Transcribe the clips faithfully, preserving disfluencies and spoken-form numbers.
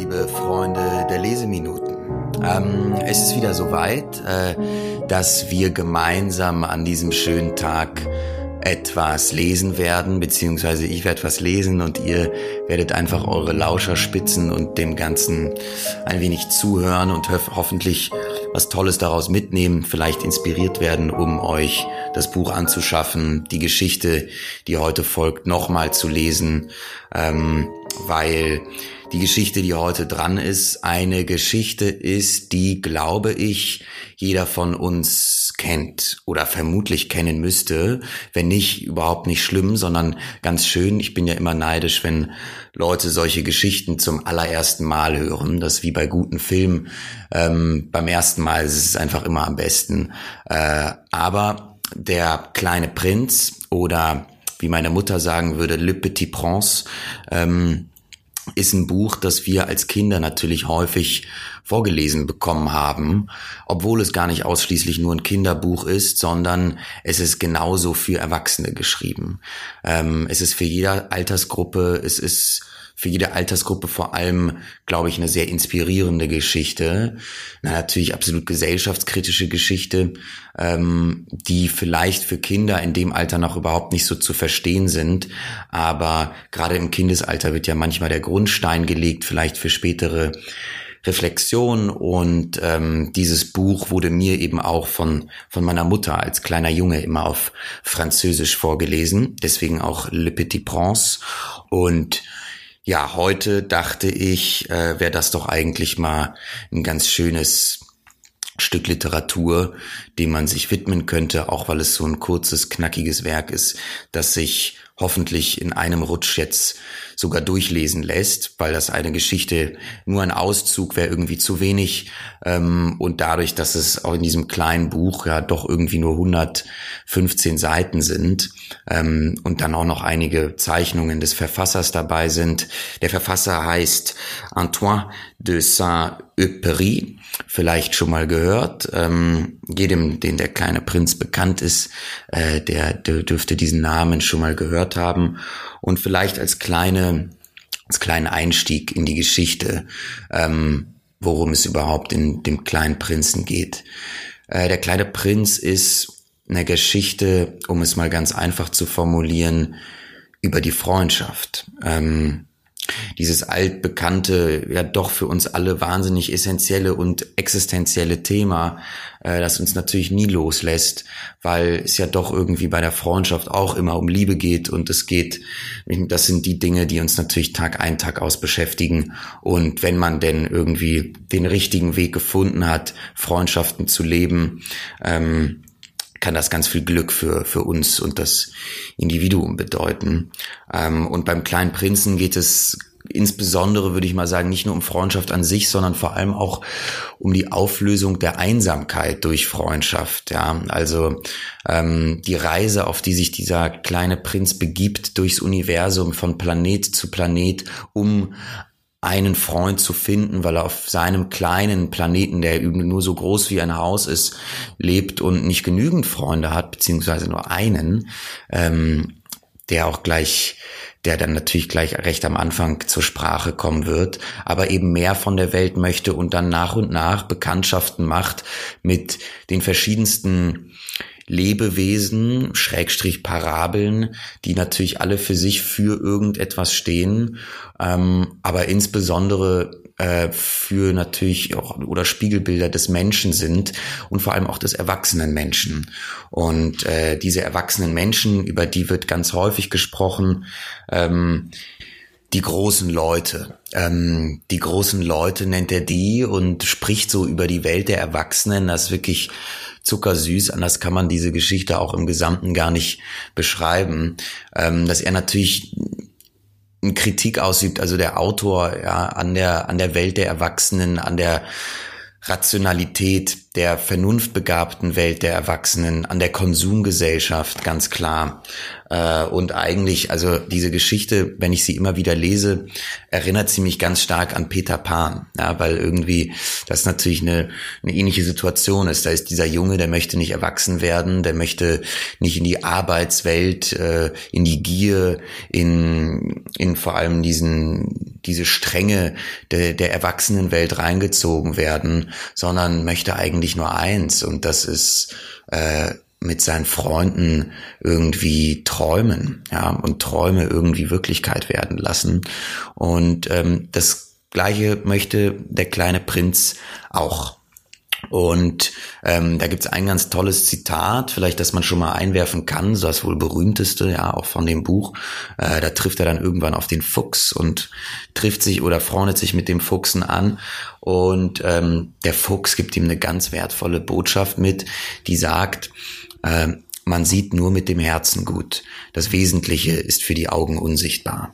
liebe Freunde der Leseminuten. Ähm, es ist wieder soweit, äh, dass wir gemeinsam an diesem schönen Tag etwas lesen werden, beziehungsweise ich werde was lesen und ihr werdet einfach eure Lauscher spitzen und dem Ganzen ein wenig zuhören und ho- hoffentlich was Tolles daraus mitnehmen, vielleicht inspiriert werden, um euch das Buch anzuschaffen, die Geschichte, die heute folgt, nochmal zu lesen, ähm, weil die Geschichte, die heute dran ist, eine Geschichte ist, die, glaube ich, jeder von uns kennt oder vermutlich kennen müsste. Wenn nicht, überhaupt nicht schlimm, sondern ganz schön. Ich bin ja immer neidisch, wenn Leute solche Geschichten zum allerersten Mal hören. Das ist wie bei guten Filmen. Ähm, beim ersten Mal ist es einfach immer am besten. Äh, aber der kleine Prinz oder wie meine Mutter sagen würde, Le Petit Prince, ähm, ist ein Buch, das wir als Kinder natürlich häufig vorgelesen bekommen haben, obwohl es gar nicht ausschließlich nur ein Kinderbuch ist, sondern es ist genauso für Erwachsene geschrieben. Ähm, es ist für jede Altersgruppe, es ist für jede Altersgruppe vor allem, glaube ich, eine sehr inspirierende Geschichte. Na, natürlich absolut gesellschaftskritische Geschichte, ähm, die vielleicht für Kinder in dem Alter noch überhaupt nicht so zu verstehen sind. Aber gerade im Kindesalter wird ja manchmal der Grundstein gelegt, vielleicht für spätere Reflexion. Und ähm, dieses Buch wurde mir eben auch von von meiner Mutter als kleiner Junge immer auf Französisch vorgelesen. Deswegen auch Le Petit Prince. Und ja, heute dachte ich, äh, wäre das doch eigentlich mal ein ganz schönes Stück Literatur, dem man sich widmen könnte, auch weil es so ein kurzes, knackiges Werk ist, das sich hoffentlich in einem Rutsch jetzt sogar durchlesen lässt, weil das eine Geschichte, nur ein Auszug wäre irgendwie zu wenig, ähm, und dadurch, dass es auch in diesem kleinen Buch ja doch irgendwie nur hundertfünfzehn Seiten sind, ähm, und dann auch noch einige Zeichnungen des Verfassers dabei sind. Der Verfasser heißt Antoine de Saint-Exupéry, vielleicht schon mal gehört. Ähm, jedem, den der kleine Prinz bekannt ist, äh, der, der dürfte diesen Namen schon mal gehört haben. Und vielleicht als kleine, als kleinen Einstieg in die Geschichte, ähm, worum es überhaupt in dem kleinen Prinzen geht. Äh, der kleine Prinz ist eine Geschichte, um es mal ganz einfach zu formulieren, über die Freundschaft. Ähm, Dieses altbekannte, ja doch für uns alle wahnsinnig essentielle und existenzielle Thema, äh, das uns natürlich nie loslässt, weil es ja doch irgendwie bei der Freundschaft auch immer um Liebe geht und es geht, das sind die Dinge, die uns natürlich Tag ein, Tag aus beschäftigen. Und wenn man denn irgendwie den richtigen Weg gefunden hat, Freundschaften zu leben, ähm, kann das ganz viel Glück für für uns und das Individuum bedeuten. Ähm, und beim kleinen Prinzen geht es insbesondere, würde ich mal sagen, nicht nur um Freundschaft an sich, sondern vor allem auch um die Auflösung der Einsamkeit durch Freundschaft. Ja, also ähm, die Reise, auf die sich dieser kleine Prinz begibt durchs Universum von Planet zu Planet, um einen Freund zu finden, weil er auf seinem kleinen Planeten, der nur so groß wie ein Haus ist, lebt und nicht genügend Freunde hat, beziehungsweise nur einen, ähm, der auch gleich, der dann natürlich gleich recht am Anfang zur Sprache kommen wird, aber eben mehr von der Welt möchte und dann nach und nach Bekanntschaften macht mit den verschiedensten Lebewesen, Schrägstrich Parabeln, die natürlich alle für sich für irgendetwas stehen, ähm, aber insbesondere äh, für natürlich auch oder Spiegelbilder des Menschen sind und vor allem auch des erwachsenen Menschen. Und äh, diese erwachsenen Menschen, über die wird ganz häufig gesprochen, ähm, die großen Leute. Ähm, die großen Leute nennt er die und spricht so über die Welt der Erwachsenen, das ist wirklich zuckersüß, anders kann man diese Geschichte auch im Gesamten gar nicht beschreiben, ähm, dass er natürlich eine Kritik ausübt, also der Autor, ja, an der an der Welt der Erwachsenen, an der Rationalität der vernunftbegabten Welt der Erwachsenen, an der Konsumgesellschaft, ganz klar. Äh, und eigentlich, also diese Geschichte, wenn ich sie immer wieder lese, erinnert sie mich ganz stark an Peter Pan, ja, weil irgendwie das natürlich eine, eine ähnliche Situation ist. Da ist dieser Junge, der möchte nicht erwachsen werden, der möchte nicht in die Arbeitswelt, äh, in die Gier, in in vor allem diesen diese Stränge de, der Erwachsenenwelt reingezogen werden, sondern möchte eigentlich nur eins, und das ist äh, mit seinen Freunden irgendwie träumen, ja, und Träume irgendwie Wirklichkeit werden lassen. Und ähm, das Gleiche möchte der kleine Prinz auch. Und ähm, da gibt's ein ganz tolles Zitat, vielleicht, das man schon mal einwerfen kann, so das wohl berühmteste, ja, auch von dem Buch. Äh, da trifft er dann irgendwann auf den Fuchs und trifft sich oder freundet sich mit dem Fuchsen an. Und ähm, der Fuchs gibt ihm eine ganz wertvolle Botschaft mit, die sagt, äh, man sieht nur mit dem Herzen gut. Das Wesentliche ist für die Augen unsichtbar.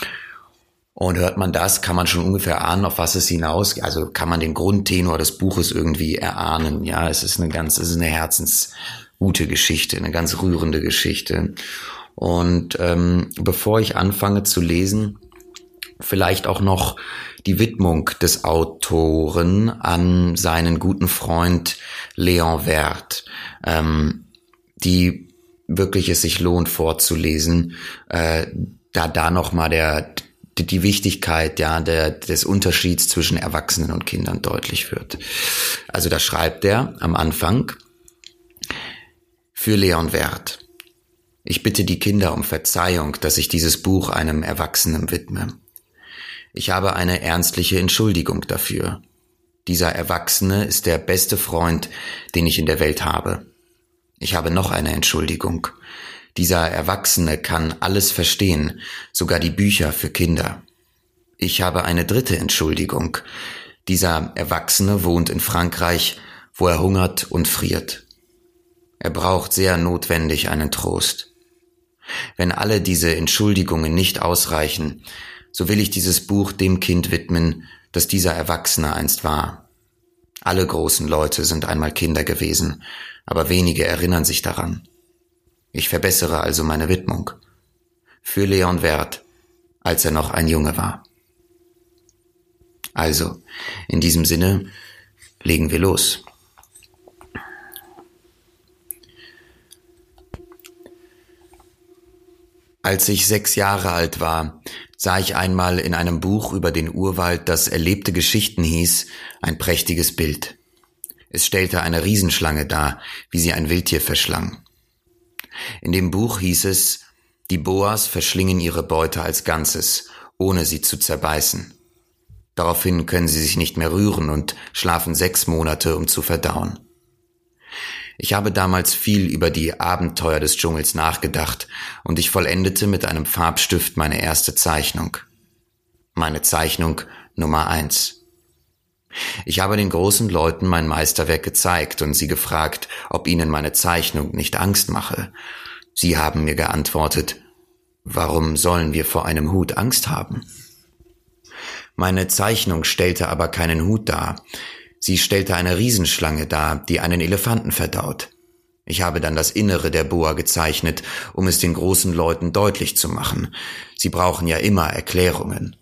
Und hört man das, kann man schon ungefähr ahnen, auf was es hinaus, also kann man den Grundtenor des Buches irgendwie erahnen. Ja, es ist eine ganz, es ist eine herzensgute Geschichte, eine ganz rührende Geschichte. Und ähm, bevor ich anfange zu lesen, vielleicht auch noch die Widmung des Autoren an seinen guten Freund Léon Wert, ähm, die wirklich es sich lohnt vorzulesen, äh, da da noch mal der die Wichtigkeit, ja, der, des Unterschieds zwischen Erwachsenen und Kindern deutlich wird. Also da schreibt er am Anfang: Für Léon Wert. Ich bitte die Kinder um Verzeihung, dass ich dieses Buch einem Erwachsenen widme. Ich habe eine ernstliche Entschuldigung dafür. Dieser Erwachsene ist der beste Freund, den ich in der Welt habe. Ich habe noch eine Entschuldigung. Dieser Erwachsene kann alles verstehen, sogar die Bücher für Kinder. Ich habe eine dritte Entschuldigung. Dieser Erwachsene wohnt in Frankreich, wo er hungert und friert. Er braucht sehr notwendig einen Trost. Wenn alle diese Entschuldigungen nicht ausreichen, so will ich dieses Buch dem Kind widmen, das dieser Erwachsene einst war. Alle großen Leute sind einmal Kinder gewesen, aber wenige erinnern sich daran. Ich verbessere also meine Widmung. Für Léon Wert, als er noch ein Junge war. Also, in diesem Sinne, legen wir los. Als ich sechs Jahre alt war, sah ich einmal in einem Buch über den Urwald, das Erlebte Geschichten hieß, ein prächtiges Bild. Es stellte eine Riesenschlange dar, wie sie ein Wildtier verschlang. In dem Buch hieß es, die Boas verschlingen ihre Beute als Ganzes, ohne sie zu zerbeißen. Daraufhin können sie sich nicht mehr rühren und schlafen sechs Monate, um zu verdauen. Ich habe damals viel über die Abenteuer des Dschungels nachgedacht und ich vollendete mit einem Farbstift meine erste Zeichnung. Meine Zeichnung Nummer eins. Ich habe den großen Leuten mein Meisterwerk gezeigt und sie gefragt, ob ihnen meine Zeichnung nicht Angst mache. Sie haben mir geantwortet, warum sollen wir vor einem Hut Angst haben? Meine Zeichnung stellte aber keinen Hut dar. Sie stellte eine Riesenschlange dar, die einen Elefanten verdaut. Ich habe dann das Innere der Boa gezeichnet, um es den großen Leuten deutlich zu machen. Sie brauchen ja immer Erklärungen.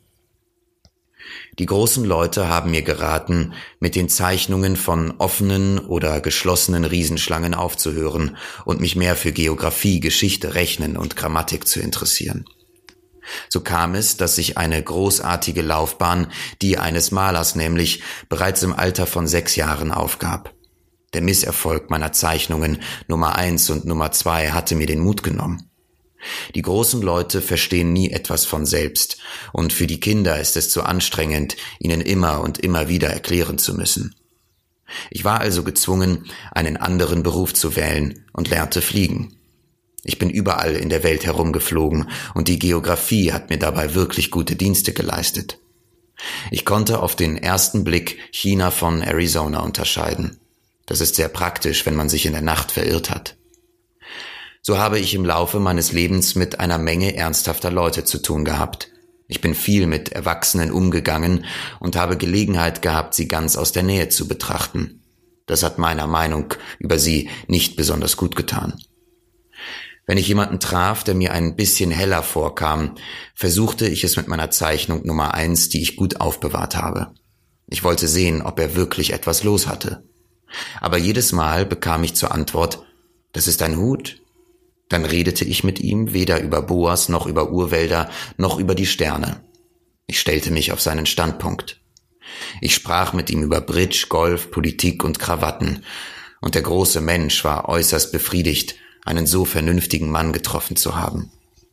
Die großen Leute haben mir geraten, mit den Zeichnungen von offenen oder geschlossenen Riesenschlangen aufzuhören und mich mehr für Geographie, Geschichte, Rechnen und Grammatik zu interessieren. So kam es, dass ich eine großartige Laufbahn, die eines Malers nämlich, bereits im Alter von sechs Jahren aufgab. Der Misserfolg meiner Zeichnungen Nummer eins und Nummer zwei hatte mir den Mut genommen. Die großen Leute verstehen nie etwas von selbst, und für die Kinder ist es zu anstrengend, ihnen immer und immer wieder erklären zu müssen. Ich war also gezwungen, einen anderen Beruf zu wählen und lernte fliegen. Ich bin überall in der Welt herumgeflogen und die Geographie hat mir dabei wirklich gute Dienste geleistet. Ich konnte auf den ersten Blick China von Arizona unterscheiden. Das ist sehr praktisch, wenn man sich in der Nacht verirrt hat. So habe ich im Laufe meines Lebens mit einer Menge ernsthafter Leute zu tun gehabt. Ich bin viel mit Erwachsenen umgegangen und habe Gelegenheit gehabt, sie ganz aus der Nähe zu betrachten. Das hat meiner Meinung über sie nicht besonders gut getan. Wenn ich jemanden traf, der mir ein bisschen heller vorkam, versuchte ich es mit meiner Zeichnung Nummer eins, die ich gut aufbewahrt habe. Ich wollte sehen, ob er wirklich etwas los hatte. Aber jedes Mal bekam ich zur Antwort, das ist ein Hut. Dann redete ich mit ihm weder über Boas noch über Urwälder noch über die Sterne. Ich stellte mich auf seinen Standpunkt. Ich sprach mit ihm über Bridge, Golf, Politik und Krawatten, und der große Mensch war äußerst befriedigt, einen so vernünftigen Mann getroffen zu haben.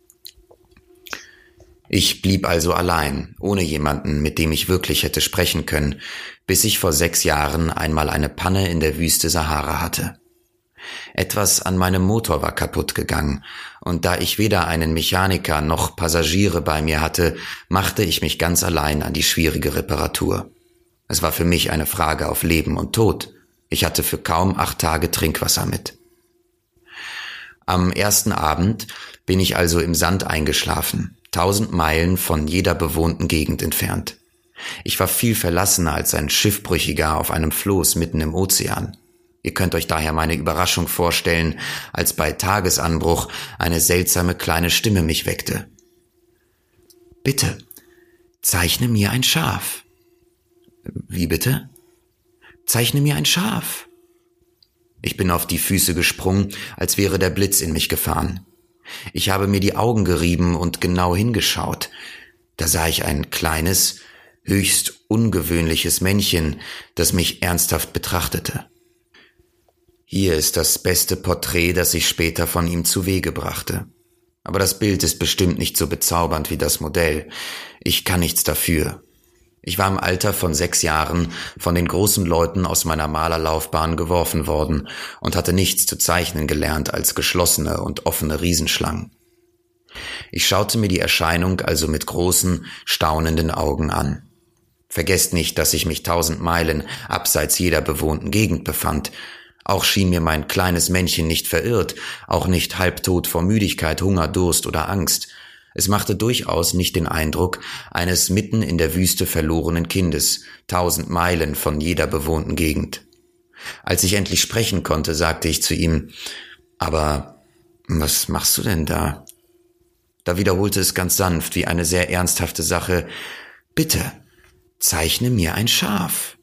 Ich blieb also allein, ohne jemanden, mit dem ich wirklich hätte sprechen können, bis ich vor sechs Jahren einmal eine Panne in der Wüste Sahara hatte. Etwas an meinem Motor war kaputt gegangen, und da ich weder einen Mechaniker noch Passagiere bei mir hatte, machte ich mich ganz allein an die schwierige Reparatur. Es war für mich eine Frage auf Leben und Tod. Ich hatte für kaum acht Tage Trinkwasser mit. Am ersten Abend bin ich also im Sand eingeschlafen, tausend Meilen von jeder bewohnten Gegend entfernt. Ich war viel verlassener als ein Schiffbrüchiger auf einem Floß mitten im Ozean. Ihr könnt euch daher meine Überraschung vorstellen, als bei Tagesanbruch eine seltsame kleine Stimme mich weckte. »Bitte, zeichne mir ein Schaf.« »Wie bitte?« »Zeichne mir ein Schaf.« Ich bin auf die Füße gesprungen, als wäre der Blitz in mich gefahren. Ich habe mir die Augen gerieben und genau hingeschaut. Da sah ich ein kleines, höchst ungewöhnliches Männchen, das mich ernsthaft betrachtete. Hier ist das beste Porträt, das ich später von ihm zu Wege brachte. Aber das Bild ist bestimmt nicht so bezaubernd wie das Modell. Ich kann nichts dafür. Ich war im Alter von sechs Jahren von den großen Leuten aus meiner Malerlaufbahn geworfen worden und hatte nichts zu zeichnen gelernt als geschlossene und offene Riesenschlangen. Ich schaute mir die Erscheinung also mit großen, staunenden Augen an. Vergesst nicht, dass ich mich tausend Meilen abseits jeder bewohnten Gegend befand. Auch schien mir mein kleines Männchen nicht verirrt, auch nicht halbtot vor Müdigkeit, Hunger, Durst oder Angst. Es machte durchaus nicht den Eindruck eines mitten in der Wüste verlorenen Kindes, tausend Meilen von jeder bewohnten Gegend. Als ich endlich sprechen konnte, sagte ich zu ihm, »Aber was machst du denn da?« Da wiederholte es ganz sanft, wie eine sehr ernsthafte Sache, »Bitte, zeichne mir ein Schaf.«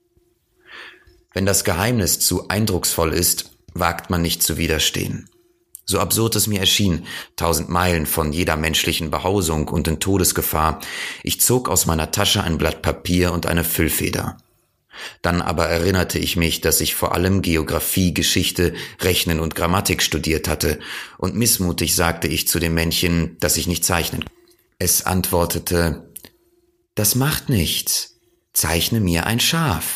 Wenn das Geheimnis zu eindrucksvoll ist, wagt man nicht zu widerstehen. So absurd es mir erschien, tausend Meilen von jeder menschlichen Behausung und in Todesgefahr, ich zog aus meiner Tasche ein Blatt Papier und eine Füllfeder. Dann aber erinnerte ich mich, dass ich vor allem Geographie, Geschichte, Rechnen und Grammatik studiert hatte, und missmutig sagte ich zu dem Männchen, dass ich nicht zeichnen konnte. Es antwortete, »Das macht nichts, zeichne mir ein Schaf.«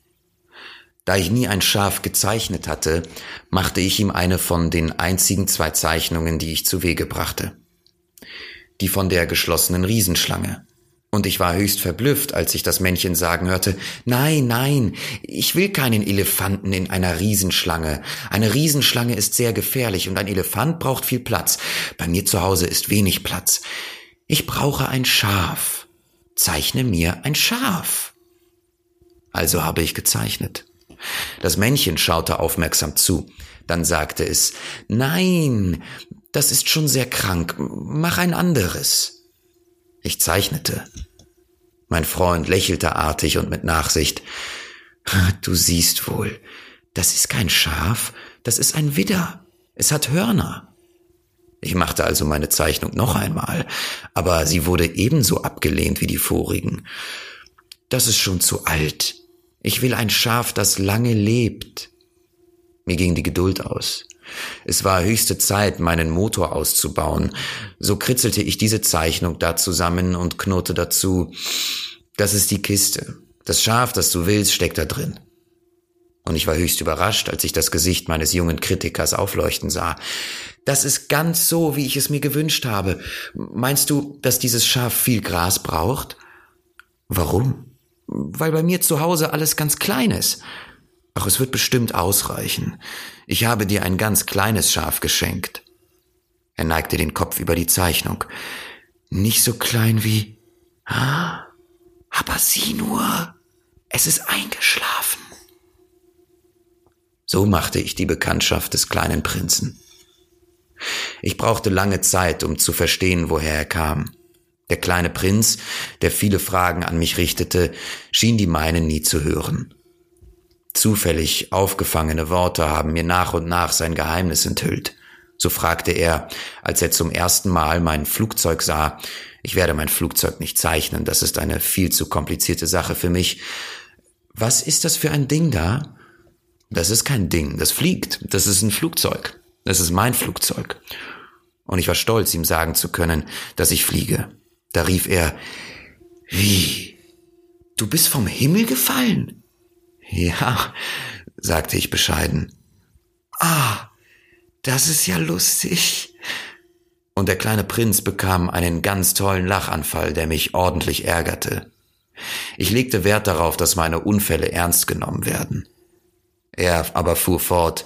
Da ich nie ein Schaf gezeichnet hatte, machte ich ihm eine von den einzigen zwei Zeichnungen, die ich zu Wege brachte. Die von der geschlossenen Riesenschlange. Und ich war höchst verblüfft, als ich das Männchen sagen hörte, »Nein, nein, ich will keinen Elefanten in einer Riesenschlange. Eine Riesenschlange ist sehr gefährlich und ein Elefant braucht viel Platz. Bei mir zu Hause ist wenig Platz. Ich brauche ein Schaf. Zeichne mir ein Schaf.« Also habe ich gezeichnet. Das Männchen schaute aufmerksam zu. Dann sagte es, »Nein, das ist schon sehr krank. Mach ein anderes.« Ich zeichnete. Mein Freund lächelte artig und mit Nachsicht. »Du siehst wohl, das ist kein Schaf, das ist ein Widder. Es hat Hörner.« Ich machte also meine Zeichnung noch einmal, aber sie wurde ebenso abgelehnt wie die vorigen. »Das ist schon zu alt. Ich will ein Schaf, das lange lebt.« Mir ging die Geduld aus. Es war höchste Zeit, meinen Motor auszubauen. So kritzelte ich diese Zeichnung da zusammen und knurrte dazu, »Das ist die Kiste. Das Schaf, das du willst, steckt da drin.« Und ich war höchst überrascht, als ich das Gesicht meines jungen Kritikers aufleuchten sah. »Das ist ganz so, wie ich es mir gewünscht habe. Meinst du, dass dieses Schaf viel Gras braucht?« »Warum?« »Weil bei mir zu Hause alles ganz klein ist.« »Ach, es wird bestimmt ausreichen. Ich habe dir ein ganz kleines Schaf geschenkt.« Er neigte den Kopf über die Zeichnung. »Nicht so klein wie... Ah, aber sieh nur, es ist eingeschlafen.« So machte ich die Bekanntschaft des kleinen Prinzen. Ich brauchte lange Zeit, um zu verstehen, woher er kam. Der kleine Prinz, der viele Fragen an mich richtete, schien die meinen nie zu hören. Zufällig aufgefangene Worte haben mir nach und nach sein Geheimnis enthüllt. So fragte er, als er zum ersten Mal mein Flugzeug sah, Ich werde mein Flugzeug nicht zeichnen, das ist eine viel zu komplizierte Sache für mich. Was ist das für ein Ding da? Das ist kein Ding, das fliegt, das ist ein Flugzeug. Das ist mein Flugzeug. Und ich war stolz, ihm sagen zu können, dass ich fliege. Da rief er, wie? Du bist vom Himmel gefallen? Ja, sagte ich bescheiden. Ah, das ist ja lustig. Und der kleine Prinz bekam einen ganz tollen Lachanfall, der mich ordentlich ärgerte. Ich legte Wert darauf, dass meine Unfälle ernst genommen werden. Er aber fuhr fort,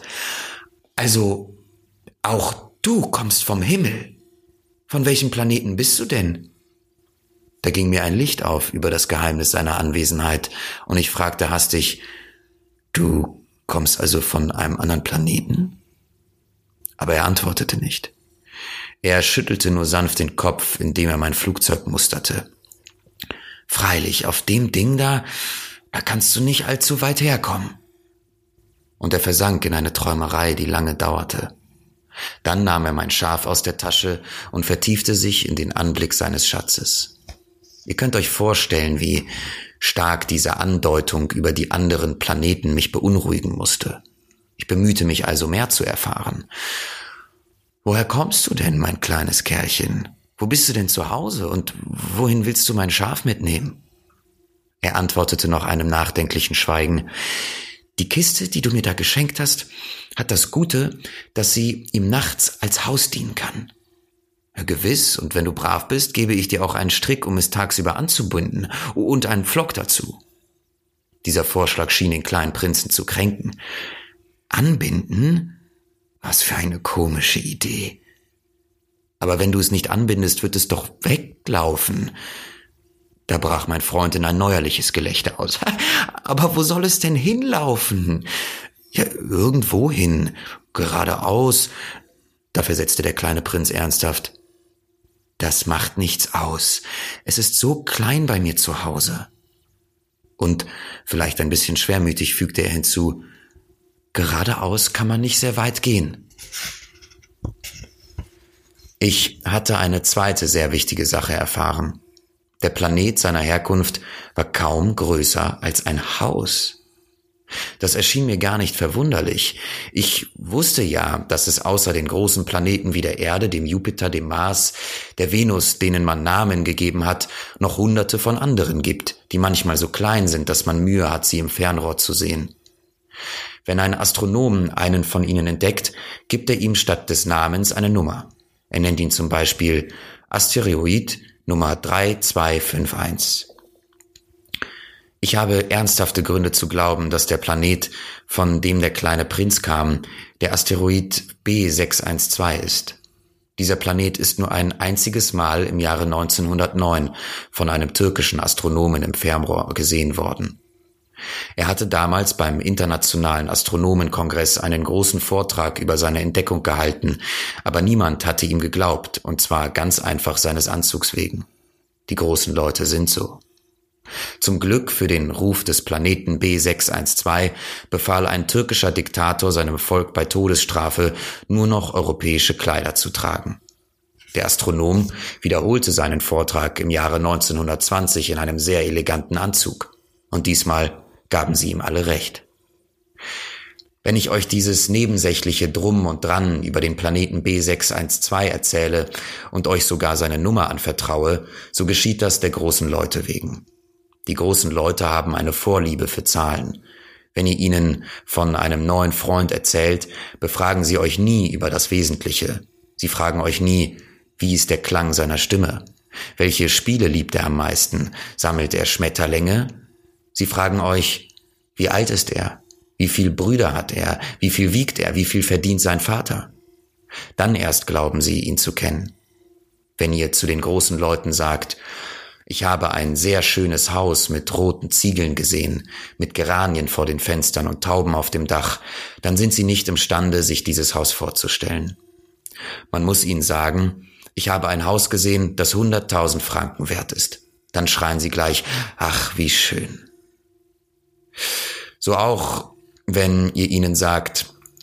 also, auch du kommst vom Himmel. Von welchem Planeten bist du denn? Da ging mir ein Licht auf über das Geheimnis seiner Anwesenheit, und ich fragte hastig, du kommst also von einem anderen Planeten? Aber er antwortete nicht. Er schüttelte nur sanft den Kopf, indem er mein Flugzeug musterte. Freilich, auf dem Ding da, da kannst du nicht allzu weit herkommen. Und er versank in eine Träumerei, die lange dauerte. Dann nahm er mein Schaf aus der Tasche und vertiefte sich in den Anblick seines Schatzes. Ihr könnt euch vorstellen, wie stark diese Andeutung über die anderen Planeten mich beunruhigen musste. Ich bemühte mich also, mehr zu erfahren. Woher kommst du denn, mein kleines Kerlchen? Wo bist du denn zu Hause und wohin willst du mein Schaf mitnehmen? Er antwortete nach einem nachdenklichen Schweigen, die Kiste, die du mir da geschenkt hast, hat das Gute, dass sie ihm nachts als Haus dienen kann. Ja, gewiss, und wenn du brav bist, gebe ich dir auch einen Strick, um es tagsüber anzubinden, und einen Pflock dazu. Dieser Vorschlag schien den kleinen Prinzen zu kränken. Anbinden? Was für eine komische Idee. Aber wenn du es nicht anbindest, wird es doch weglaufen. Da brach mein Freund in ein neuerliches Gelächter aus. Aber wo soll es denn hinlaufen? Ja, irgendwo hin, geradeaus. Da versetzte der kleine Prinz ernsthaft. Das macht nichts aus. Es ist so klein bei mir zu Hause. Und vielleicht ein bisschen schwermütig fügte er hinzu, geradeaus kann man nicht sehr weit gehen. Ich hatte eine zweite sehr wichtige Sache erfahren. Der Planet seiner Herkunft war kaum größer als ein Haus. Das erschien mir gar nicht verwunderlich. Ich wusste ja, dass es außer den großen Planeten wie der Erde, dem Jupiter, dem Mars, der Venus, denen man Namen gegeben hat, noch hunderte von anderen gibt, die manchmal so klein sind, dass man Mühe hat, sie im Fernrohr zu sehen. Wenn ein Astronom einen von ihnen entdeckt, gibt er ihm statt des Namens eine Nummer. Er nennt ihn zum Beispiel Asteroid Nummer drei zwei fünf eins. Ich habe ernsthafte Gründe zu glauben, dass der Planet, von dem der kleine Prinz kam, der Asteroid B sechs eins zwei ist. Dieser Planet ist nur ein einziges Mal im Jahre neunzehnhundertneun von einem türkischen Astronomen im Fernrohr gesehen worden. Er hatte damals beim Internationalen Astronomenkongress einen großen Vortrag über seine Entdeckung gehalten, aber niemand hatte ihm geglaubt, und zwar ganz einfach seines Anzugs wegen. Die großen Leute sind so. Zum Glück für den Ruf des Planeten B sechs eins zwei befahl ein türkischer Diktator seinem Volk bei Todesstrafe, nur noch europäische Kleider zu tragen. Der Astronom wiederholte seinen Vortrag im Jahre neunzehnhundertzwanzig in einem sehr eleganten Anzug. Und diesmal gaben sie ihm alle recht. Wenn ich euch dieses nebensächliche Drum und Dran über den Planeten B sechs eins zwei erzähle und euch sogar seine Nummer anvertraue, so geschieht das der großen Leute wegen. Die großen Leute haben eine Vorliebe für Zahlen. Wenn ihr ihnen von einem neuen Freund erzählt, befragen sie euch nie über das Wesentliche. Sie fragen euch nie, wie ist der Klang seiner Stimme? Welche Spiele liebt er am meisten? Sammelt er Schmetterlinge? Sie fragen euch, wie alt ist er? Wie viel Brüder hat er? Wie viel wiegt er? Wie viel verdient sein Vater? Dann erst glauben sie, ihn zu kennen. Wenn ihr zu den großen Leuten sagt, ich habe ein sehr schönes Haus mit roten Ziegeln gesehen, mit Geranien vor den Fenstern und Tauben auf dem Dach, dann sind sie nicht imstande, sich dieses Haus vorzustellen. Man muss ihnen sagen, ich habe ein Haus gesehen, das hunderttausend Franken wert ist. Dann schreien sie gleich, ach, wie schön. So auch, wenn ihr ihnen sagt,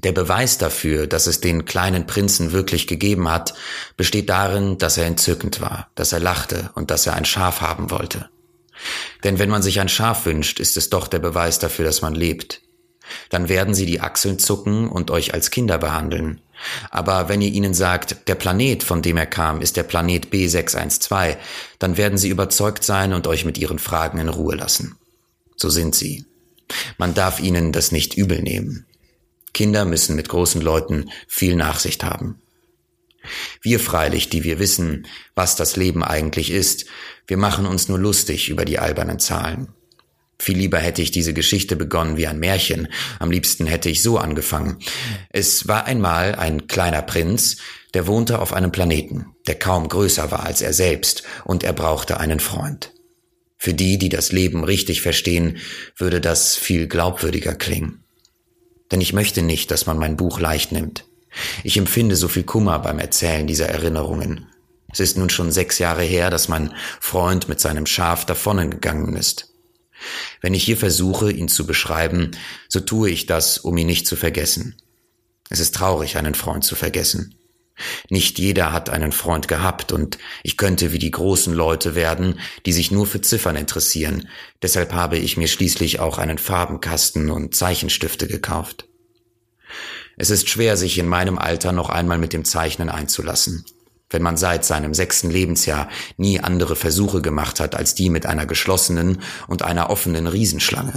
Der Beweis dafür, dass es den kleinen Prinzen wirklich gegeben hat, besteht darin, dass er entzückend war, dass er lachte und dass er ein Schaf haben wollte. Denn wenn man sich ein Schaf wünscht, ist es doch der Beweis dafür, dass man lebt. Dann werden sie die Achseln zucken und euch als Kinder behandeln. Aber wenn ihr ihnen sagt, der Planet, von dem er kam, ist der Planet B sechs eins zwei, dann werden sie überzeugt sein und euch mit ihren Fragen in Ruhe lassen. So sind sie. Man darf ihnen das nicht übel nehmen. Kinder müssen mit großen Leuten viel Nachsicht haben. Wir freilich, die wir wissen, was das Leben eigentlich ist, wir machen uns nur lustig über die albernen Zahlen. Viel lieber hätte ich diese Geschichte begonnen wie ein Märchen, am liebsten hätte ich so angefangen. Es war einmal ein kleiner Prinz, der wohnte auf einem Planeten, der kaum größer war als er selbst, und er brauchte einen Freund. Für die, die das Leben richtig verstehen, würde das viel glaubwürdiger klingen. Denn ich möchte nicht, dass man mein Buch leicht nimmt. Ich empfinde so viel Kummer beim Erzählen dieser Erinnerungen. Es ist nun schon sechs Jahre her, dass mein Freund mit seinem Schaf davongegangen ist. Wenn ich hier versuche, ihn zu beschreiben, so tue ich das, um ihn nicht zu vergessen. Es ist traurig, einen Freund zu vergessen. Nicht jeder hat einen Freund gehabt und ich könnte wie die großen Leute werden, die sich nur für Ziffern interessieren. Deshalb habe ich mir schließlich auch einen Farbenkasten und Zeichenstifte gekauft. Es ist schwer, sich in meinem Alter noch einmal mit dem Zeichnen einzulassen. Wenn man seit seinem sechsten Lebensjahr nie andere Versuche gemacht hat als die mit einer geschlossenen und einer offenen Riesenschlange.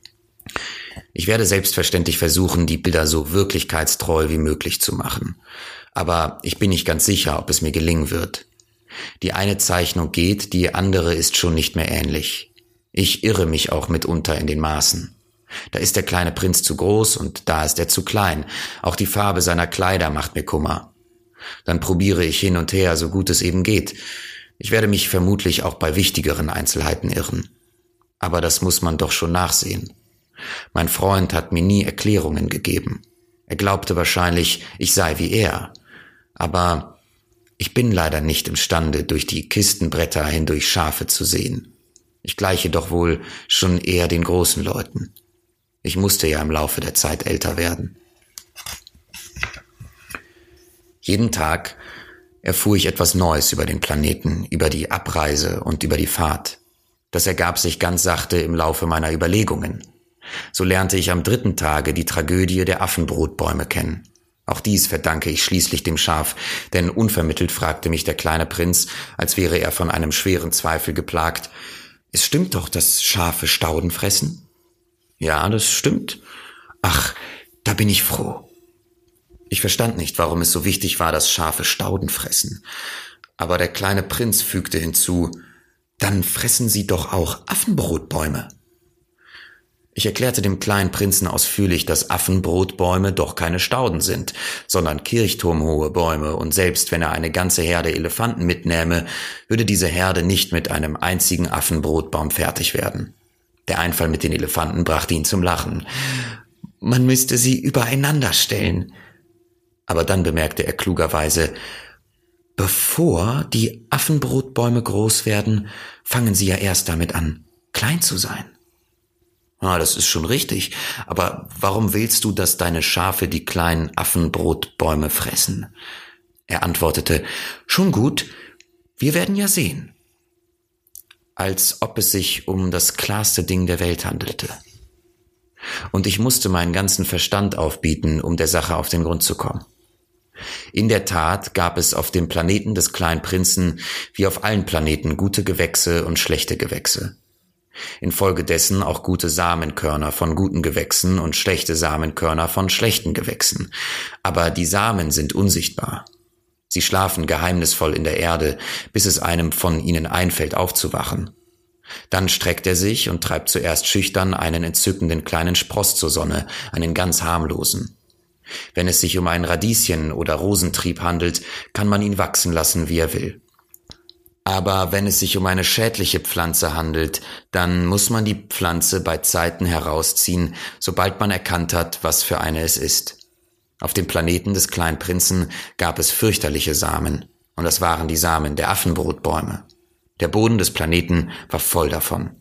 Ich werde selbstverständlich versuchen, die Bilder so wirklichkeitstreu wie möglich zu machen. Aber ich bin nicht ganz sicher, ob es mir gelingen wird. Die eine Zeichnung geht, die andere ist schon nicht mehr ähnlich. Ich irre mich auch mitunter in den Maßen. Da ist der kleine Prinz zu groß und da ist er zu klein. Auch die Farbe seiner Kleider macht mir Kummer. Dann probiere ich hin und her, so gut es eben geht. Ich werde mich vermutlich auch bei wichtigeren Einzelheiten irren. Aber das muss man doch schon nachsehen. Mein Freund hat mir nie Erklärungen gegeben. Er glaubte wahrscheinlich, ich sei wie er. Aber ich bin leider nicht imstande, durch die Kistenbretter hindurch Schafe zu sehen. Ich gleiche doch wohl schon eher den großen Leuten. Ich musste ja im Laufe der Zeit älter werden. Jeden Tag erfuhr ich etwas Neues über den Planeten, über die Abreise und über die Fahrt. Das ergab sich ganz sachte im Laufe meiner Überlegungen. So lernte ich am dritten Tage die Tragödie der Affenbrotbäume kennen. Auch dies verdanke ich schließlich dem Schaf, denn unvermittelt fragte mich der kleine Prinz, als wäre er von einem schweren Zweifel geplagt: Es stimmt doch, dass Schafe Stauden fressen? Ja, das stimmt. Ach, da bin ich froh. Ich verstand nicht, warum es so wichtig war, dass Schafe Stauden fressen. Aber der kleine Prinz fügte hinzu: Dann fressen sie doch auch Affenbrotbäume. Ich erklärte dem kleinen Prinzen ausführlich, dass Affenbrotbäume doch keine Stauden sind, sondern kirchturmhohe Bäume, und selbst wenn er eine ganze Herde Elefanten mitnähme, würde diese Herde nicht mit einem einzigen Affenbrotbaum fertig werden. Der Einfall mit den Elefanten brachte ihn zum Lachen. Man müsste sie übereinander stellen. Aber dann bemerkte er klugerweise: Bevor die Affenbrotbäume groß werden, fangen sie ja erst damit an, klein zu sein. Ah, das ist schon richtig. Aber warum willst du, dass deine Schafe die kleinen Affenbrotbäume fressen? Er antwortete: Schon gut, wir werden ja sehen. Als ob es sich um das klarste Ding der Welt handelte. Und ich musste meinen ganzen Verstand aufbieten, um der Sache auf den Grund zu kommen. In der Tat gab es auf dem Planeten des kleinen Prinzen wie auf allen Planeten gute Gewächse und schlechte Gewächse. Infolgedessen auch gute Samenkörner von guten Gewächsen und schlechte Samenkörner von schlechten Gewächsen. Aber die Samen sind unsichtbar. Sie schlafen geheimnisvoll in der Erde, bis es einem von ihnen einfällt, aufzuwachen. Dann streckt er sich und treibt zuerst schüchtern einen entzückenden kleinen Spross zur Sonne, einen ganz harmlosen. Wenn es sich um einen Radieschen- oder Rosentrieb handelt, kann man ihn wachsen lassen, wie er will. Aber wenn es sich um eine schädliche Pflanze handelt, dann muss man die Pflanze bei Zeiten herausziehen, sobald man erkannt hat, was für eine es ist. Auf dem Planeten des kleinen Prinzen gab es fürchterliche Samen, und das waren die Samen der Affenbrotbäume. Der Boden des Planeten war voll davon.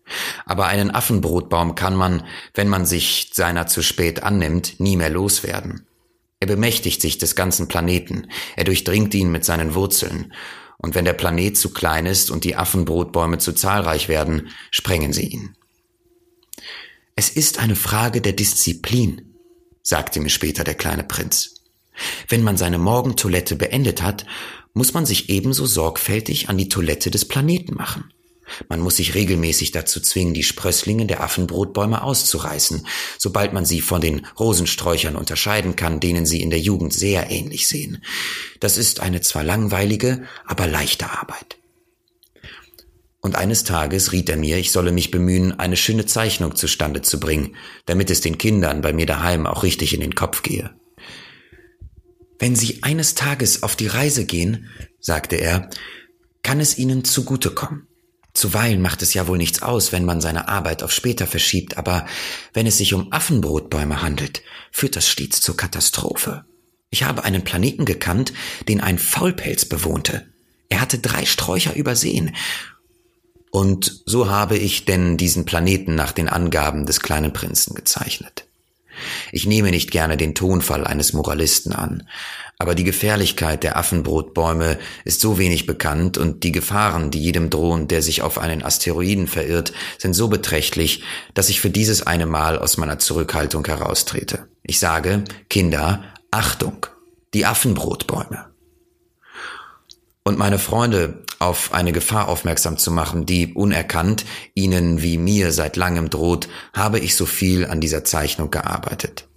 Aber einen Affenbrotbaum kann man, wenn man sich seiner zu spät annimmt, nie mehr loswerden. Er bemächtigt sich des ganzen Planeten, er durchdringt ihn mit seinen Wurzeln, und wenn der Planet zu klein ist und die Affenbrotbäume zu zahlreich werden, sprengen sie ihn. Es ist eine Frage der Disziplin, sagte mir später der kleine Prinz. Wenn man seine Morgentoilette beendet hat, muss man sich ebenso sorgfältig an die Toilette des Planeten machen. Man muss sich regelmäßig dazu zwingen, die Sprösslinge der Affenbrotbäume auszureißen, sobald man sie von den Rosensträuchern unterscheiden kann, denen sie in der Jugend sehr ähnlich sehen. Das ist eine zwar langweilige, aber leichte Arbeit. Und eines Tages riet er mir, ich solle mich bemühen, eine schöne Zeichnung zustande zu bringen, damit es den Kindern bei mir daheim auch richtig in den Kopf gehe. Wenn Sie eines Tages auf die Reise gehen, sagte er, kann es Ihnen zugutekommen. Zuweilen macht es ja wohl nichts aus, wenn man seine Arbeit auf später verschiebt, aber wenn es sich um Affenbrotbäume handelt, führt das stets zur Katastrophe. Ich habe einen Planeten gekannt, den ein Faulpelz bewohnte. Er hatte drei Sträucher übersehen. Und so habe ich denn diesen Planeten nach den Angaben des kleinen Prinzen gezeichnet. Ich nehme nicht gerne den Tonfall eines Moralisten an, aber die Gefährlichkeit der Affenbrotbäume ist so wenig bekannt und die Gefahren, die jedem drohen, der sich auf einen Asteroiden verirrt, sind so beträchtlich, dass ich für dieses eine Mal aus meiner Zurückhaltung heraustrete. Ich sage, Kinder, Achtung, die Affenbrotbäume. Und meine Freunde auf eine Gefahr aufmerksam zu machen, die unerkannt ihnen wie mir seit langem droht, habe ich so viel an dieser Zeichnung gearbeitet.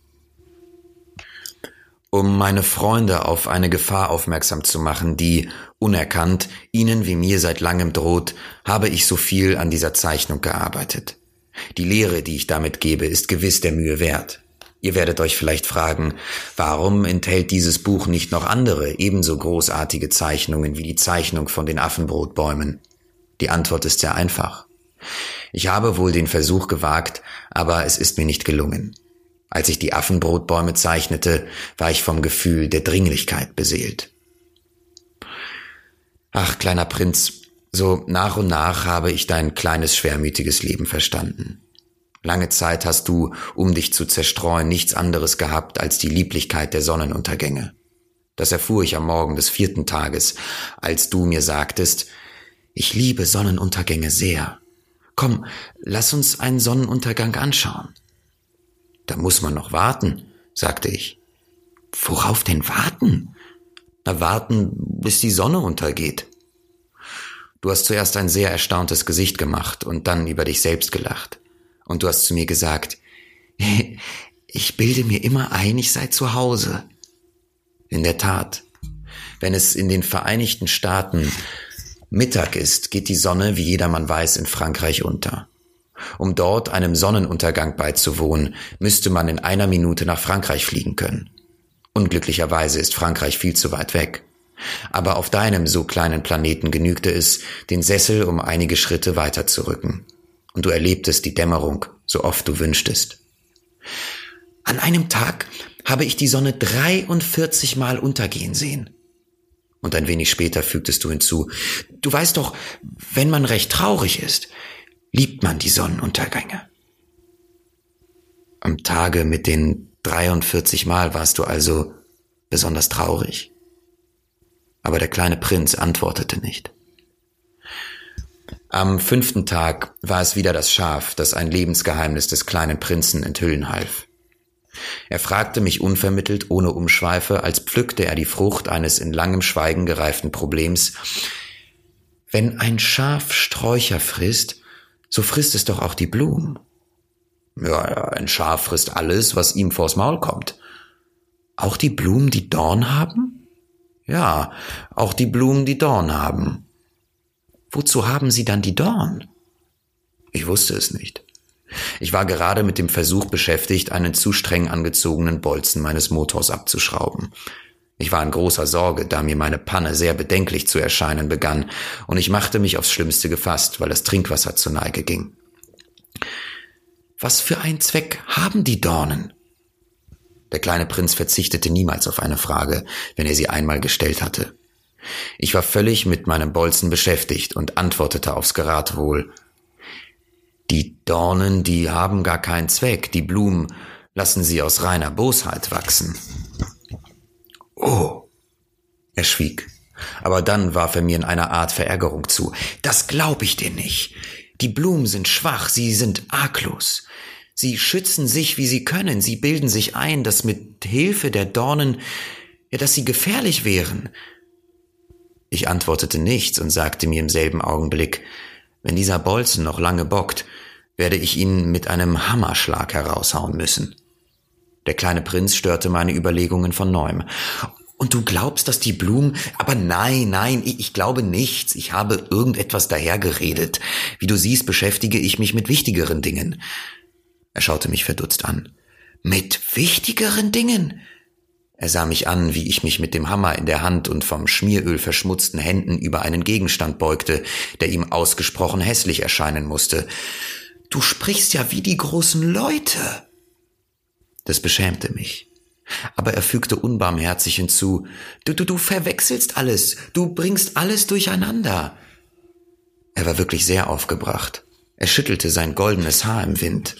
Um meine Freunde auf eine Gefahr aufmerksam zu machen, die unerkannt ihnen wie mir seit langem droht, habe ich so viel an dieser Zeichnung gearbeitet. Die Lehre, die ich damit gebe, ist gewiss der Mühe wert. Ihr werdet euch vielleicht fragen, warum enthält dieses Buch nicht noch andere, ebenso großartige Zeichnungen wie die Zeichnung von den Affenbrotbäumen? Die Antwort ist sehr einfach. Ich habe wohl den Versuch gewagt, aber es ist mir nicht gelungen. Als ich die Affenbrotbäume zeichnete, war ich vom Gefühl der Dringlichkeit beseelt. Ach, kleiner Prinz, so nach und nach habe ich dein kleines, schwermütiges Leben verstanden. Lange Zeit hast du, um dich zu zerstreuen, nichts anderes gehabt als die Lieblichkeit der Sonnenuntergänge. Das erfuhr ich am Morgen des vierten Tages, als du mir sagtest, ich liebe Sonnenuntergänge sehr. Komm, lass uns einen Sonnenuntergang anschauen. Da muss man noch warten, sagte ich. Worauf denn warten? Na, warten, bis die Sonne untergeht. Du hast zuerst ein sehr erstauntes Gesicht gemacht und dann über dich selbst gelacht. Und du hast zu mir gesagt, ich bilde mir immer ein, ich sei zu Hause. In der Tat, wenn es in den Vereinigten Staaten Mittag ist, geht die Sonne, wie jedermann weiß, in Frankreich unter. Um dort einem Sonnenuntergang beizuwohnen, müsste man in einer Minute nach Frankreich fliegen können. Unglücklicherweise ist Frankreich viel zu weit weg. Aber auf deinem so kleinen Planeten genügte es, den Sessel um einige Schritte weiter zu rücken. Und du erlebtest die Dämmerung, so oft du wünschtest. An einem Tag habe ich die Sonne dreiundvierzig Mal untergehen sehen. Und ein wenig später fügtest du hinzu, du weißt doch, wenn man recht traurig ist, liebt man die Sonnenuntergänge. Am Tage mit den dreiundvierzig Mal warst du also besonders traurig. Aber der kleine Prinz antwortete nicht. Am fünften Tag war es wieder das Schaf, das ein Lebensgeheimnis des kleinen Prinzen enthüllen half. Er fragte mich unvermittelt, ohne Umschweife, als pflückte er die Frucht eines in langem Schweigen gereiften Problems. Wenn ein Schaf Sträucher frisst, so frisst es doch auch die Blumen. Ja, ein Schaf frisst alles, was ihm vors Maul kommt. Auch die Blumen, die Dorn haben? Ja, auch die Blumen, die Dorn haben. Wozu haben sie dann die Dorn? Ich wusste es nicht. Ich war gerade mit dem Versuch beschäftigt, einen zu streng angezogenen Bolzen meines Motors abzuschrauben. Ich war in großer Sorge, da mir meine Panne sehr bedenklich zu erscheinen begann, und ich machte mich aufs Schlimmste gefasst, weil das Trinkwasser zur Neige ging. Was für einen Zweck haben die Dornen? Der kleine Prinz verzichtete niemals auf eine Frage, wenn er sie einmal gestellt hatte. Ich war völlig mit meinem Bolzen beschäftigt und antwortete aufs Geratewohl. Die Dornen, die haben gar keinen Zweck, die Blumen lassen sie aus reiner Bosheit wachsen. Oh, er schwieg, aber dann warf er mir in einer Art Verärgerung zu. Das glaub ich dir nicht. Die Blumen sind schwach, sie sind arglos. Sie schützen sich, wie sie können, sie bilden sich ein, dass mit Hilfe der Dornen, ja, dass sie gefährlich wären. Ich antwortete nichts und sagte mir im selben Augenblick, wenn dieser Bolzen noch lange bockt, werde ich ihn mit einem Hammerschlag heraushauen müssen. Der kleine Prinz störte meine Überlegungen von neuem. Und du glaubst, dass die Blumen... Aber nein, nein, ich, ich glaube nichts. Ich habe irgendetwas dahergeredet. Wie du siehst, beschäftige ich mich mit wichtigeren Dingen. Er schaute mich verdutzt an. Mit wichtigeren Dingen? Er sah mich an, wie ich mich mit dem Hammer in der Hand und vom Schmieröl verschmutzten Händen über einen Gegenstand beugte, der ihm ausgesprochen hässlich erscheinen musste. Du sprichst ja wie die großen Leute. Das beschämte mich. Aber er fügte unbarmherzig hinzu, du, du, du verwechselst alles, du bringst alles durcheinander. Er war wirklich sehr aufgebracht. Er schüttelte sein goldenes Haar im Wind.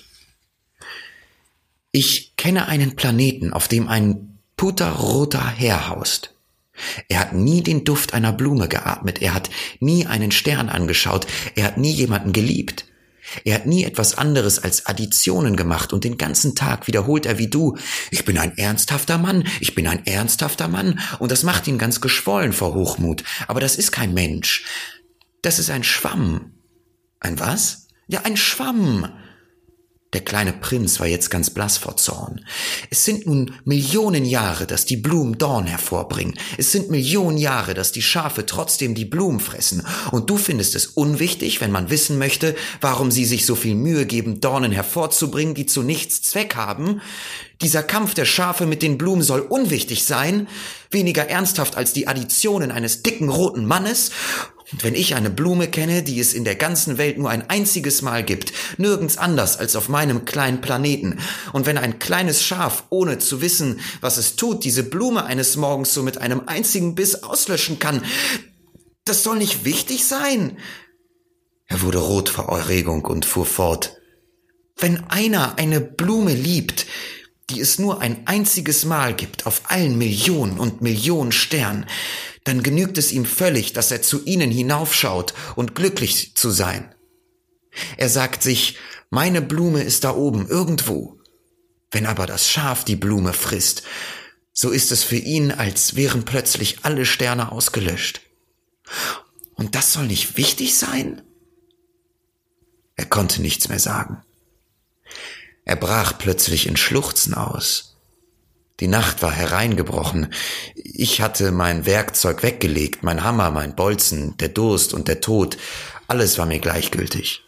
Ich kenne einen Planeten, auf dem ein puterroter Herr haust. Er hat nie den Duft einer Blume geatmet, er hat nie einen Stern angeschaut, er hat nie jemanden geliebt. Er hat nie etwas anderes als Additionen gemacht und den ganzen Tag wiederholt er wie du, ich bin ein ernsthafter Mann, ich bin ein ernsthafter Mann, und das macht ihn ganz geschwollen vor Hochmut. Aber das ist kein Mensch, das ist ein Schwamm. Ein was? Ja, ein Schwamm. Der kleine Prinz war jetzt ganz blass vor Zorn. Es sind nun Millionen Jahre, dass die Blumen Dorn hervorbringen. Es sind Millionen Jahre, dass die Schafe trotzdem die Blumen fressen. Und du findest es unwichtig, wenn man wissen möchte, warum sie sich so viel Mühe geben, Dornen hervorzubringen, die zu nichts Zweck haben. Dieser Kampf der Schafe mit den Blumen soll unwichtig sein, weniger ernsthaft als die Additionen eines dicken roten Mannes. Und wenn ich eine Blume kenne, die es in der ganzen Welt nur ein einziges Mal gibt, nirgends anders als auf meinem kleinen Planeten, und wenn ein kleines Schaf, ohne zu wissen, was es tut, diese Blume eines Morgens so mit einem einzigen Biss auslöschen kann, das soll nicht wichtig sein. Er wurde rot vor Erregung und fuhr fort. Wenn einer eine Blume liebt, die es nur ein einziges Mal gibt auf allen Millionen und Millionen Sternen, dann genügt es ihm völlig, dass er zu ihnen hinaufschaut und glücklich zu sein. Er sagt sich, meine Blume ist da oben irgendwo. Wenn aber das Schaf die Blume frisst, so ist es für ihn, als wären plötzlich alle Sterne ausgelöscht. Und das soll nicht wichtig sein? Er konnte nichts mehr sagen. Er brach plötzlich in Schluchzen aus. Die Nacht war hereingebrochen. Ich hatte mein Werkzeug weggelegt, mein Hammer, mein Bolzen, der Durst und der Tod. Alles war mir gleichgültig.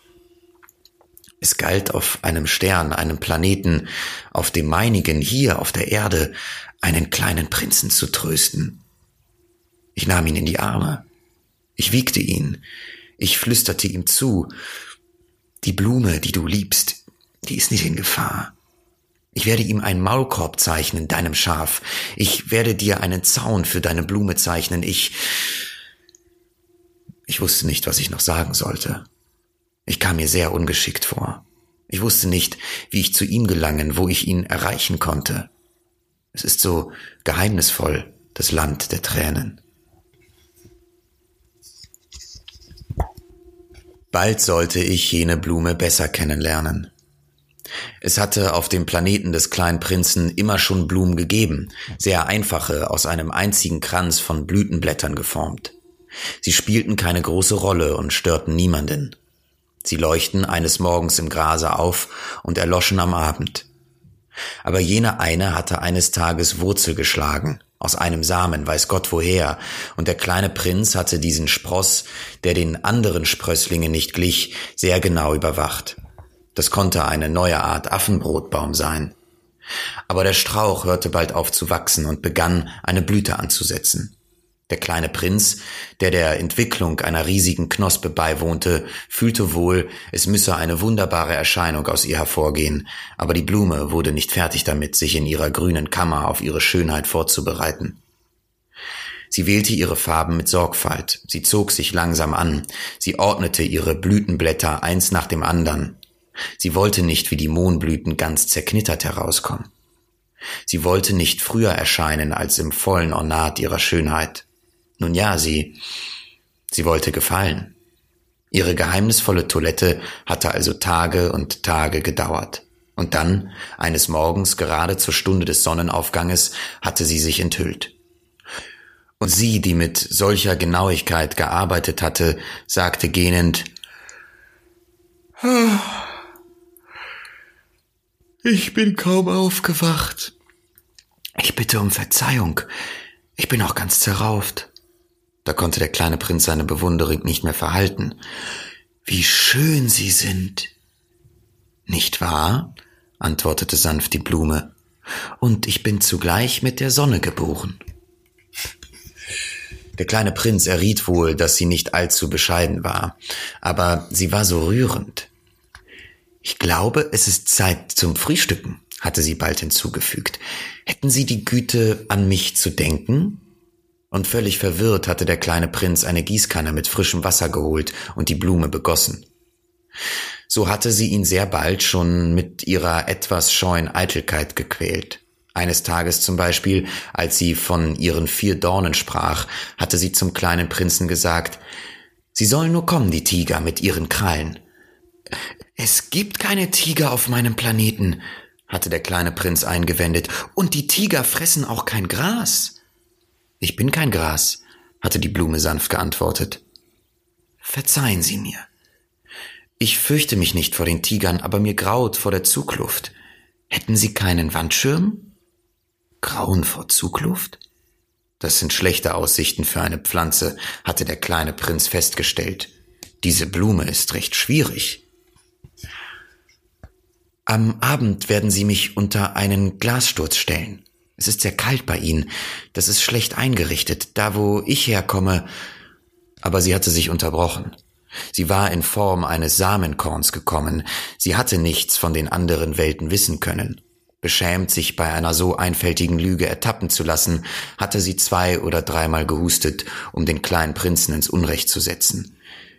Es galt, auf einem Stern, einem Planeten, auf dem meinigen, hier auf der Erde, einen kleinen Prinzen zu trösten. Ich nahm ihn in die Arme. Ich wiegte ihn. Ich flüsterte ihm zu, die Blume, die du liebst, die ist nicht in Gefahr. Ich werde ihm einen Maulkorb zeichnen, deinem Schaf. Ich werde dir einen Zaun für deine Blume zeichnen. Ich... Ich wusste nicht, was ich noch sagen sollte. Ich kam mir sehr ungeschickt vor. Ich wusste nicht, wie ich zu ihm gelangen, wo ich ihn erreichen konnte. Es ist so geheimnisvoll, das Land der Tränen. Bald sollte ich jene Blume besser kennenlernen. Es hatte auf dem Planeten des kleinen Prinzen immer schon Blumen gegeben, sehr einfache, aus einem einzigen Kranz von Blütenblättern geformt. Sie spielten keine große Rolle und störten niemanden. Sie leuchten eines Morgens im Grase auf und erloschen am Abend. Aber jene eine hatte eines Tages Wurzel geschlagen, aus einem Samen, weiß Gott woher, und der kleine Prinz hatte diesen Spross, der den anderen Sprösslingen nicht glich, sehr genau überwacht. Das konnte eine neue Art Affenbrotbaum sein. Aber der Strauch hörte bald auf zu wachsen und begann, eine Blüte anzusetzen. Der kleine Prinz, der der Entwicklung einer riesigen Knospe beiwohnte, fühlte wohl, es müsse eine wunderbare Erscheinung aus ihr hervorgehen, aber die Blume wurde nicht fertig damit, sich in ihrer grünen Kammer auf ihre Schönheit vorzubereiten. Sie wählte ihre Farben mit Sorgfalt, sie zog sich langsam an, sie ordnete ihre Blütenblätter eins nach dem andern. Sie wollte nicht wie die Mohnblüten ganz zerknittert herauskommen. Sie wollte nicht früher erscheinen als im vollen Ornat ihrer Schönheit. Nun ja, sie, sie wollte gefallen. Ihre geheimnisvolle Toilette hatte also Tage und Tage gedauert. Und dann, eines Morgens, gerade zur Stunde des Sonnenaufganges, hatte sie sich enthüllt. Und sie, die mit solcher Genauigkeit gearbeitet hatte, sagte gähnend: »Ich bin kaum aufgewacht. Ich bitte um Verzeihung. Ich bin auch ganz zerrauft.« Da konnte der kleine Prinz seine Bewunderung nicht mehr verhalten. »Wie schön Sie sind!« »Nicht wahr?« antwortete sanft die Blume. »Und ich bin zugleich mit der Sonne geboren.« Der kleine Prinz erriet wohl, dass sie nicht allzu bescheiden war, aber sie war so rührend. »Ich glaube, es ist Zeit zum Frühstücken«, hatte sie bald hinzugefügt. »Hätten Sie die Güte, an mich zu denken?« Und völlig verwirrt hatte der kleine Prinz eine Gießkanne mit frischem Wasser geholt und die Blume begossen. So hatte sie ihn sehr bald schon mit ihrer etwas scheuen Eitelkeit gequält. Eines Tages zum Beispiel, als sie von ihren vier Dornen sprach, hatte sie zum kleinen Prinzen gesagt: »Sie sollen nur kommen, die Tiger mit ihren Krallen.« »Es gibt keine Tiger auf meinem Planeten«, hatte der kleine Prinz eingewendet, »und die Tiger fressen auch kein Gras.« »Ich bin kein Gras«, hatte die Blume sanft geantwortet. »Verzeihen Sie mir. Ich fürchte mich nicht vor den Tigern, aber mir graut vor der Zugluft. Hätten Sie keinen Wandschirm?« »Grauen vor Zugluft? Das sind schlechte Aussichten für eine Pflanze«, hatte der kleine Prinz festgestellt. »Diese Blume ist recht schwierig.« »Am Abend werden Sie mich unter einen Glassturz stellen. Es ist sehr kalt bei Ihnen. Das ist schlecht eingerichtet, da wo ich herkomme.« Aber sie hatte sich unterbrochen. Sie war in Form eines Samenkorns gekommen. Sie hatte nichts von den anderen Welten wissen können. Beschämt, sich bei einer so einfältigen Lüge ertappen zu lassen, hatte sie zwei oder dreimal gehustet, um den kleinen Prinzen ins Unrecht zu setzen.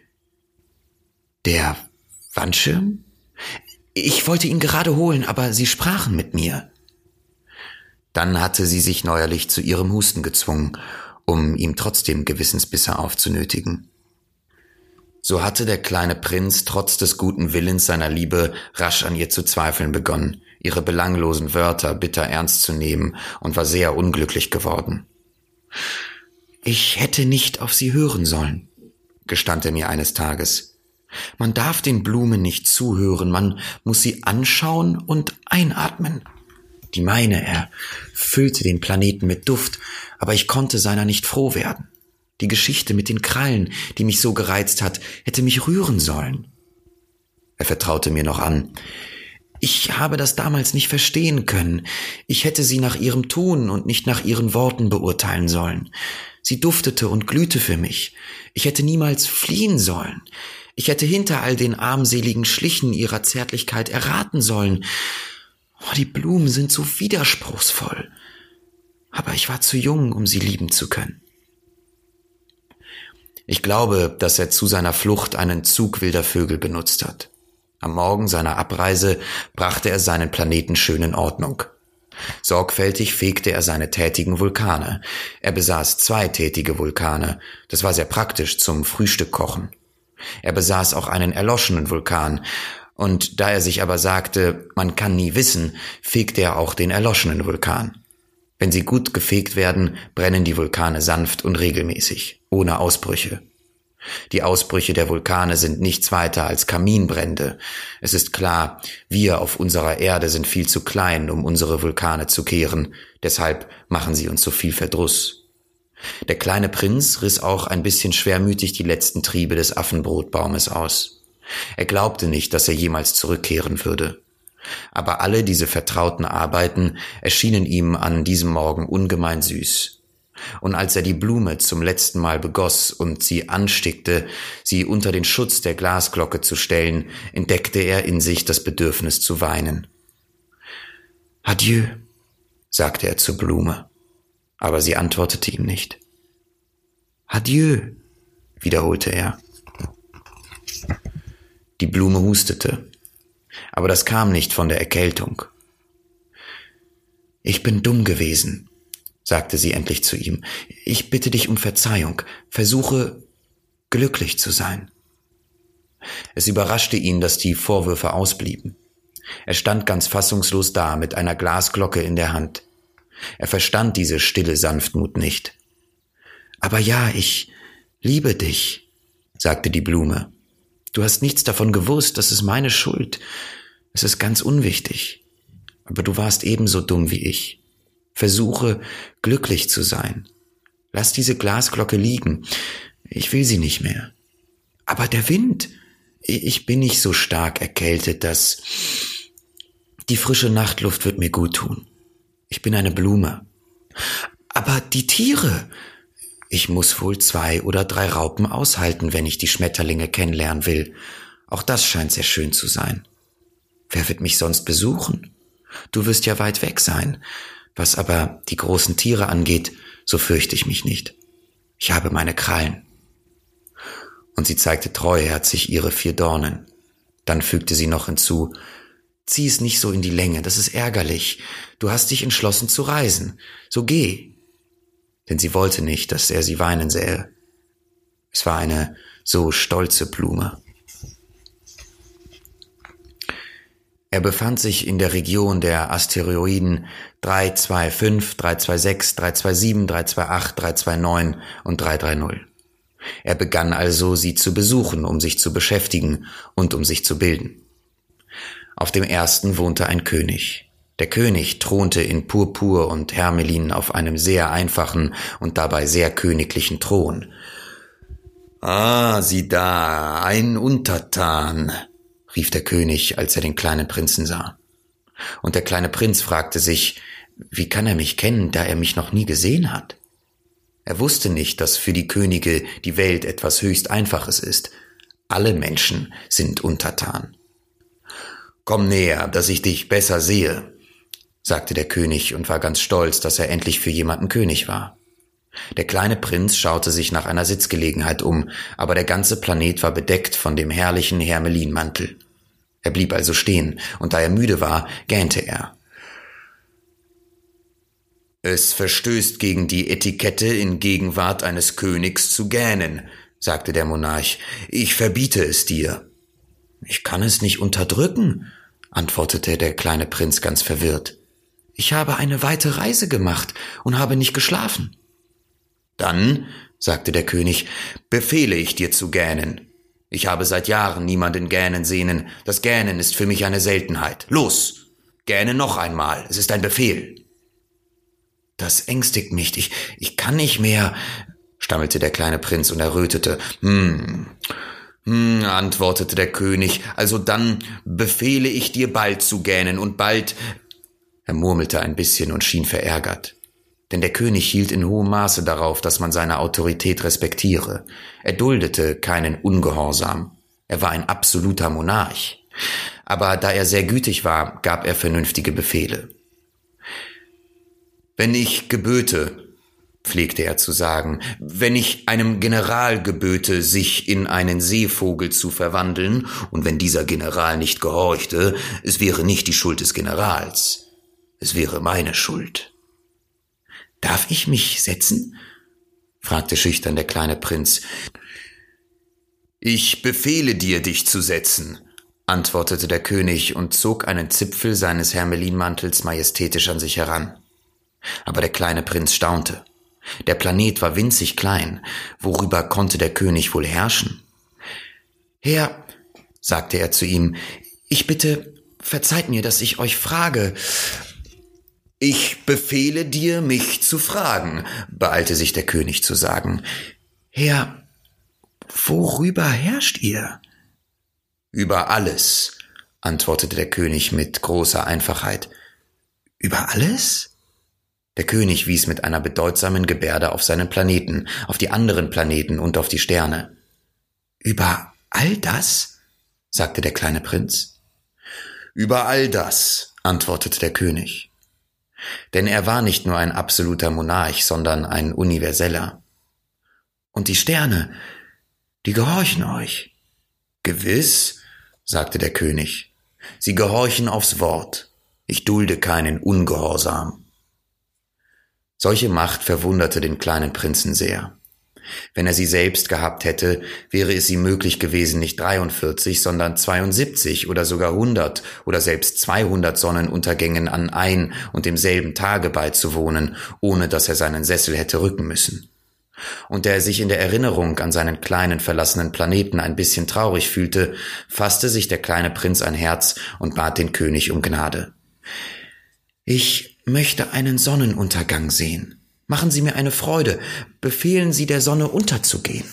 »Der Wandschirm? Ich wollte ihn gerade holen, aber Sie sprachen mit mir.« Dann hatte sie sich neuerlich zu ihrem Husten gezwungen, um ihm trotzdem Gewissensbisse aufzunötigen. So hatte der kleine Prinz trotz des guten Willens seiner Liebe rasch an ihr zu zweifeln begonnen, ihre belanglosen Wörter bitter ernst zu nehmen und war sehr unglücklich geworden. »Ich hätte nicht auf sie hören sollen«, gestand er mir eines Tages. »Man darf den Blumen nicht zuhören, man muss sie anschauen und einatmen. Die meine, er füllte den Planeten mit Duft, aber ich konnte seiner nicht froh werden. Die Geschichte mit den Krallen, die mich so gereizt hat, hätte mich rühren sollen.« Er vertraute mir noch an. »Ich habe das damals nicht verstehen können. Ich hätte sie nach ihrem Tun und nicht nach ihren Worten beurteilen sollen. Sie duftete und glühte für mich. Ich hätte niemals fliehen sollen. Ich hätte hinter all den armseligen Schlichen ihrer Zärtlichkeit erraten sollen. Oh, die Blumen sind so widerspruchsvoll. Aber ich war zu jung, um sie lieben zu können.« Ich glaube, dass er zu seiner Flucht einen Zug wilder Vögel benutzt hat. Am Morgen seiner Abreise brachte er seinen Planeten schön in Ordnung. Sorgfältig fegte er seine tätigen Vulkane. Er besaß zwei tätige Vulkane. Das war sehr praktisch zum Frühstückkochen. Er besaß auch einen erloschenen Vulkan. Und da er sich aber sagte, man kann nie wissen, fegte er auch den erloschenen Vulkan. Wenn sie gut gefegt werden, brennen die Vulkane sanft und regelmäßig, ohne Ausbrüche. Die Ausbrüche der Vulkane sind nichts weiter als Kaminbrände. Es ist klar, wir auf unserer Erde sind viel zu klein, um unsere Vulkane zu kehren, deshalb machen sie uns so viel Verdruss. Der kleine Prinz riss auch ein bisschen schwermütig die letzten Triebe des Affenbrotbaumes aus. Er glaubte nicht, dass er jemals zurückkehren würde. Aber alle diese vertrauten Arbeiten erschienen ihm an diesem Morgen ungemein süß. Und als er die Blume zum letzten Mal begoss und sie anstickte, sie unter den Schutz der Glasglocke zu stellen, entdeckte er in sich das Bedürfnis zu weinen. »Adieu«, sagte er zur Blume, aber sie antwortete ihm nicht. »Adieu«, wiederholte er. Die Blume hustete. aber das kam nicht von der Erkältung. »Ich bin dumm gewesen«, sagte sie endlich zu ihm. »Ich bitte dich um Verzeihung. Versuche, glücklich zu sein.« Es überraschte ihn, dass die Vorwürfe ausblieben. Er stand ganz fassungslos da mit einer Glasglocke in der Hand. Er verstand diese stille Sanftmut nicht. »Aber ja, ich liebe dich«, sagte die Blume. »Du hast nichts davon gewusst, das ist meine Schuld. Es ist ganz unwichtig. Aber du warst ebenso dumm wie ich. Versuche, glücklich zu sein. Lass diese Glasglocke liegen. Ich will sie nicht mehr. Aber der Wind, ich bin nicht so stark erkältet, dass die frische Nachtluft wird mir gut tun. Ich bin eine Blume. Aber die Tiere, ich muss wohl zwei oder drei Raupen aushalten, wenn ich die Schmetterlinge kennenlernen will. Auch das scheint sehr schön zu sein. Wer wird mich sonst besuchen? Du wirst ja weit weg sein. Was aber die großen Tiere angeht, so fürchte ich mich nicht. Ich habe meine Krallen.« Und sie zeigte treuherzig ihre vier Dornen. Dann fügte sie noch hinzu: »Zieh es nicht so in die Länge, das ist ärgerlich. Du hast dich entschlossen zu reisen. So geh.« Denn sie wollte nicht, dass er sie weinen sähe. Es war eine so stolze Blume. Er befand sich in der Region der Asteroiden drei zwei fünf, drei zwei sechs, drei zwei sieben, drei zwei acht, drei zwei neun und drei drei null. Er begann also, sie zu besuchen, um sich zu beschäftigen und um sich zu bilden. Auf dem ersten wohnte ein König. Der König thronte in Purpur und Hermelin auf einem sehr einfachen und dabei sehr königlichen Thron. »Ah, sieh da, ein Untertan«, rief der König, als er den kleinen Prinzen sah. Und der kleine Prinz fragte sich, wie kann er mich kennen, da er mich noch nie gesehen hat? Er wusste nicht, dass für die Könige die Welt etwas höchst Einfaches ist. Alle Menschen sind untertan. »Komm näher, dass ich dich besser sehe«, sagte der König und war ganz stolz, dass er endlich für jemanden König war. Der kleine Prinz schaute sich nach einer Sitzgelegenheit um, aber der ganze Planet war bedeckt von dem herrlichen Hermelinmantel. Er blieb also stehen, und da er müde war, gähnte er. »Es verstößt gegen die Etikette, in Gegenwart eines Königs zu gähnen«, sagte der Monarch. »Ich verbiete es dir.« »Ich kann es nicht unterdrücken«, antwortete der kleine Prinz ganz verwirrt. »Ich habe eine weite Reise gemacht und habe nicht geschlafen.« »Dann«, sagte der König, »befehle ich dir zu gähnen. Ich habe seit Jahren niemanden gähnen sehen. Das Gähnen ist für mich eine Seltenheit. Los, gähne noch einmal, es ist ein Befehl.« »Das ängstigt mich, ich, ich kann nicht mehr«, stammelte der kleine Prinz und errötete. »Hm, hm«, antwortete der König, »also dann befehle ich dir bald zu gähnen und bald...« Er murmelte ein bisschen und schien verärgert. Denn der König hielt in hohem Maße darauf, dass man seine Autorität respektiere. Er duldete keinen Ungehorsam. Er war ein absoluter Monarch. Aber da er sehr gütig war, gab er vernünftige Befehle. »Wenn ich geböte«, pflegte er zu sagen, »wenn ich einem General geböte, sich in einen Seevogel zu verwandeln, und wenn dieser General nicht gehorchte, es wäre nicht die Schuld des Generals, es wäre meine Schuld.« »Darf ich mich setzen?« fragte schüchtern der kleine Prinz. »Ich befehle dir, dich zu setzen«, antwortete der König und zog einen Zipfel seines Hermelinmantels majestätisch an sich heran. Aber der kleine Prinz staunte. Der Planet war winzig klein. Worüber konnte der König wohl herrschen? »Herr«, sagte er zu ihm, »ich bitte, verzeiht mir, dass ich euch frage.« »Ich befehle dir, mich zu fragen«, beeilte sich der König zu sagen. »Herr, worüber herrscht ihr?« »Über alles«, antwortete der König mit großer Einfachheit. »Über alles?« Der König wies mit einer bedeutsamen Gebärde auf seinen Planeten, auf die anderen Planeten und auf die Sterne. »Über all das?« sagte der kleine Prinz. »Über all das«, antwortete der König. Denn er war nicht nur ein absoluter Monarch, sondern ein universeller. »Und die Sterne, die gehorchen euch?« »Gewiss«, sagte der König. Sie gehorchen aufs Wort. Ich dulde keinen Ungehorsam. Solche Macht verwunderte den kleinen Prinzen sehr. Wenn er sie selbst gehabt hätte, wäre es ihm möglich gewesen, nicht dreiundvierzig, sondern zweiundsiebzig oder sogar hundert oder selbst zweihundert Sonnenuntergängen an ein und demselben Tage beizuwohnen, ohne dass er seinen Sessel hätte rücken müssen. Und da er sich in der Erinnerung an seinen kleinen verlassenen Planeten ein bisschen traurig fühlte, fasste sich der kleine Prinz ein Herz und bat den König um Gnade. »Ich möchte einen Sonnenuntergang sehen. Machen Sie mir eine Freude, befehlen Sie der Sonne unterzugehen.«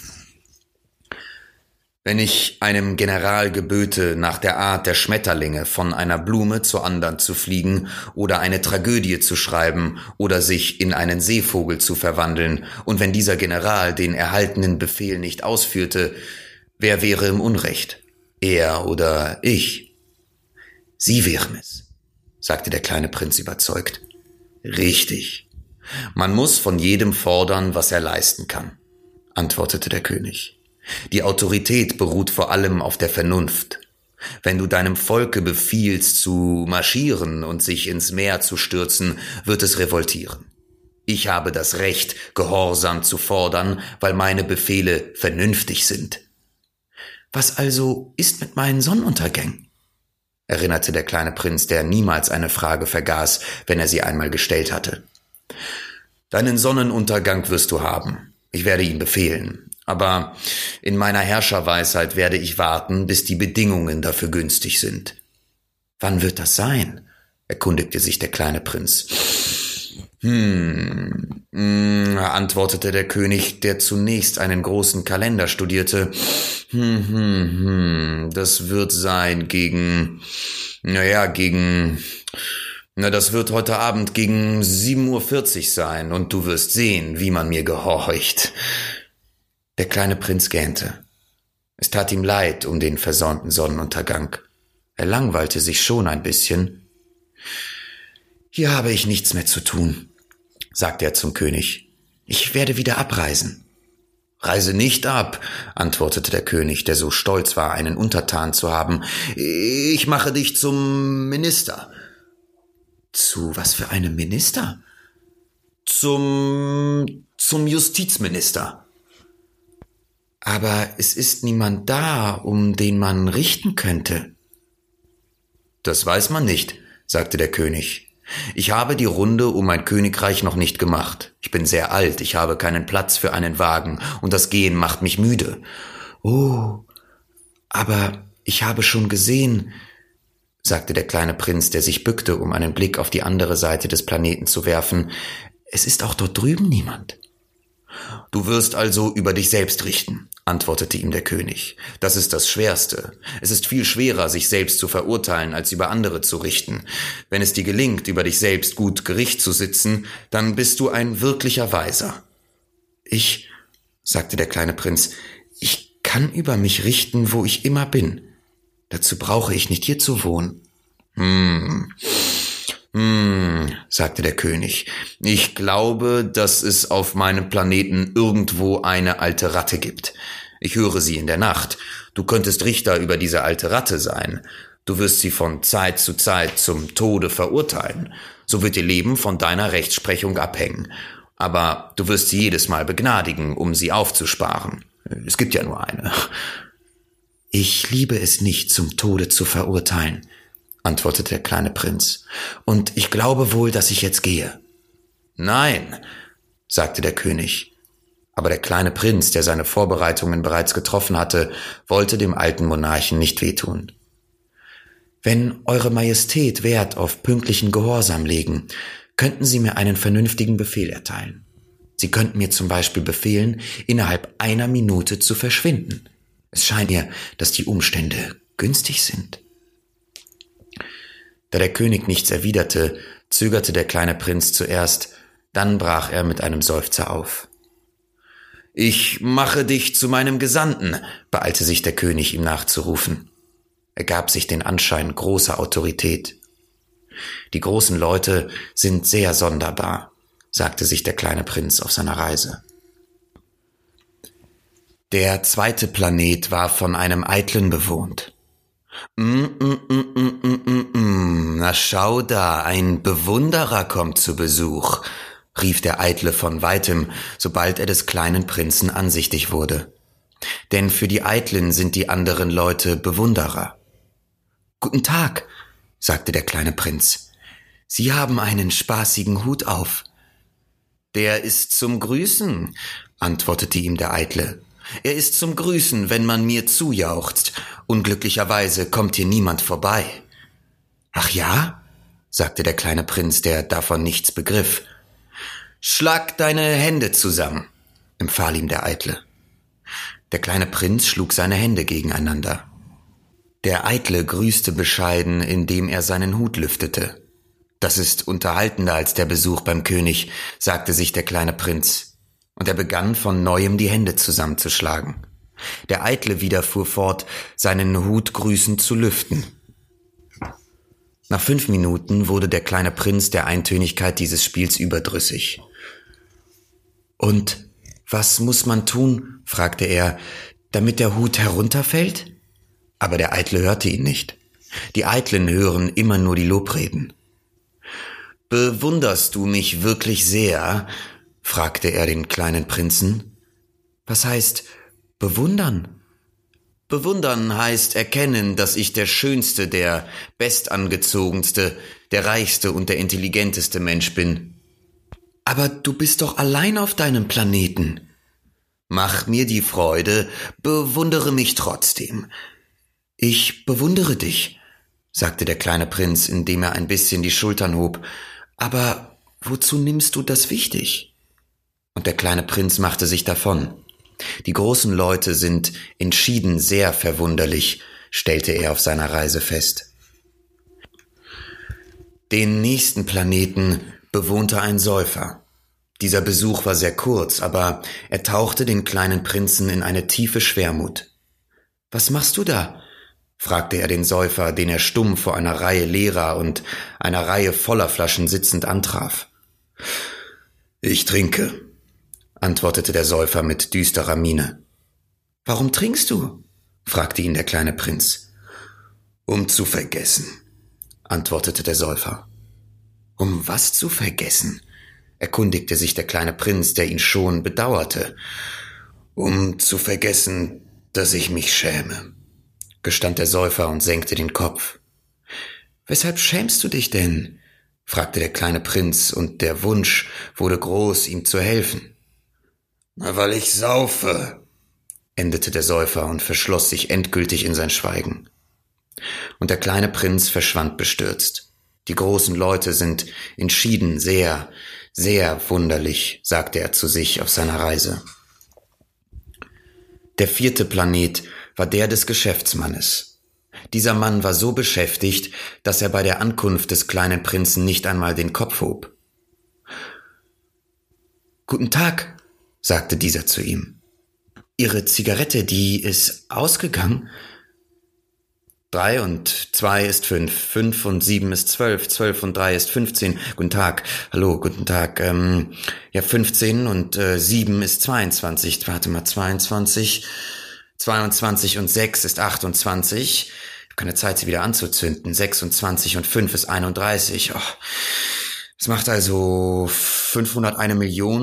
»Wenn ich einem General geböte, nach der Art der Schmetterlinge von einer Blume zur anderen zu fliegen oder eine Tragödie zu schreiben oder sich in einen Seevogel zu verwandeln, und wenn dieser General den erhaltenen Befehl nicht ausführte, wer wäre im Unrecht? Er oder ich?« »Sie wären es«, sagte der kleine Prinz überzeugt. »Richtig. Man muss von jedem fordern, was er leisten kann«, antwortete der König. »Die Autorität beruht vor allem auf der Vernunft. Wenn du deinem Volke befiehlst, zu marschieren und sich ins Meer zu stürzen, wird es revoltieren. Ich habe das Recht, Gehorsam zu fordern, weil meine Befehle vernünftig sind.« »Was also ist mit meinen Sonnenuntergängen?«, erinnerte der kleine Prinz, der niemals eine Frage vergaß, wenn er sie einmal gestellt hatte. »Deinen Sonnenuntergang wirst du haben. Ich werde ihn befehlen. Aber in meiner Herrscherweisheit werde ich warten, bis die Bedingungen dafür günstig sind.« »Wann wird das sein?«, erkundigte sich der kleine Prinz. Hm, hm, antwortete der König, der zunächst einen großen Kalender studierte. Hm, hm, hm, das wird sein gegen, naja, gegen, na, das wird heute Abend gegen sieben Uhr vierzig sein, und du wirst sehen, wie man mir gehorcht.« Der kleine Prinz gähnte. Es tat ihm leid um den versäumten Sonnenuntergang. Er langweilte sich schon ein bisschen. »Hier habe ich nichts mehr zu tun«, sagte er zum König. »Ich werde wieder abreisen.« »Reise nicht ab«, antwortete der König, der so stolz war, einen Untertan zu haben. »Ich mache dich zum Minister.« »Zu was für einem Minister?« »Zum, zum Justizminister.« »Aber es ist niemand da, um den man richten könnte.« »Das weiß man nicht«, sagte der König. »Ich habe die Runde um mein Königreich noch nicht gemacht. Ich bin sehr alt, ich habe keinen Platz für einen Wagen, und das Gehen macht mich müde.« »Oh, aber ich habe schon gesehen«, sagte der kleine Prinz, der sich bückte, um einen Blick auf die andere Seite des Planeten zu werfen. »Es ist auch dort drüben niemand.« »Du wirst also über dich selbst richten«, antwortete ihm der König. »Das ist das Schwerste. Es ist viel schwerer, sich selbst zu verurteilen, als über andere zu richten. Wenn es dir gelingt, über dich selbst gut Gericht zu sitzen, dann bist du ein wirklicher Weiser.« »Ich«, sagte der kleine Prinz, »ich kann über mich richten, wo ich immer bin. Dazu brauche ich nicht hier zu wohnen.« »Hm, hm«, sagte der König, »ich glaube, dass es auf meinem Planeten irgendwo eine alte Ratte gibt. Ich höre sie in der Nacht. Du könntest Richter über diese alte Ratte sein. Du wirst sie von Zeit zu Zeit zum Tode verurteilen. So wird ihr Leben von deiner Rechtsprechung abhängen. Aber du wirst sie jedes Mal begnadigen, um sie aufzusparen. Es gibt ja nur eine.« »Ich liebe es nicht, zum Tode zu verurteilen«, antwortete der kleine Prinz, »und ich glaube wohl, dass ich jetzt gehe.« »Nein«, sagte der König. Aber der kleine Prinz, der seine Vorbereitungen bereits getroffen hatte, wollte dem alten Monarchen nicht wehtun. »Wenn Eure Majestät Wert auf pünktlichen Gehorsam legen, könnten Sie mir einen vernünftigen Befehl erteilen. Sie könnten mir zum Beispiel befehlen, innerhalb einer Minute zu verschwinden. Es scheint mir, dass die Umstände günstig sind.« Da der König nichts erwiderte, zögerte der kleine Prinz zuerst, dann brach er mit einem Seufzer auf. »Ich mache dich zu meinem Gesandten«, beeilte sich der König, ihm nachzurufen. Er gab sich den Anschein großer Autorität. »Die großen Leute sind sehr sonderbar«, sagte sich der kleine Prinz auf seiner Reise. Der zweite Planet war von einem Eitlen bewohnt. Mm, mm, mm, mm, mm, mm, mm. Na schau da, ein Bewunderer kommt zu Besuch, rief der Eitle von weitem, sobald er des kleinen Prinzen ansichtig wurde. Denn für die Eitlen sind die anderen Leute Bewunderer. »Guten Tag«, sagte der kleine Prinz. »Sie haben einen spaßigen Hut auf.« »Der ist zum Grüßen«, antwortete ihm der Eitle. »Er ist zum Grüßen, wenn man mir zujauchzt. Unglücklicherweise kommt hier niemand vorbei.« »Ach ja?«, sagte der kleine Prinz, der davon nichts begriff. »Schlag deine Hände zusammen«, empfahl ihm der Eitle. Der kleine Prinz schlug seine Hände gegeneinander. Der Eitle grüßte bescheiden, indem er seinen Hut lüftete. »Das ist unterhaltender als der Besuch beim König«, sagte sich der kleine Prinz, und er begann von neuem die Hände zusammenzuschlagen. Der Eitle wieder fuhr fort, seinen Hut grüßend zu lüften. Nach fünf Minuten wurde der kleine Prinz der Eintönigkeit dieses Spiels überdrüssig. »Und was muss man tun?«, fragte er, »damit der Hut herunterfällt?« Aber der Eitle hörte ihn nicht. Die Eitlen hören immer nur die Lobreden. »Bewunderst du mich wirklich sehr?«, fragte er den kleinen Prinzen. »Was heißt bewundern?« »Bewundern heißt erkennen, dass ich der schönste, der bestangezogenste, der reichste und der intelligenteste Mensch bin.« »Aber du bist doch allein auf deinem Planeten.« »Mach mir die Freude, bewundere mich trotzdem.« »Ich bewundere dich«, sagte der kleine Prinz, indem er ein bisschen die Schultern hob. »Aber wozu nimmst du das wichtig?« Und der kleine Prinz machte sich davon. Die großen Leute sind entschieden sehr verwunderlich, stellte er auf seiner Reise fest. Den nächsten Planeten bewohnte ein Säufer. Dieser Besuch war sehr kurz, aber er tauchte den kleinen Prinzen in eine tiefe Schwermut. »Was machst du da?«, fragte er den Säufer, den er stumm vor einer Reihe leerer und einer Reihe voller Flaschen sitzend antraf. »Ich trinke«, antwortete der Säufer mit düsterer Miene. »Warum trinkst du?«, fragte ihn der kleine Prinz. »Um zu vergessen«, antwortete der Säufer. »Um was zu vergessen?«, erkundigte sich der kleine Prinz, der ihn schon bedauerte. »Um zu vergessen, dass ich mich schäme«, gestand der Säufer und senkte den Kopf. »Weshalb schämst du dich denn?«, fragte der kleine Prinz, und der Wunsch wurde groß, ihm zu helfen. »Na, weil ich saufe«, endete der Säufer und verschloss sich endgültig in sein Schweigen. Und der kleine Prinz verschwand bestürzt. »Die großen Leute sind entschieden sehr, sehr wunderlich«, sagte er zu sich auf seiner Reise. Der vierte Planet war der des Geschäftsmannes. Dieser Mann war so beschäftigt, dass er bei der Ankunft des kleinen Prinzen nicht einmal den Kopf hob. »Guten Tag«, sagte dieser zu ihm. »Ihre Zigarette, die ist ausgegangen?« »Drei und zwei ist fünf, fünf und sieben ist zwölf, zwölf und drei ist fünfzehn. Guten Tag, hallo, guten Tag. Ähm, ja, fünfzehn und äh, sieben ist zweiundzwanzig. Warte mal, zweiundzwanzig, zweiundzwanzig und sechs ist achtundzwanzig. Ich habe keine Zeit, sie wieder anzuzünden. sechsundzwanzig und fünf ist einunddreißig. Oh. Das macht also fünfhunderteine Million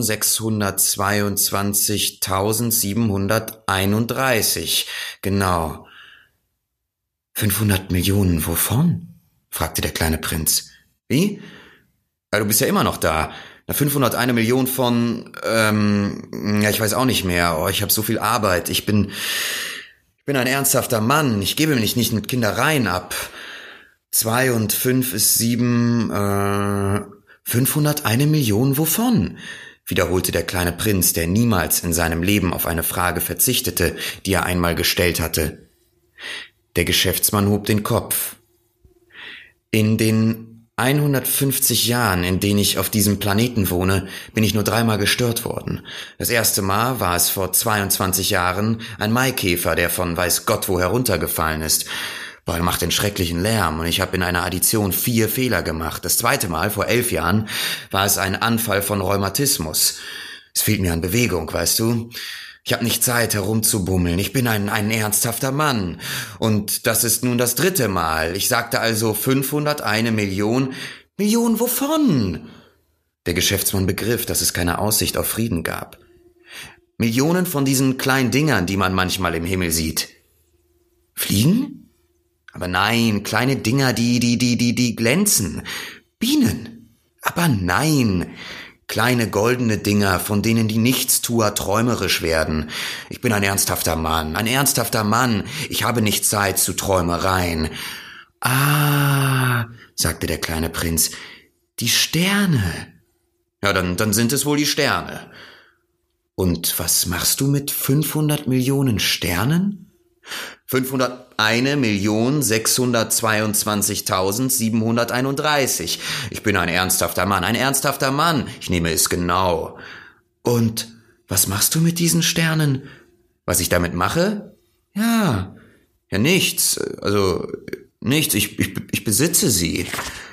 sechshundertzweiundzwanzigtausendsiebenhunderteinunddreißig. Genau. fünfhundert Millionen, wovon?« fragte der kleine Prinz. »Wie? Ja, du bist ja immer noch da. Na, fünfhunderteine Million von, ähm, ja, ich weiß auch nicht mehr. Oh, ich habe so viel Arbeit. Ich bin, ich bin ein ernsthafter Mann. Ich gebe mich nicht mit Kindereien ab. Zwei und fünf ist sieben, äh, fünfhunderteine Million, wovon?« wiederholte der kleine Prinz, der niemals in seinem Leben auf eine Frage verzichtete, die er einmal gestellt hatte. Der Geschäftsmann hob den Kopf. »In den hundertfünfzig Jahren, in denen ich auf diesem Planeten wohne, bin ich nur dreimal gestört worden. Das erste Mal war es vor zweiundzwanzig Jahren ein Maikäfer, der von weiß Gott wo heruntergefallen ist. Boah, er macht den schrecklichen Lärm und ich habe in einer Addition vier Fehler gemacht. Das zweite Mal, vor elf Jahren, war es ein Anfall von Rheumatismus. Es fehlt mir an Bewegung, weißt du. Ich habe nicht Zeit, herumzubummeln. Ich bin ein, ein ernsthafter Mann. Und das ist nun das dritte Mal. Ich sagte also fünfhunderteine Million. Million wovon? Der Geschäftsmann begriff, dass es keine Aussicht auf Frieden gab. Millionen von diesen kleinen Dingern, die man manchmal im Himmel sieht. Fliegen? Aber nein, kleine Dinger, die, die, die, die, die glänzen. Bienen. Aber nein, kleine goldene Dinger, von denen die Nichtstuer träumerisch werden. Ich bin ein ernsthafter Mann, ein ernsthafter Mann. Ich habe nicht Zeit zu Träumereien. Ah, sagte der kleine Prinz, die Sterne. Ja, dann, dann sind es wohl die Sterne. Und was machst du mit fünfhundert Millionen Sternen? fünfhunderteine Million sechshundertzweiundzwanzigtausendsiebenhunderteinunddreißig. Ich bin ein ernsthafter Mann, ein ernsthafter Mann. Ich nehme es genau. Und was machst du mit diesen Sternen? Was ich damit mache? Ja, ja nichts. Also nichts. Ich, ich, ich besitze sie.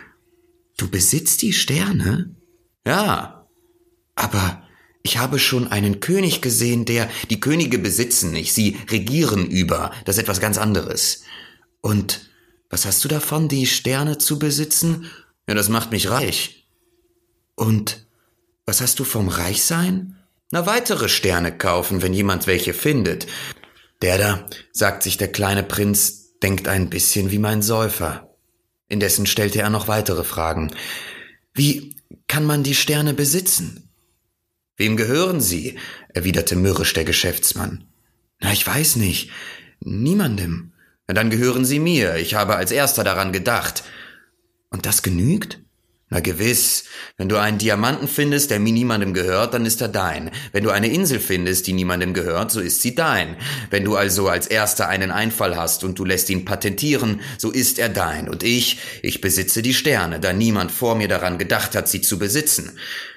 Du besitzt die Sterne? Ja. Aber ich habe schon einen König gesehen, der, die Könige besitzen nicht, sie regieren über, das ist etwas ganz anderes. Und was hast du davon, die Sterne zu besitzen? Ja, das macht mich reich. Und was hast du vom Reichsein? Na, weitere Sterne kaufen, wenn jemand welche findet. Der da, sagt sich der kleine Prinz, denkt ein bisschen wie mein Säufer. Indessen stellte er noch weitere Fragen. Wie kann man die Sterne besitzen? Wem gehören sie? Erwiderte mürrisch der Geschäftsmann. Na, ich weiß nicht. Niemandem. Na, dann gehören sie mir. Ich habe als erster daran gedacht. Und das genügt? Na gewiss. Wenn du einen Diamanten findest, der mir niemandem gehört, dann ist er dein. Wenn du eine Insel findest, die niemandem gehört, so ist sie dein. Wenn du also als erster einen Einfall hast und du lässt ihn patentieren, so ist er dein. Und ich, ich besitze die Sterne, da niemand vor mir daran gedacht hat, sie zu besitzen.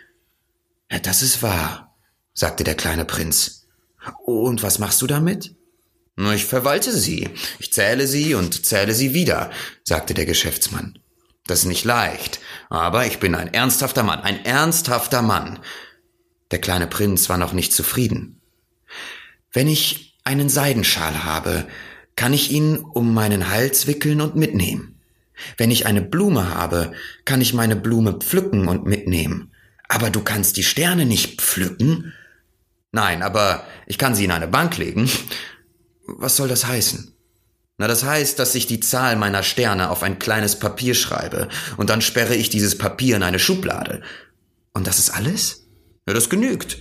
Ja, das ist wahr, sagte der kleine Prinz. Und was machst du damit? Na, ich verwalte sie. Ich zähle sie und zähle sie wieder, sagte der Geschäftsmann. Das ist nicht leicht, aber ich bin ein ernsthafter Mann, ein ernsthafter Mann. Der kleine Prinz war noch nicht zufrieden. Wenn ich einen Seidenschal habe, kann ich ihn um meinen Hals wickeln und mitnehmen. Wenn ich eine Blume habe, kann ich meine Blume pflücken und mitnehmen. Aber du kannst die Sterne nicht pflücken? Nein, aber ich kann sie in eine Bank legen. Was soll das heißen? Na, das heißt, dass ich die Zahl meiner Sterne auf ein kleines Papier schreibe und dann sperre ich dieses Papier in eine Schublade. Und das ist alles? Ja, das genügt.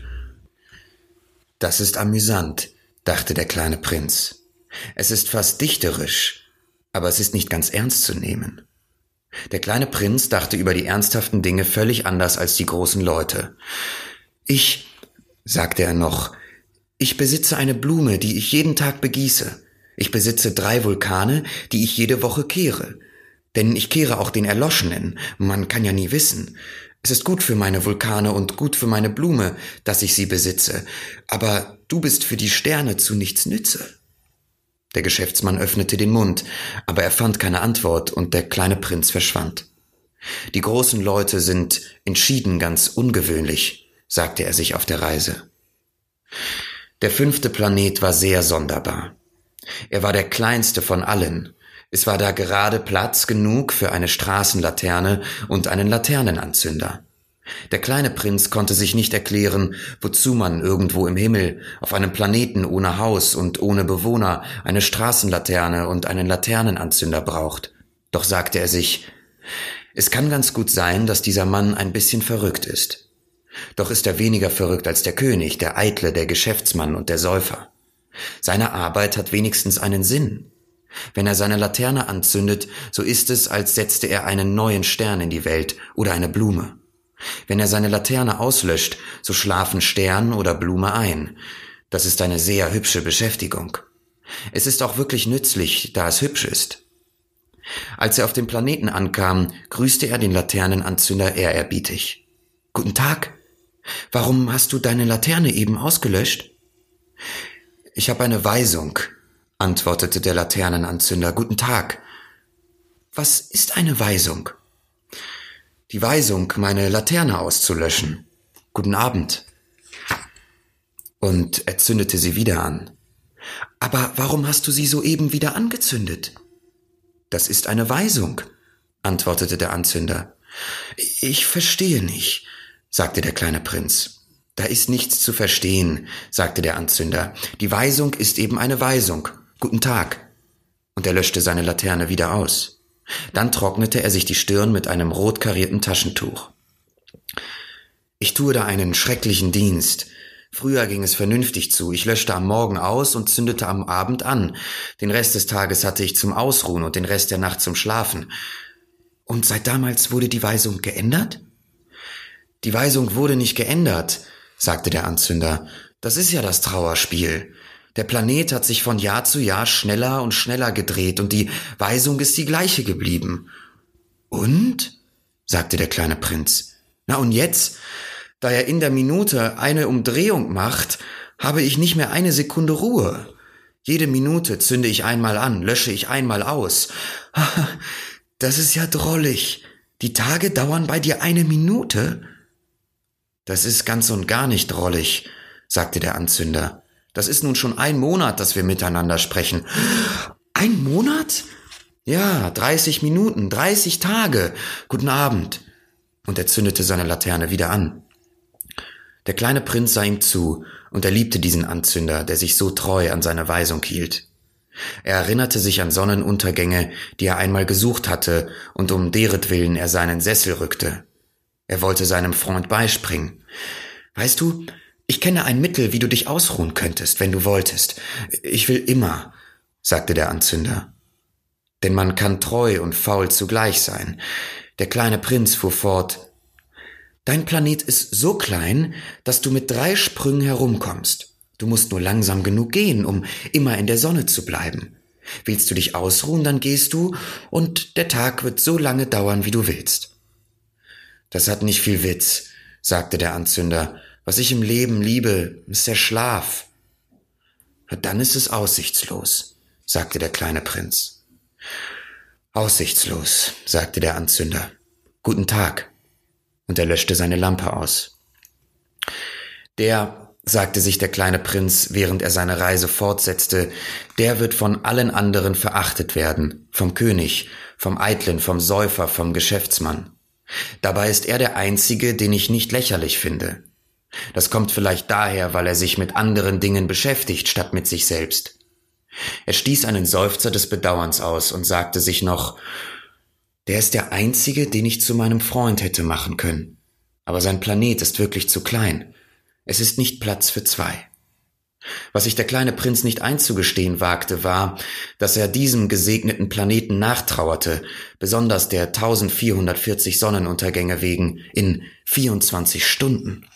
Das ist amüsant, dachte der kleine Prinz. Es ist fast dichterisch, aber es ist nicht ganz ernst zu nehmen. Der kleine Prinz dachte über die ernsthaften Dinge völlig anders als die großen Leute. Ich, sagte er noch, ich besitze eine Blume, die ich jeden Tag begieße. Ich besitze drei Vulkane, die ich jede Woche kehre. Denn ich kehre auch den Erloschenen, man kann ja nie wissen. Es ist gut für meine Vulkane und gut für meine Blume, dass ich sie besitze. Aber du bist für die Sterne zu nichts nütze. Der Geschäftsmann öffnete den Mund, aber er fand keine Antwort und der kleine Prinz verschwand. Die großen Leute sind entschieden ganz ungewöhnlich, sagte er sich auf der Reise. Der fünfte Planet war sehr sonderbar. Er war der kleinste von allen. Es war da gerade Platz genug für eine Straßenlaterne und einen Laternenanzünder. Der kleine Prinz konnte sich nicht erklären, wozu man irgendwo im Himmel, auf einem Planeten ohne Haus und ohne Bewohner, eine Straßenlaterne und einen Laternenanzünder braucht. Doch sagte er sich, es kann ganz gut sein, dass dieser Mann ein bisschen verrückt ist. Doch ist er weniger verrückt als der König, der Eitle, der Geschäftsmann und der Säufer. Seine Arbeit hat wenigstens einen Sinn. Wenn er seine Laterne anzündet, so ist es, als setzte er einen neuen Stern in die Welt oder eine Blume. Wenn er seine Laterne auslöscht, so schlafen Stern oder Blume ein. Das ist eine sehr hübsche Beschäftigung. Es ist auch wirklich nützlich, da es hübsch ist. Als er auf dem Planeten ankam, grüßte er den Laternenanzünder ehrerbietig. »Guten Tag. Warum hast du deine Laterne eben ausgelöscht?« »Ich habe eine Weisung«, antwortete der Laternenanzünder. »Guten Tag. Was ist eine Weisung?« »Die Weisung, meine Laterne auszulöschen. Guten Abend.« und er zündete sie wieder an. »Aber warum hast du sie soeben wieder angezündet?« »Das ist eine Weisung«, antwortete der Anzünder. »Ich verstehe nicht«, sagte der kleine Prinz. »Da ist nichts zu verstehen«, sagte der Anzünder. »Die Weisung ist eben eine Weisung. Guten Tag.« Und er löschte seine Laterne wieder aus. Dann trocknete er sich die Stirn mit einem rot karierten Taschentuch. »Ich tue da einen schrecklichen Dienst. Früher ging es vernünftig zu. Ich löschte am Morgen aus und zündete am Abend an. Den Rest des Tages hatte ich zum Ausruhen und den Rest der Nacht zum Schlafen. Und seit damals wurde die Weisung geändert?« »Die Weisung wurde nicht geändert«, sagte der Anzünder. »Das ist ja das Trauerspiel. Der Planet hat sich von Jahr zu Jahr schneller und schneller gedreht und die Weisung ist die gleiche geblieben.« »Und?«, sagte der kleine Prinz. »Na und jetzt, da er in der Minute eine Umdrehung macht, habe ich nicht mehr eine Sekunde Ruhe. Jede Minute zünde ich einmal an, lösche ich einmal aus. Das ist ja drollig. Die Tage dauern bei dir eine Minute?« »Das ist ganz und gar nicht drollig«, sagte der Anzünder. »Das ist nun schon ein Monat, dass wir miteinander sprechen.« »Ein Monat?« »Ja, dreißig Minuten, dreißig Tage. Guten Abend.« Und er zündete seine Laterne wieder an. Der kleine Prinz sah ihm zu, und er liebte diesen Anzünder, der sich so treu an seine Weisung hielt. Er erinnerte sich an Sonnenuntergänge, die er einmal gesucht hatte und um deretwillen er seinen Sessel rückte. Er wollte seinem Freund beispringen. »Weißt du, ich kenne ein Mittel, wie du dich ausruhen könntest, wenn du wolltest. Ich will immer«, sagte der Anzünder. »Denn man kann treu und faul zugleich sein.« Der kleine Prinz fuhr fort. »Dein Planet ist so klein, dass du mit drei Sprüngen herumkommst. Du musst nur langsam genug gehen, um immer in der Sonne zu bleiben. Willst du dich ausruhen, dann gehst du, und der Tag wird so lange dauern, wie du willst.« »Das hat nicht viel Witz«, sagte der Anzünder. »Was ich im Leben liebe, ist der Schlaf.« »Dann ist es aussichtslos«, sagte der kleine Prinz. »Aussichtslos«, sagte der Anzünder. »Guten Tag.« Und er löschte seine Lampe aus. »Der«, sagte sich der kleine Prinz, während er seine Reise fortsetzte, »der wird von allen anderen verachtet werden, vom König, vom Eitlen, vom Säufer, vom Geschäftsmann. Dabei ist er der Einzige, den ich nicht lächerlich finde. Das kommt vielleicht daher, weil er sich mit anderen Dingen beschäftigt, statt mit sich selbst.« Er stieß einen Seufzer des Bedauerns aus und sagte sich noch, »Der ist der Einzige, den ich zu meinem Freund hätte machen können. Aber sein Planet ist wirklich zu klein. Es ist nicht Platz für zwei.« Was sich der kleine Prinz nicht einzugestehen wagte, war, dass er diesem gesegneten Planeten nachtrauerte, besonders der eintausendvierhundertvierzig Sonnenuntergänge wegen, in vierundzwanzig Stunden.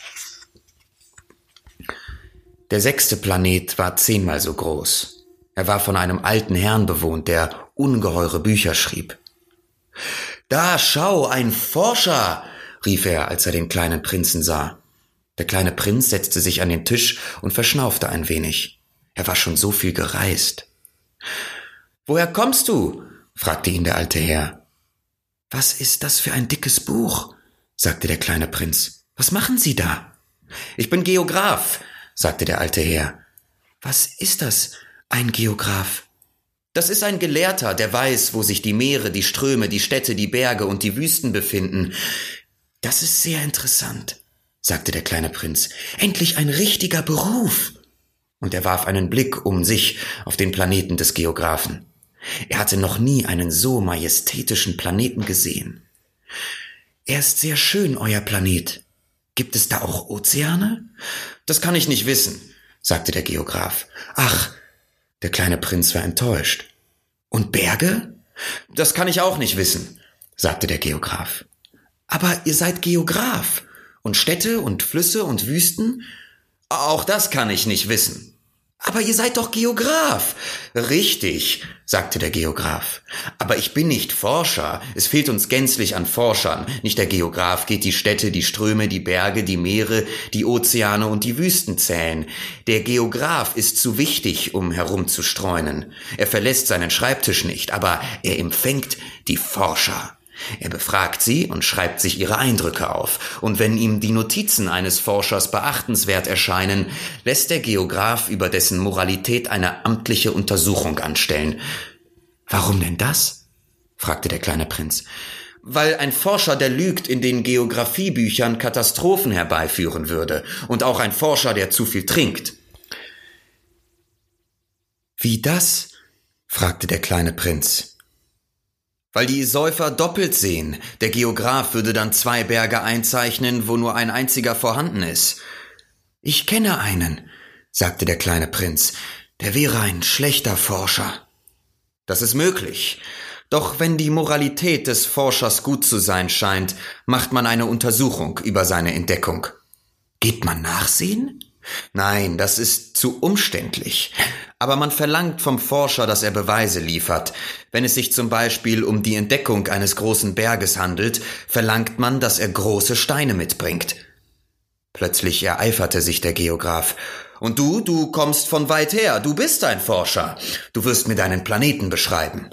Der sechste Planet war zehnmal so groß. Er war von einem alten Herrn bewohnt, der ungeheure Bücher schrieb. »Da, schau, ein Forscher«, rief er, als er den kleinen Prinzen sah. Der kleine Prinz setzte sich an den Tisch und verschnaufte ein wenig. Er war schon so viel gereist. »Woher kommst du?« fragte ihn der alte Herr. »Was ist das für ein dickes Buch?« sagte der kleine Prinz. »Was machen Sie da?« »Ich bin Geograph«, sagte der alte Herr. »Was ist das, ein Geograph?« »Das ist ein Gelehrter, der weiß, wo sich die Meere, die Ströme, die Städte, die Berge und die Wüsten befinden.« »Das ist sehr interessant«, sagte der kleine Prinz. »Endlich ein richtiger Beruf!« Und er warf einen Blick um sich auf den Planeten des Geographen. Er hatte noch nie einen so majestätischen Planeten gesehen. »Er ist sehr schön, euer Planet. Gibt es da auch Ozeane?« »Das kann ich nicht wissen«, sagte der Geograph. »Ach«, der kleine Prinz war enttäuscht. »Und Berge?« »Das kann ich auch nicht wissen«, sagte der Geograph. »Aber ihr seid Geograph. Und Städte und Flüsse und Wüsten? Auch das kann ich nicht wissen.« »Aber ihr seid doch Geograph.« »Richtig«, sagte der Geograph. »Aber ich bin nicht Forscher. Es fehlt uns gänzlich an Forschern. Nicht der Geograph geht die Städte, die Ströme, die Berge, die Meere, die Ozeane und die Wüsten zählen. Der Geograph ist zu wichtig, um herumzustreunen. Er verlässt seinen Schreibtisch nicht, aber er empfängt die Forscher. Er befragt sie und schreibt sich ihre Eindrücke auf, und wenn ihm die Notizen eines Forschers beachtenswert erscheinen, lässt der Geograf über dessen Moralität eine amtliche Untersuchung anstellen. »Warum denn das?« fragte der kleine Prinz. »Weil ein Forscher, der lügt, in den Geographiebüchern Katastrophen herbeiführen würde, und auch ein Forscher, der zu viel trinkt.« »Wie das?« fragte der kleine Prinz. »Weil die Säufer doppelt sehen. Der Geograf würde dann zwei Berge einzeichnen, wo nur ein einziger vorhanden ist.« »Ich kenne einen«, sagte der kleine Prinz. »Der wäre ein schlechter Forscher.« »Das ist möglich. Doch wenn die Moralität des Forschers gut zu sein scheint, macht man eine Untersuchung über seine Entdeckung.« »Geht man nachsehen?« »Nein, das ist zu umständlich. Aber man verlangt vom Forscher, dass er Beweise liefert. Wenn es sich zum Beispiel um die Entdeckung eines großen Berges handelt, verlangt man, dass er große Steine mitbringt.« Plötzlich ereiferte sich der Geograf. »Und du, du kommst von weit her, du bist ein Forscher. Du wirst mir deinen Planeten beschreiben.«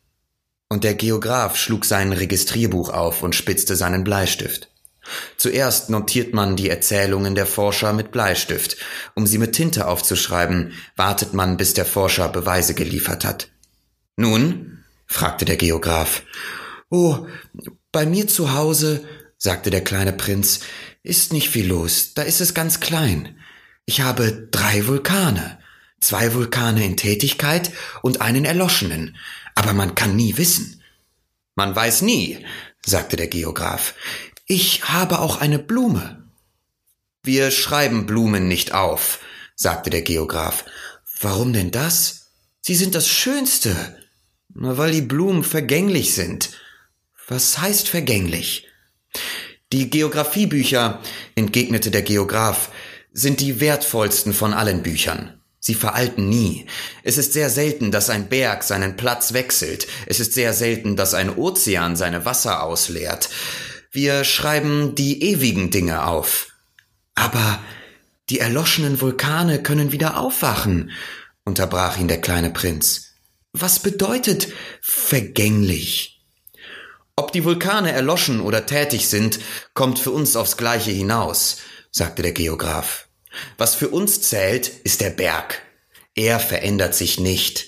Und der Geograf schlug sein Registrierbuch auf und spitzte seinen Bleistift. Zuerst notiert man die Erzählungen der Forscher mit Bleistift. Um sie mit Tinte aufzuschreiben, wartet man, bis der Forscher Beweise geliefert hat. »Nun?« fragte der Geograf. »Oh, bei mir zu Hause«, sagte der kleine Prinz, »ist nicht viel los, da ist es ganz klein. Ich habe drei Vulkane, zwei Vulkane in Tätigkeit und einen erloschenen, aber man kann nie wissen.« »Man weiß nie«, sagte der Geograf. »Ich habe auch eine Blume.« »Wir schreiben Blumen nicht auf«, sagte der Geograf. »Warum denn das? Sie sind das Schönste.« »Na, weil die Blumen vergänglich sind.« »Was heißt vergänglich?« »Die Geographiebücher«, entgegnete der Geograf, »sind die wertvollsten von allen Büchern. Sie veralten nie. Es ist sehr selten, dass ein Berg seinen Platz wechselt. Es ist sehr selten, dass ein Ozean seine Wasser ausleert. Wir schreiben die ewigen Dinge auf.« »Aber die erloschenen Vulkane können wieder aufwachen«, unterbrach ihn der kleine Prinz. »Was bedeutet vergänglich?« »Ob die Vulkane erloschen oder tätig sind, kommt für uns aufs Gleiche hinaus«, sagte der Geograf. »Was für uns zählt, ist der Berg. Er verändert sich nicht.«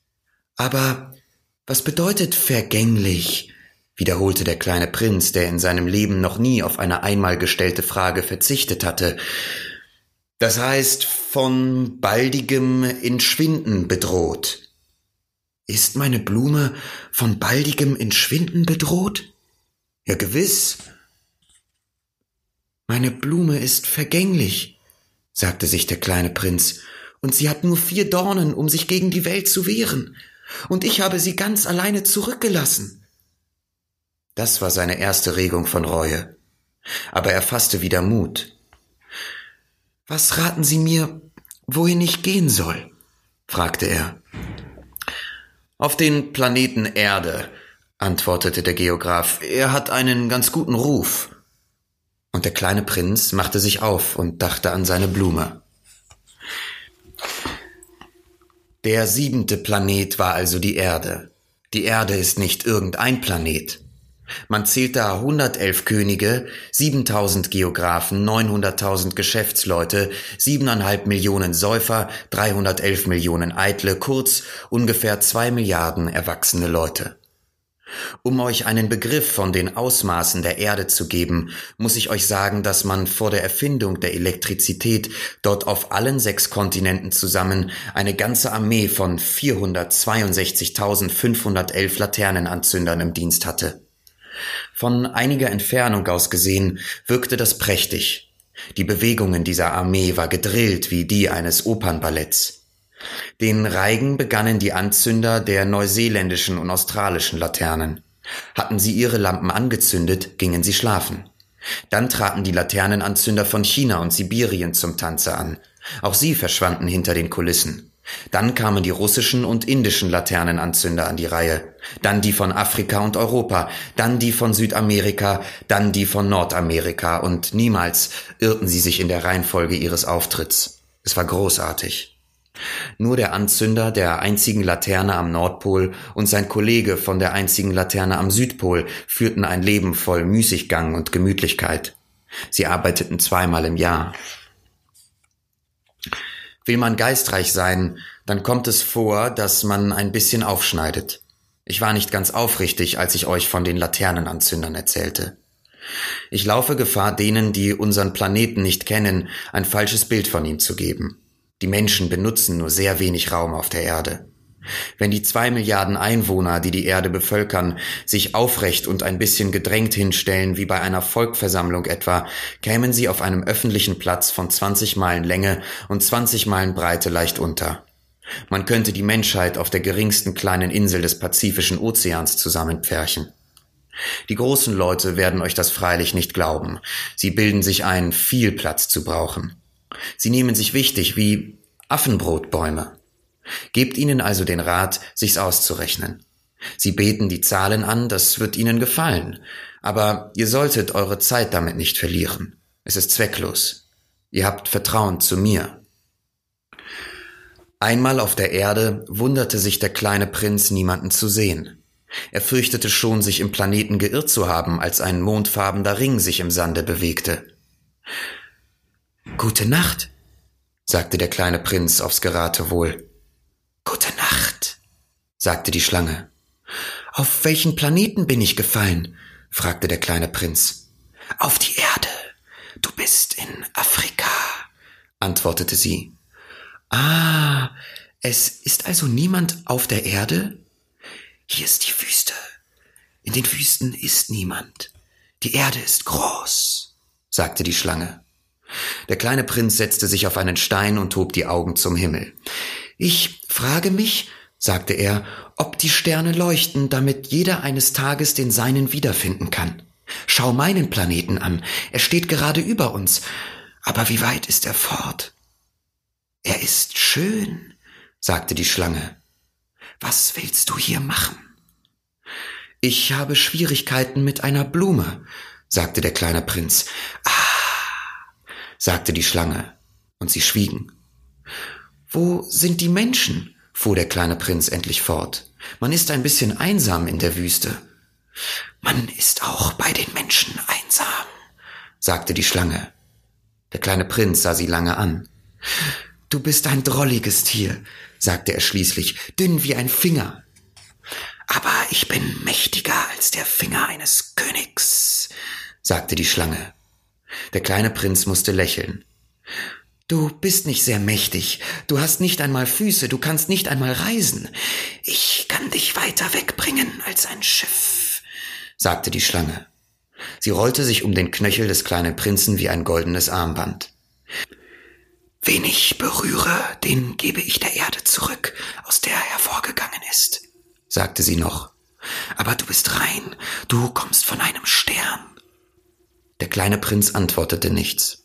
»Aber was bedeutet vergänglich?«, wiederholte der kleine Prinz, der in seinem Leben noch nie auf eine einmal gestellte Frage verzichtet hatte. »Das heißt, von baldigem Entschwinden bedroht.« »Ist meine Blume von baldigem Entschwinden bedroht?« »Ja, gewiss.« »Meine Blume ist vergänglich«, sagte sich der kleine Prinz, »und sie hat nur vier Dornen, um sich gegen die Welt zu wehren, und ich habe sie ganz alleine zurückgelassen.« Das war seine erste Regung von Reue. Aber er fasste wieder Mut. »Was raten Sie mir, wohin ich gehen soll?« fragte er. »Auf den Planeten Erde«, antwortete der Geograf. »Er hat einen ganz guten Ruf.« Und der kleine Prinz machte sich auf und dachte an seine Blume. Der siebente Planet war also die Erde. Die Erde ist nicht irgendein Planet. Man zählt da hundertelf Könige, siebentausend Geographen, neunhunderttausend Geschäftsleute, siebeneinhalb Millionen Säufer, dreihundertelf Millionen Eitle, kurz ungefähr zwei Milliarden erwachsene Leute. Um euch einen Begriff von den Ausmaßen der Erde zu geben, muss ich euch sagen, dass man vor der Erfindung der Elektrizität dort auf allen sechs Kontinenten zusammen eine ganze Armee von vierhundertzweiundsechzigtausendfünfhundertelf Laternenanzündern im Dienst hatte. Von einiger Entfernung aus gesehen wirkte das prächtig. Die Bewegungen dieser Armee war gedrillt wie die eines Opernballetts. Den Reigen begannen die Anzünder der neuseeländischen und australischen Laternen. Hatten sie ihre Lampen angezündet, gingen sie schlafen. Dann traten die Laternenanzünder von China und Sibirien zum Tanze an. Auch sie verschwanden hinter den Kulissen. Dann kamen die russischen und indischen Laternenanzünder an die Reihe, dann die von Afrika und Europa, dann die von Südamerika, dann die von Nordamerika, und niemals irrten sie sich in der Reihenfolge ihres Auftritts. Es war großartig. Nur der Anzünder der einzigen Laterne am Nordpol und sein Kollege von der einzigen Laterne am Südpol führten ein Leben voll Müßiggang und Gemütlichkeit. Sie arbeiteten zweimal im Jahr. Will man geistreich sein, dann kommt es vor, dass man ein bisschen aufschneidet. Ich war nicht ganz aufrichtig, als ich euch von den Laternenanzündern erzählte. Ich laufe Gefahr, denen, die unseren Planeten nicht kennen, ein falsches Bild von ihm zu geben. Die Menschen benutzen nur sehr wenig Raum auf der Erde. Wenn die zwei Milliarden Einwohner, die die Erde bevölkern, sich aufrecht und ein bisschen gedrängt hinstellen, wie bei einer Volksversammlung etwa, kämen sie auf einem öffentlichen Platz von zwanzig Meilen Länge und zwanzig Meilen Breite leicht unter. Man könnte die Menschheit auf der geringsten kleinen Insel des Pazifischen Ozeans zusammenpferchen. Die großen Leute werden euch das freilich nicht glauben. Sie bilden sich ein, viel Platz zu brauchen. Sie nehmen sich wichtig wie Affenbrotbäume. Gebt ihnen also den Rat, sich's auszurechnen. Sie beten die Zahlen an, das wird ihnen gefallen. Aber ihr solltet eure Zeit damit nicht verlieren. Es ist zwecklos. Ihr habt Vertrauen zu mir. Einmal auf der Erde wunderte sich der kleine Prinz, niemanden zu sehen. Er fürchtete schon, sich im Planeten geirrt zu haben, als ein mondfarbener Ring sich im Sande bewegte. »Gute Nacht«, sagte der kleine Prinz aufs Geratewohl. »Gute Nacht«, sagte die Schlange. »Auf welchen Planeten bin ich gefallen?« fragte der kleine Prinz. »Auf die Erde. Du bist in Afrika«, antwortete sie. »Ah, es ist also niemand auf der Erde? Hier ist die Wüste. In den Wüsten ist niemand. Die Erde ist groß«, sagte die Schlange. Der kleine Prinz setzte sich auf einen Stein und hob die Augen zum Himmel. »Ich frage mich«, sagte er, »ob die Sterne leuchten, damit jeder eines Tages den seinen wiederfinden kann. Schau meinen Planeten an, er steht gerade über uns. Aber wie weit ist er fort?« »Er ist schön«, sagte die Schlange. »Was willst du hier machen?« »Ich habe Schwierigkeiten mit einer Blume«, sagte der kleine Prinz. »Ah«, sagte die Schlange, und sie schwiegen. »Wo sind die Menschen?«, fuhr der kleine Prinz endlich fort. »Man ist ein bisschen einsam in der Wüste.« »Man ist auch bei den Menschen einsam«, sagte die Schlange. Der kleine Prinz sah sie lange an. »Du bist ein drolliges Tier«, sagte er schließlich, »dünn wie ein Finger.« »Aber ich bin mächtiger als der Finger eines Königs«, sagte die Schlange. Der kleine Prinz musste lächeln. »Du bist nicht sehr mächtig, du hast nicht einmal Füße, du kannst nicht einmal reisen. Ich kann dich weiter wegbringen als ein Schiff«, sagte die Schlange. Sie rollte sich um den Knöchel des kleinen Prinzen wie ein goldenes Armband. »Wen ich berühre, den gebe ich der Erde zurück, aus der er hervorgegangen ist«, sagte sie noch. »Aber du bist rein, du kommst von einem Stern.« Der kleine Prinz antwortete nichts.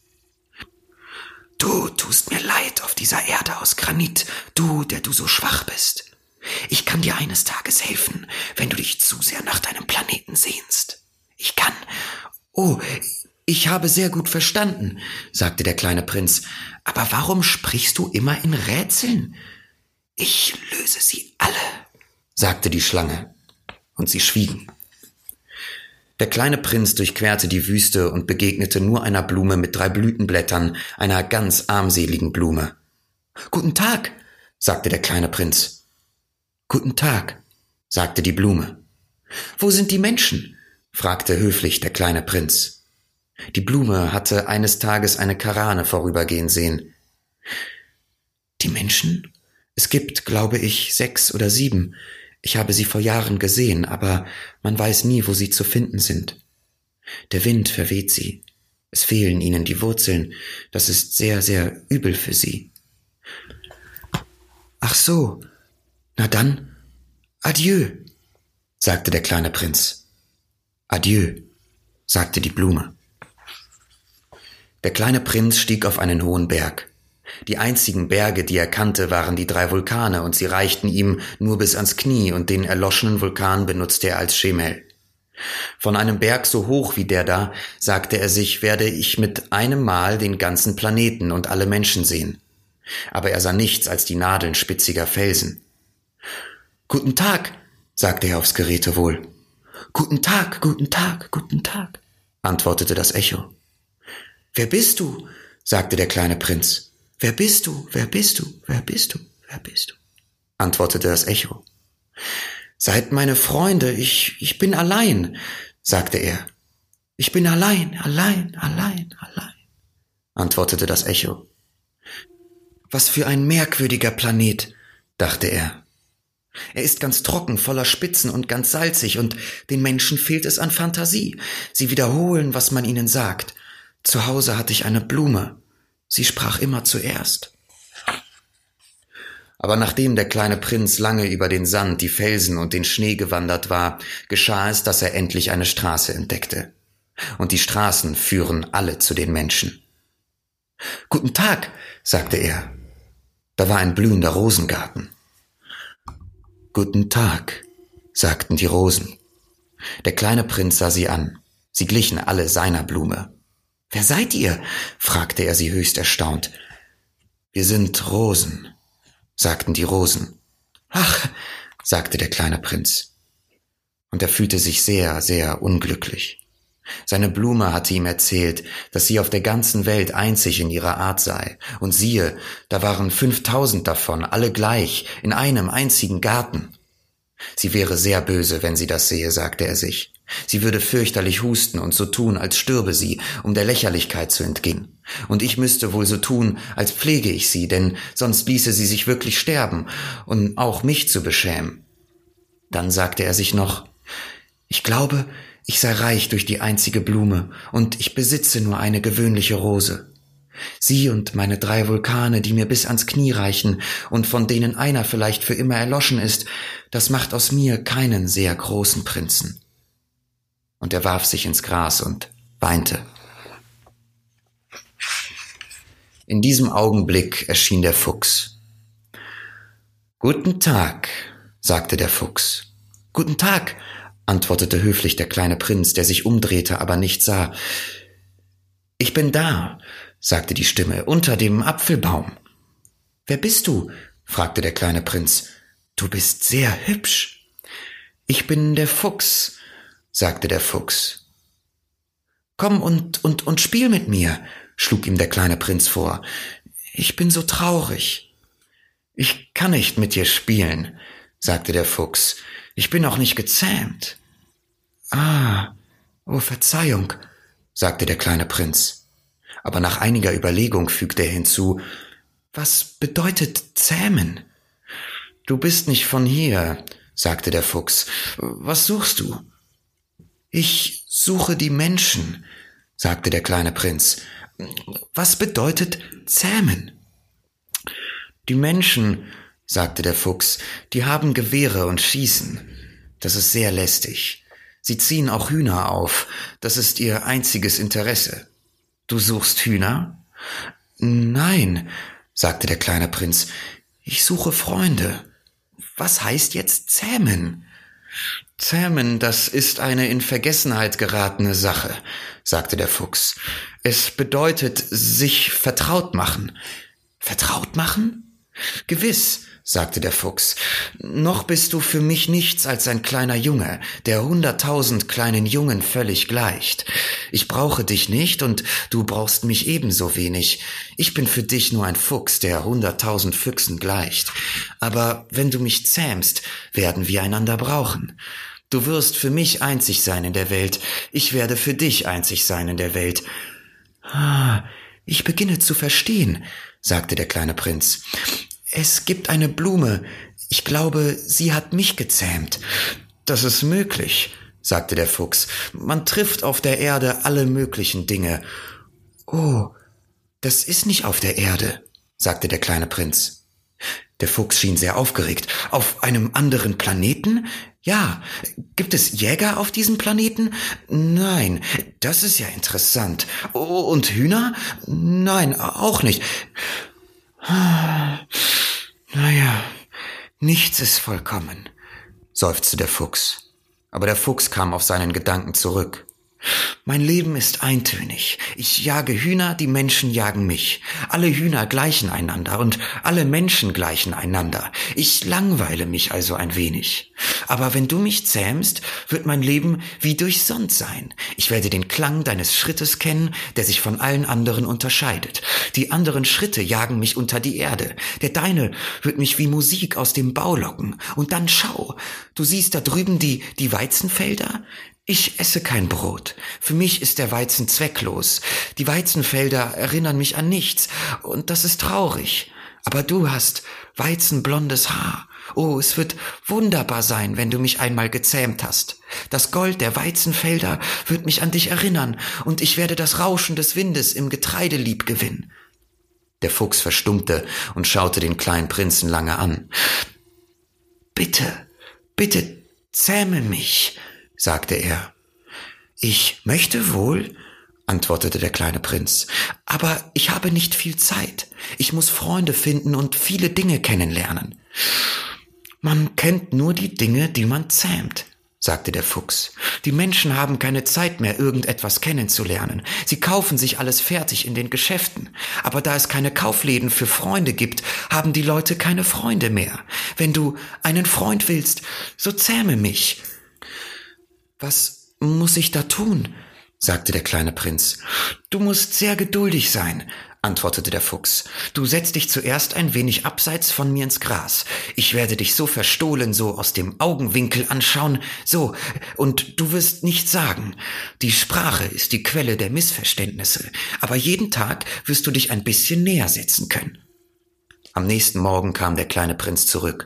»Du tust mir leid auf dieser Erde aus Granit, du, der du so schwach bist. Ich kann dir eines Tages helfen, wenn du dich zu sehr nach deinem Planeten sehnst. Ich kann...« »Oh, ich habe sehr gut verstanden«, sagte der kleine Prinz. »Aber warum sprichst du immer in Rätseln?« »Ich löse sie alle«, sagte die Schlange, und sie schwiegen. Der kleine Prinz durchquerte die Wüste und begegnete nur einer Blume mit drei Blütenblättern, einer ganz armseligen Blume. »Guten Tag«, sagte der kleine Prinz. »Guten Tag«, sagte die Blume. »Wo sind die Menschen?« fragte höflich der kleine Prinz. Die Blume hatte eines Tages eine Karane vorübergehen sehen. »Die Menschen? Es gibt, glaube ich, sechs oder sieben. Ich habe sie vor Jahren gesehen, aber man weiß nie, wo sie zu finden sind. Der Wind verweht sie. Es fehlen ihnen die Wurzeln. Das ist sehr, sehr übel für sie.« »Ach so, na dann, adieu«, sagte der kleine Prinz. »Adieu«, sagte die Blume. Der kleine Prinz stieg auf einen hohen Berg. Die einzigen Berge, die er kannte, waren die drei Vulkane, und sie reichten ihm nur bis ans Knie, und den erloschenen Vulkan benutzte er als Schemel. Von einem Berg so hoch wie der da, sagte er sich, werde ich mit einem Mal den ganzen Planeten und alle Menschen sehen. aber er sah nichts als die Nadeln spitziger Felsen. »Guten Tag«, sagte er aufs Gerätewohl. »Guten Tag, guten Tag, guten Tag«, antwortete das Echo. »Wer bist du?«, sagte der kleine Prinz. »Wer bist du, wer bist du, wer bist du, wer bist du?«, antwortete das Echo. »Seid meine Freunde, ich, ich bin allein«, sagte er. »Ich bin allein, allein, allein, allein«, antwortete das Echo. »Was für ein merkwürdiger Planet«, dachte er. »Er ist ganz trocken, voller Spitzen und ganz salzig, und den Menschen fehlt es an Fantasie. Sie wiederholen, was man ihnen sagt. Zu Hause hatte ich eine Blume. Sie sprach immer zuerst.« Aber nachdem der kleine Prinz lange über den Sand, die Felsen und den Schnee gewandert war, geschah es, dass er endlich eine Straße entdeckte. Und die Straßen führen alle zu den Menschen. »Guten Tag«, sagte er. Da war ein blühender Rosengarten. »Guten Tag«, sagten die Rosen. Der kleine Prinz sah sie an. Sie glichen alle seiner Blume. »Wer seid ihr?«, fragte er sie höchst erstaunt. »Wir sind Rosen«, sagten die Rosen. »Ach«, sagte der kleine Prinz. Und er fühlte sich sehr, sehr unglücklich. Seine Blume hatte ihm erzählt, dass sie auf der ganzen Welt einzig in ihrer Art sei. Und siehe, da waren fünftausend davon, alle gleich, in einem einzigen Garten. Sie wäre sehr böse, wenn sie das sehe, sagte er sich. Sie würde fürchterlich husten und so tun, als stürbe sie, um der Lächerlichkeit zu entgehen. Und ich müsste wohl so tun, als pflege ich sie, denn sonst ließe sie sich wirklich sterben, um auch mich zu beschämen. Dann sagte er sich noch, ich glaube, ich sei reich durch die einzige Blume, und ich besitze nur eine gewöhnliche Rose. Sie und meine drei Vulkane, die mir bis ans Knie reichen und von denen einer vielleicht für immer erloschen ist, das macht aus mir keinen sehr großen Prinzen. Und er warf sich ins Gras und weinte. In diesem Augenblick erschien der Fuchs. »Guten Tag«, sagte der Fuchs. »Guten Tag«, antwortete höflich der kleine Prinz, der sich umdrehte, aber nicht sah. »Ich bin da«, sagte die Stimme, »unter dem Apfelbaum.« »Wer bist du?«, fragte der kleine Prinz. »Du bist sehr hübsch.« »Ich bin der Fuchs«, sagte der Fuchs. »Komm und, und, und spiel mit mir«, schlug ihm der kleine Prinz vor. »Ich bin so traurig.« »Ich kann nicht mit dir spielen«, sagte der Fuchs. »Ich bin auch nicht gezähmt.« »Ah, oh Verzeihung«, sagte der kleine Prinz. Aber nach einiger Überlegung fügte er hinzu, »Was bedeutet zähmen?« »Du bist nicht von hier«, sagte der Fuchs. »Was suchst du?« »Ich suche die Menschen«, sagte der kleine Prinz. »Was bedeutet zähmen?« »Die Menschen«, sagte der Fuchs, »die haben Gewehre und schießen. Das ist sehr lästig. Sie ziehen auch Hühner auf. Das ist ihr einziges Interesse. Du suchst Hühner?« »Nein«, sagte der kleine Prinz, »ich suche Freunde. Was heißt jetzt zähmen?« »Zähmen, das ist eine in Vergessenheit geratene Sache«, sagte der Fuchs. »Es bedeutet sich vertraut machen.« »Vertraut machen?« »Gewiss«, sagte der Fuchs. »Noch bist du für mich nichts als ein kleiner Junge, der hunderttausend kleinen Jungen völlig gleicht. Ich brauche dich nicht und du brauchst mich ebenso wenig. Ich bin für dich nur ein Fuchs, der hunderttausend Füchsen gleicht. Aber wenn du mich zähmst, werden wir einander brauchen. Du wirst für mich einzig sein in der Welt. Ich werde für dich einzig sein in der Welt.« »Ah, ich beginne zu verstehen«, sagte der kleine Prinz. »Es gibt eine Blume. Ich glaube, sie hat mich gezähmt.« »Das ist möglich«, sagte der Fuchs. »Man trifft auf der Erde alle möglichen Dinge.« »Oh, das ist nicht auf der Erde«, sagte der kleine Prinz. Der Fuchs schien sehr aufgeregt. »Auf einem anderen Planeten? Ja. Gibt es Jäger auf diesem Planeten? Nein. Das ist ja interessant. Oh, und Hühner? Nein, auch nicht. Naja, nichts ist vollkommen«, seufzte der Fuchs. Aber der Fuchs kam auf seinen Gedanken zurück. Mein Leben ist eintönig. Ich jage Hühner, die Menschen jagen mich. Alle Hühner gleichen einander und alle Menschen gleichen einander. Ich langweile mich also ein wenig. Aber wenn du mich zähmst, wird mein Leben wie durchsonnt sein. Ich werde den Klang deines Schrittes kennen, der sich von allen anderen unterscheidet. Die anderen Schritte jagen mich unter die Erde. Der deine wird mich wie Musik aus dem Bau locken. Und dann schau, du siehst da drüben die, die Weizenfelder? Ich esse kein Brot. Für mich ist der Weizen zwecklos. Die Weizenfelder erinnern mich an nichts. Und das ist traurig. Aber du hast weizenblondes Haar. Oh, es wird wunderbar sein, wenn du mich einmal gezähmt hast. Das Gold der Weizenfelder wird mich an dich erinnern. Und ich werde das Rauschen des Windes im Getreide lieb gewinnen. Der Fuchs verstummte und schaute den kleinen Prinzen lange an. Bitte, bitte zähme mich, sagte er. Ich möchte wohl, antwortete der kleine Prinz, aber ich habe nicht viel Zeit. Ich muss Freunde finden und viele Dinge kennenlernen. Man kennt nur die Dinge, die man zähmt, sagte der Fuchs. Die Menschen haben keine Zeit mehr, irgendetwas kennenzulernen. Sie kaufen sich alles fertig in den Geschäften. Aber da es keine Kaufläden für Freunde gibt, haben die Leute keine Freunde mehr. Wenn du einen Freund willst, so zähme mich. Was muss ich da tun? Sagte der kleine Prinz. Du musst sehr geduldig sein, antwortete der Fuchs. Du setzt dich zuerst ein wenig abseits von mir ins Gras. Ich werde dich so verstohlen, so aus dem Augenwinkel anschauen, so, und du wirst nichts sagen. Die Sprache ist die Quelle der Missverständnisse, aber jeden Tag wirst du dich ein bisschen näher setzen können. Am nächsten Morgen kam der kleine Prinz zurück.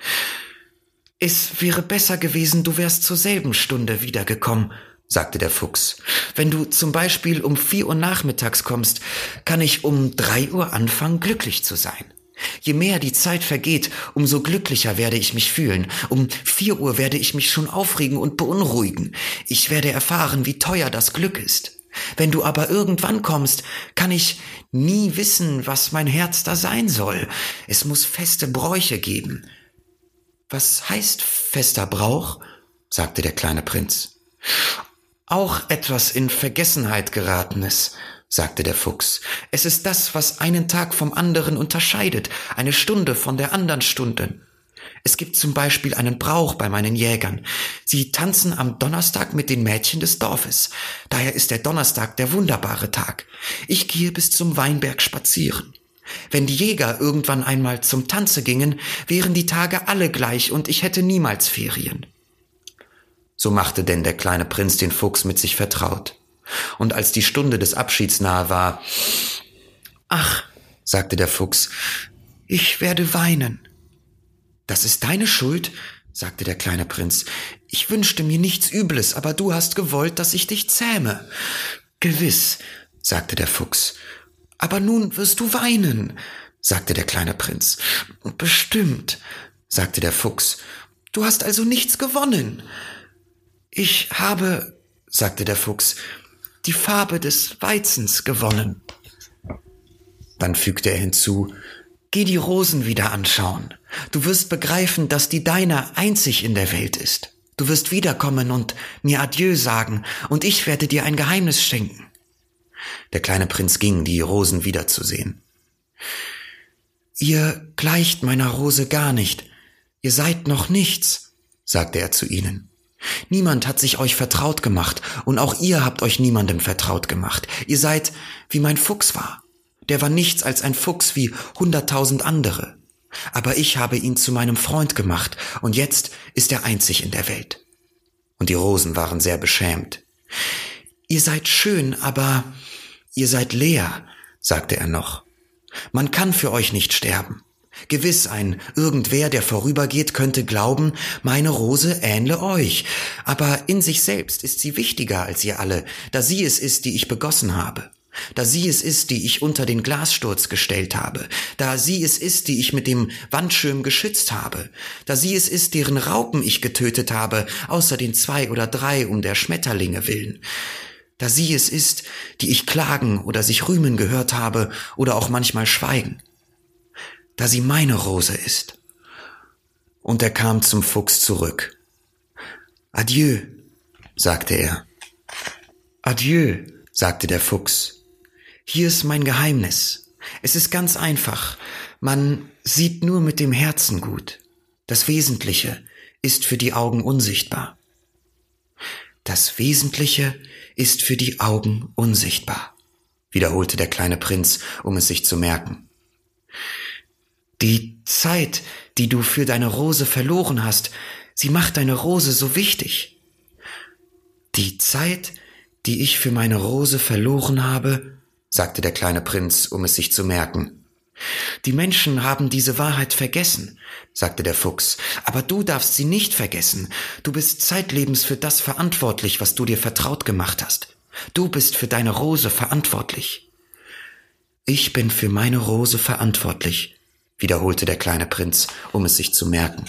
Es wäre besser gewesen, du wärst zur selben Stunde wiedergekommen, sagte der Fuchs. Wenn du zum Beispiel um vier Uhr nachmittags kommst, kann ich um drei Uhr anfangen, glücklich zu sein. Je mehr die Zeit vergeht, umso glücklicher werde ich mich fühlen. Um vier Uhr werde ich mich schon aufregen und beunruhigen. Ich werde erfahren, wie teuer das Glück ist. Wenn du aber irgendwann kommst, kann ich nie wissen, was mein Herz da sein soll. Es muss feste Bräuche geben. Was heißt fester Brauch? Sagte der kleine Prinz. Auch etwas in Vergessenheit geratenes, sagte der Fuchs. Es ist das, was einen Tag vom anderen unterscheidet, eine Stunde von der anderen Stunde. Es gibt zum Beispiel einen Brauch bei meinen Jägern. Sie tanzen am Donnerstag mit den Mädchen des Dorfes. Daher ist der Donnerstag der wunderbare Tag. Ich gehe bis zum Weinberg spazieren. Wenn die Jäger irgendwann einmal zum Tanze gingen, wären die Tage alle gleich und ich hätte niemals Ferien. So machte denn der kleine Prinz den Fuchs mit sich vertraut. Und als die Stunde des Abschieds nahe war, »Ach«, sagte der Fuchs, »ich werde weinen.« »Das ist deine Schuld«, sagte der kleine Prinz. »Ich wünschte mir nichts Übles, aber du hast gewollt, dass ich dich zähme.« »Gewiss«, sagte der Fuchs. »Aber nun wirst du weinen«, sagte der kleine Prinz. »Bestimmt«, sagte der Fuchs. »Du hast also nichts gewonnen.« »Ich habe«, sagte der Fuchs, »die Farbe des Weizens gewonnen.« Dann fügte er hinzu, »Geh die Rosen wieder anschauen. Du wirst begreifen, dass die deine einzig in der Welt ist. Du wirst wiederkommen und mir Adieu sagen, und ich werde dir ein Geheimnis schenken.« Der kleine Prinz ging, die Rosen wiederzusehen. »Ihr gleicht meiner Rose gar nicht. Ihr seid noch nichts«, sagte er zu ihnen. »Niemand hat sich euch vertraut gemacht, und auch ihr habt euch niemandem vertraut gemacht. Ihr seid, wie mein Fuchs war. Der war nichts als ein Fuchs wie hunderttausend andere. Aber ich habe ihn zu meinem Freund gemacht, und jetzt ist er einzig in der Welt.« Und die Rosen waren sehr beschämt. »Ihr seid schön, aber ihr seid leer«, sagte er noch. »Man kann für euch nicht sterben. Gewiss, ein Irgendwer, der vorübergeht, könnte glauben, meine Rose ähnle euch, aber in sich selbst ist sie wichtiger als ihr alle, da sie es ist, die ich begossen habe, da sie es ist, die ich unter den Glassturz gestellt habe, da sie es ist, die ich mit dem Wandschirm geschützt habe, da sie es ist, deren Raupen ich getötet habe, außer den zwei oder drei um der Schmetterlinge willen, da sie es ist, die ich klagen oder sich rühmen gehört habe oder auch manchmal schweigen, da sie meine Rose ist.« Und er kam zum Fuchs zurück. »Adieu«, sagte er. Adieu, sagte der Fuchs. Hier ist mein Geheimnis. Es ist ganz einfach. Man sieht nur mit dem Herzen gut. Das Wesentliche ist für die Augen unsichtbar. Das Wesentliche ist für die Augen unsichtbar, wiederholte der kleine Prinz, um es sich zu merken. Die Zeit, die du für deine Rose verloren hast, sie macht deine Rose so wichtig. Die Zeit, die ich für meine Rose verloren habe, sagte der kleine Prinz, um es sich zu merken. Die Menschen haben diese Wahrheit vergessen, sagte der Fuchs, aber du darfst sie nicht vergessen. Du bist zeitlebens für das verantwortlich, was du dir vertraut gemacht hast. Du bist für deine Rose verantwortlich. Ich bin für meine Rose verantwortlich, wiederholte der kleine Prinz, um es sich zu merken.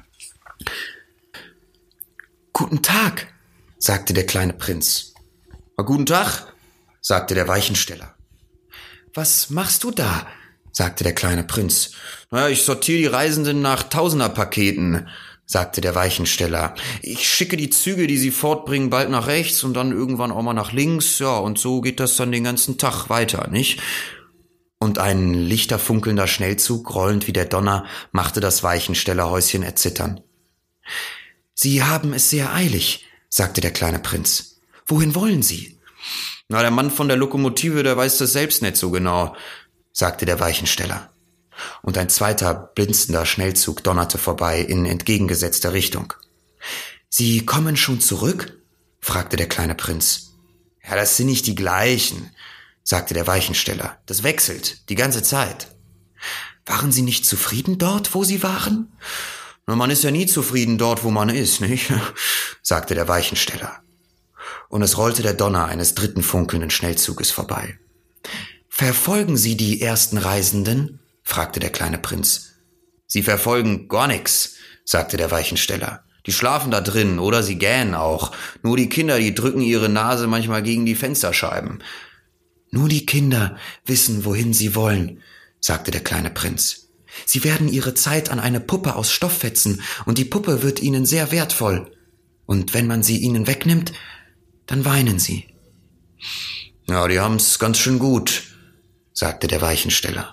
Guten Tag, sagte der kleine Prinz. Guten Tag, sagte der Weichensteller. Was machst du da? sagte der kleine Prinz. Na, ich sortiere die Reisenden nach Tausenderpaketen, sagte der Weichensteller. Ich schicke die Züge, die sie fortbringen, bald nach rechts und dann irgendwann auch mal nach links. Ja, und so geht das dann den ganzen Tag weiter, nicht? Und ein lichterfunkelnder Schnellzug, rollend wie der Donner, machte das Weichenstellerhäuschen erzittern. Sie haben es sehr eilig, sagte der kleine Prinz. Wohin wollen Sie? Na, der Mann von der Lokomotive, der weiß das selbst nicht so genau, sagte der Weichensteller. Und ein zweiter, blinzender Schnellzug donnerte vorbei in entgegengesetzter Richtung. »Sie kommen schon zurück?« fragte der kleine Prinz. »Ja, das sind nicht die gleichen«, sagte der Weichensteller. »Das wechselt, die ganze Zeit.« »Waren Sie nicht zufrieden dort, wo Sie waren?« »Na, man ist ja nie zufrieden dort, wo man ist, nicht?«, sagte der Weichensteller. Und es rollte der Donner eines dritten funkelnden Schnellzuges vorbei. »Verfolgen Sie die ersten Reisenden?« fragte der kleine Prinz. »Sie verfolgen gar nix«, sagte der Weichensteller. »Die schlafen da drin oder sie gähnen auch. Nur die Kinder, die drücken ihre Nase manchmal gegen die Fensterscheiben.« »Nur die Kinder wissen, wohin sie wollen«, sagte der kleine Prinz. »Sie werden ihre Zeit an eine Puppe aus Stoff fetzen und die Puppe wird ihnen sehr wertvoll. Und wenn man sie ihnen wegnimmt, dann weinen sie.« »Ja, die haben's ganz schön gut«, sagte der Weichensteller.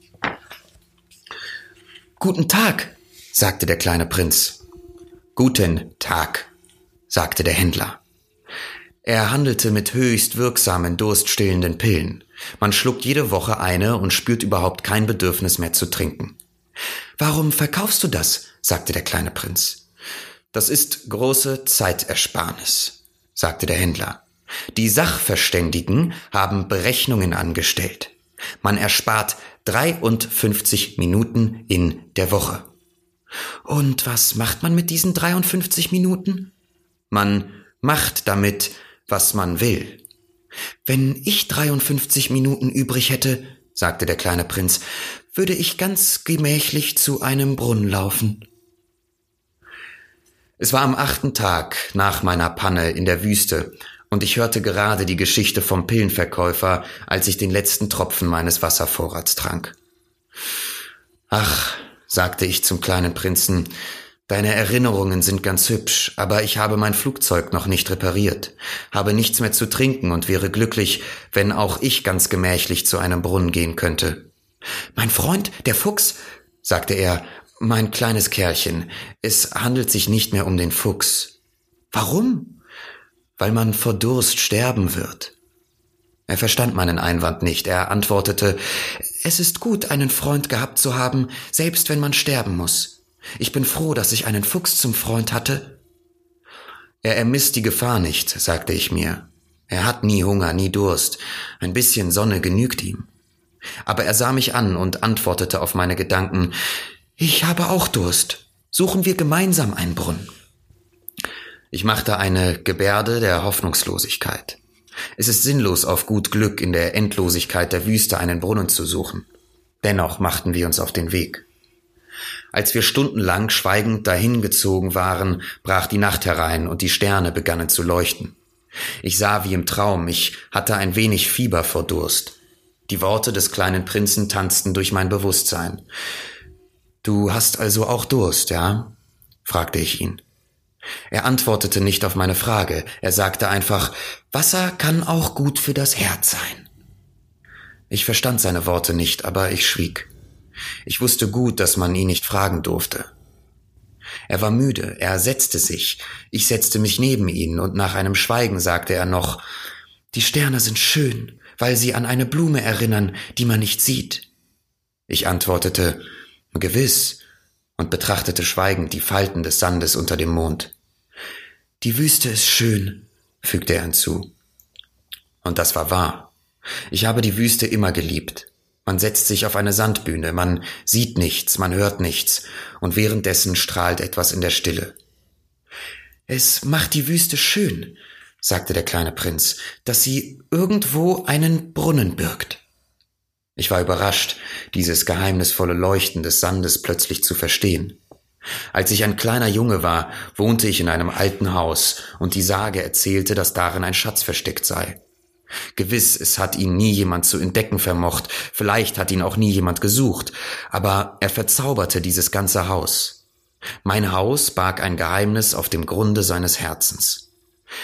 »Guten Tag«, sagte der kleine Prinz. »Guten Tag«, sagte der Händler. Er handelte mit höchst wirksamen, durststillenden Pillen. Man schluckt jede Woche eine und spürt überhaupt kein Bedürfnis mehr zu trinken. »Warum verkaufst du das?« sagte der kleine Prinz. »Das ist große Zeitersparnis«, sagte der Händler. »Die Sachverständigen haben Berechnungen angestellt. Man erspart dreiundfünfzig Minuten in der Woche.« »Und was macht man mit diesen dreiundfünfzig Minuten?« »Man macht damit, was man will.« »Wenn ich dreiundfünfzig Minuten übrig hätte«, sagte der kleine Prinz, »würde ich ganz gemächlich zu einem Brunnen laufen.« Es war am achten Tag nach meiner Panne in der Wüste und ich hörte gerade die Geschichte vom Pillenverkäufer, als ich den letzten Tropfen meines Wasservorrats trank. »Ach«, sagte ich zum kleinen Prinzen, »deine Erinnerungen sind ganz hübsch, aber ich habe mein Flugzeug noch nicht repariert, habe nichts mehr zu trinken und wäre glücklich, wenn auch ich ganz gemächlich zu einem Brunnen gehen könnte.« »Mein Freund, der Fuchs«, sagte er, »mein kleines Kerlchen, es handelt sich nicht mehr um den Fuchs.« »Warum?« »Weil man vor Durst sterben wird.« Er verstand meinen Einwand nicht. Er antwortete, »Es ist gut, einen Freund gehabt zu haben, selbst wenn man sterben muss. Ich bin froh, dass ich einen Fuchs zum Freund hatte.« »Er ermisst die Gefahr nicht«, sagte ich mir. »Er hat nie Hunger, nie Durst. Ein bisschen Sonne genügt ihm.« Aber er sah mich an und antwortete auf meine Gedanken, »Ich habe auch Durst. Suchen wir gemeinsam einen Brunnen.« Ich machte eine Gebärde der Hoffnungslosigkeit. Es ist sinnlos, auf gut Glück in der Endlosigkeit der Wüste einen Brunnen zu suchen. Dennoch machten wir uns auf den Weg. Als wir stundenlang schweigend dahingezogen waren, brach die Nacht herein und die Sterne begannen zu leuchten. Ich sah wie im Traum, ich hatte ein wenig Fieber vor Durst. Die Worte des kleinen Prinzen tanzten durch mein Bewusstsein. »Du hast also auch Durst, ja?« fragte ich ihn. Er antwortete nicht auf meine Frage. Er sagte einfach, Wasser kann auch gut für das Herz sein. Ich verstand seine Worte nicht, aber ich schwieg. Ich wusste gut, dass man ihn nicht fragen durfte. Er war müde, er setzte sich. Ich setzte mich neben ihn und nach einem Schweigen sagte er noch, die Sterne sind schön, weil sie an eine Blume erinnern, die man nicht sieht. Ich antwortete, gewiss, und betrachtete schweigend die Falten des Sandes unter dem Mond. Die Wüste ist schön, fügte er hinzu. Und das war wahr. Ich habe die Wüste immer geliebt. Man setzt sich auf eine Sandbühne, man sieht nichts, man hört nichts, und währenddessen strahlt etwas in der Stille. Es macht die Wüste schön, sagte der kleine Prinz, dass sie irgendwo einen Brunnen birgt. Ich war überrascht, dieses geheimnisvolle Leuchten des Sandes plötzlich zu verstehen. Als ich ein kleiner Junge war, wohnte ich in einem alten Haus, und die Sage erzählte, dass darin ein Schatz versteckt sei. Gewiss, es hat ihn nie jemand zu entdecken vermocht, vielleicht hat ihn auch nie jemand gesucht, aber er verzauberte dieses ganze Haus. Mein Haus barg ein Geheimnis auf dem Grunde seines Herzens.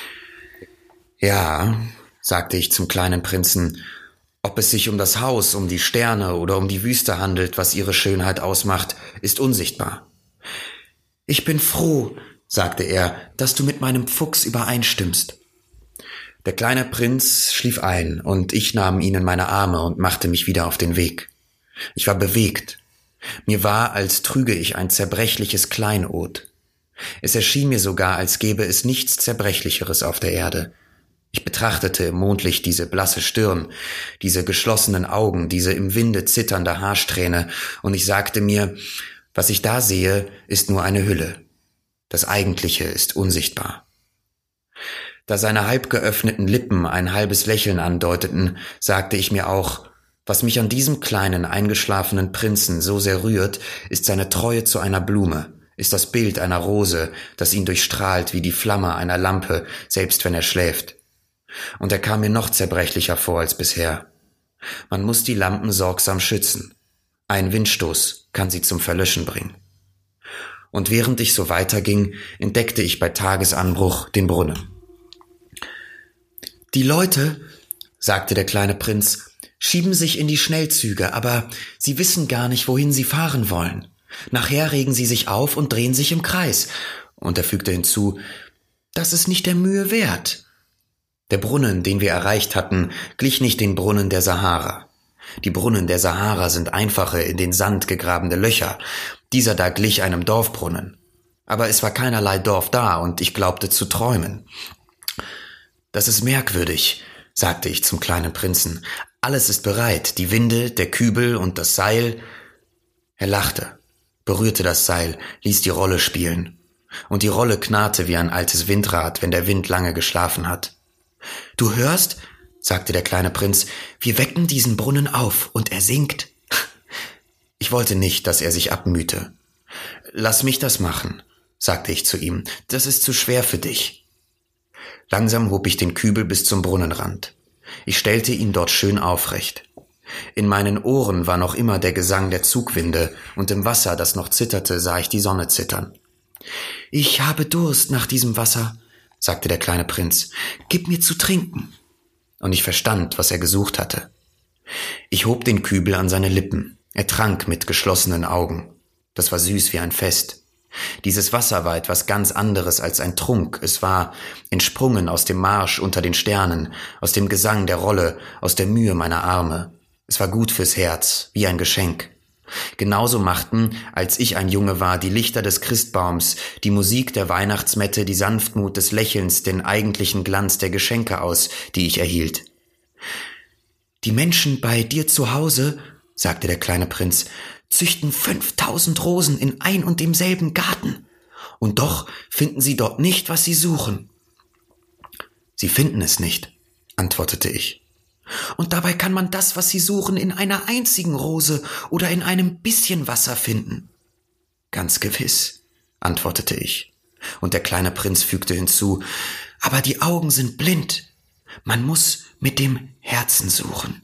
Ja, sagte ich zum kleinen Prinzen, ob es sich um das Haus, um die Sterne oder um die Wüste handelt, was ihre Schönheit ausmacht, ist unsichtbar. Ich bin froh, sagte er, dass du mit meinem Fuchs übereinstimmst. Der kleine Prinz schlief ein, und ich nahm ihn in meine Arme und machte mich wieder auf den Weg. Ich war bewegt. Mir war, als trüge ich ein zerbrechliches Kleinod. Es erschien mir sogar, als gäbe es nichts Zerbrechlicheres auf der Erde. Ich betrachtete im Mondlicht diese blasse Stirn, diese geschlossenen Augen, diese im Winde zitternde Haarsträhne, und ich sagte mir, was ich da sehe, ist nur eine Hülle. Das Eigentliche ist unsichtbar. Da seine halb geöffneten Lippen ein halbes Lächeln andeuteten, sagte ich mir auch, was mich an diesem kleinen, eingeschlafenen Prinzen so sehr rührt, ist seine Treue zu einer Blume, ist das Bild einer Rose, das ihn durchstrahlt wie die Flamme einer Lampe, selbst wenn er schläft. Und er kam mir noch zerbrechlicher vor als bisher. Man muss die Lampen sorgsam schützen. Ein Windstoß kann sie zum Verlöschen bringen. Und während ich so weiterging, entdeckte ich bei Tagesanbruch den Brunnen. Die Leute, sagte der kleine Prinz, schieben sich in die Schnellzüge, aber sie wissen gar nicht, wohin sie fahren wollen. Nachher regen sie sich auf und drehen sich im Kreis. Und er fügte hinzu, das ist nicht der Mühe wert. Der Brunnen, den wir erreicht hatten, glich nicht den Brunnen der Sahara. Die Brunnen der Sahara sind einfache, in den Sand gegrabene Löcher. Dieser da glich einem Dorfbrunnen. Aber es war keinerlei Dorf da, und ich glaubte zu träumen. Das ist merkwürdig, sagte ich zum kleinen Prinzen. Alles ist bereit, die Winde, der Kübel und das Seil. Er lachte, berührte das Seil, ließ die Rolle spielen. Und die Rolle knarrte wie ein altes Windrad, wenn der Wind lange geschlafen hat. Du hörst, sagte der kleine Prinz, wir wecken diesen Brunnen auf, und er singt. Ich wollte nicht, dass er sich abmühte. Lass mich das machen, sagte ich zu ihm, das ist zu schwer für dich. Langsam hob ich den Kübel bis zum Brunnenrand. Ich stellte ihn dort schön aufrecht. In meinen Ohren war noch immer der Gesang der Zugwinde, und im Wasser, das noch zitterte, sah ich die Sonne zittern. Ich habe Durst nach diesem Wasser, sagte der kleine Prinz. Gib mir zu trinken. Und ich verstand, was er gesucht hatte. Ich hob den Kübel an seine Lippen. Er trank mit geschlossenen Augen. Das war süß wie ein Fest. Dieses Wasser war etwas ganz anderes als ein Trunk. Es war entsprungen aus dem Marsch unter den Sternen, aus dem Gesang der Rolle, aus der Mühe meiner Arme. Es war gut fürs Herz, wie ein Geschenk. Genauso machten, als ich ein Junge war, die Lichter des Christbaums, die Musik der Weihnachtsmette, die Sanftmut des Lächelns, den eigentlichen Glanz der Geschenke aus, die ich erhielt. Die Menschen bei dir zu Hause, sagte der kleine Prinz, züchten fünftausend Rosen in ein und demselben Garten. Und doch finden sie dort nicht, was sie suchen. Sie finden es nicht, antwortete ich. Und dabei kann man das, was sie suchen, in einer einzigen Rose oder in einem bisschen Wasser finden. Ganz gewiss, antwortete ich. Und der kleine Prinz fügte hinzu, aber die Augen sind blind. Man muss mit dem Herzen suchen.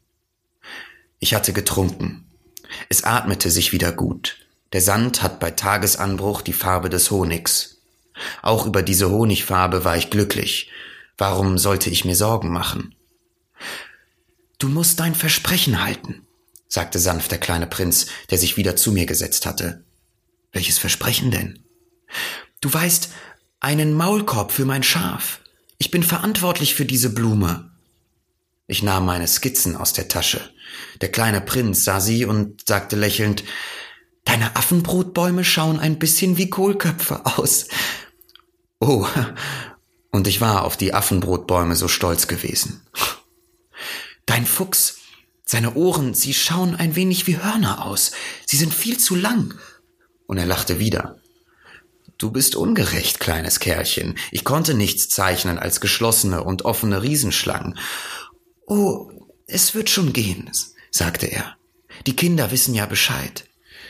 Ich hatte getrunken. Es atmete sich wieder gut. Der Sand hat bei Tagesanbruch die Farbe des Honigs. Auch über diese Honigfarbe war ich glücklich. Warum sollte ich mir Sorgen machen? »Du musst dein Versprechen halten«, sagte sanft der kleine Prinz, der sich wieder zu mir gesetzt hatte. »Welches Versprechen denn?« »Du weißt, einen Maulkorb für mein Schaf. Ich bin verantwortlich für diese Blume.« Ich nahm meine Skizzen aus der Tasche. Der kleine Prinz sah sie und sagte lächelnd, »Deine Affenbrotbäume schauen ein bisschen wie Kohlköpfe aus.« Oh, und ich war auf die Affenbrotbäume so stolz gewesen. »Dein Fuchs, seine Ohren, sie schauen ein wenig wie Hörner aus. Sie sind viel zu lang.« Und er lachte wieder. »Du bist ungerecht, kleines Kerlchen. Ich konnte nichts zeichnen als geschlossene und offene Riesenschlangen.« »Oh, es wird schon gehen«, sagte er. »Die Kinder wissen ja Bescheid.«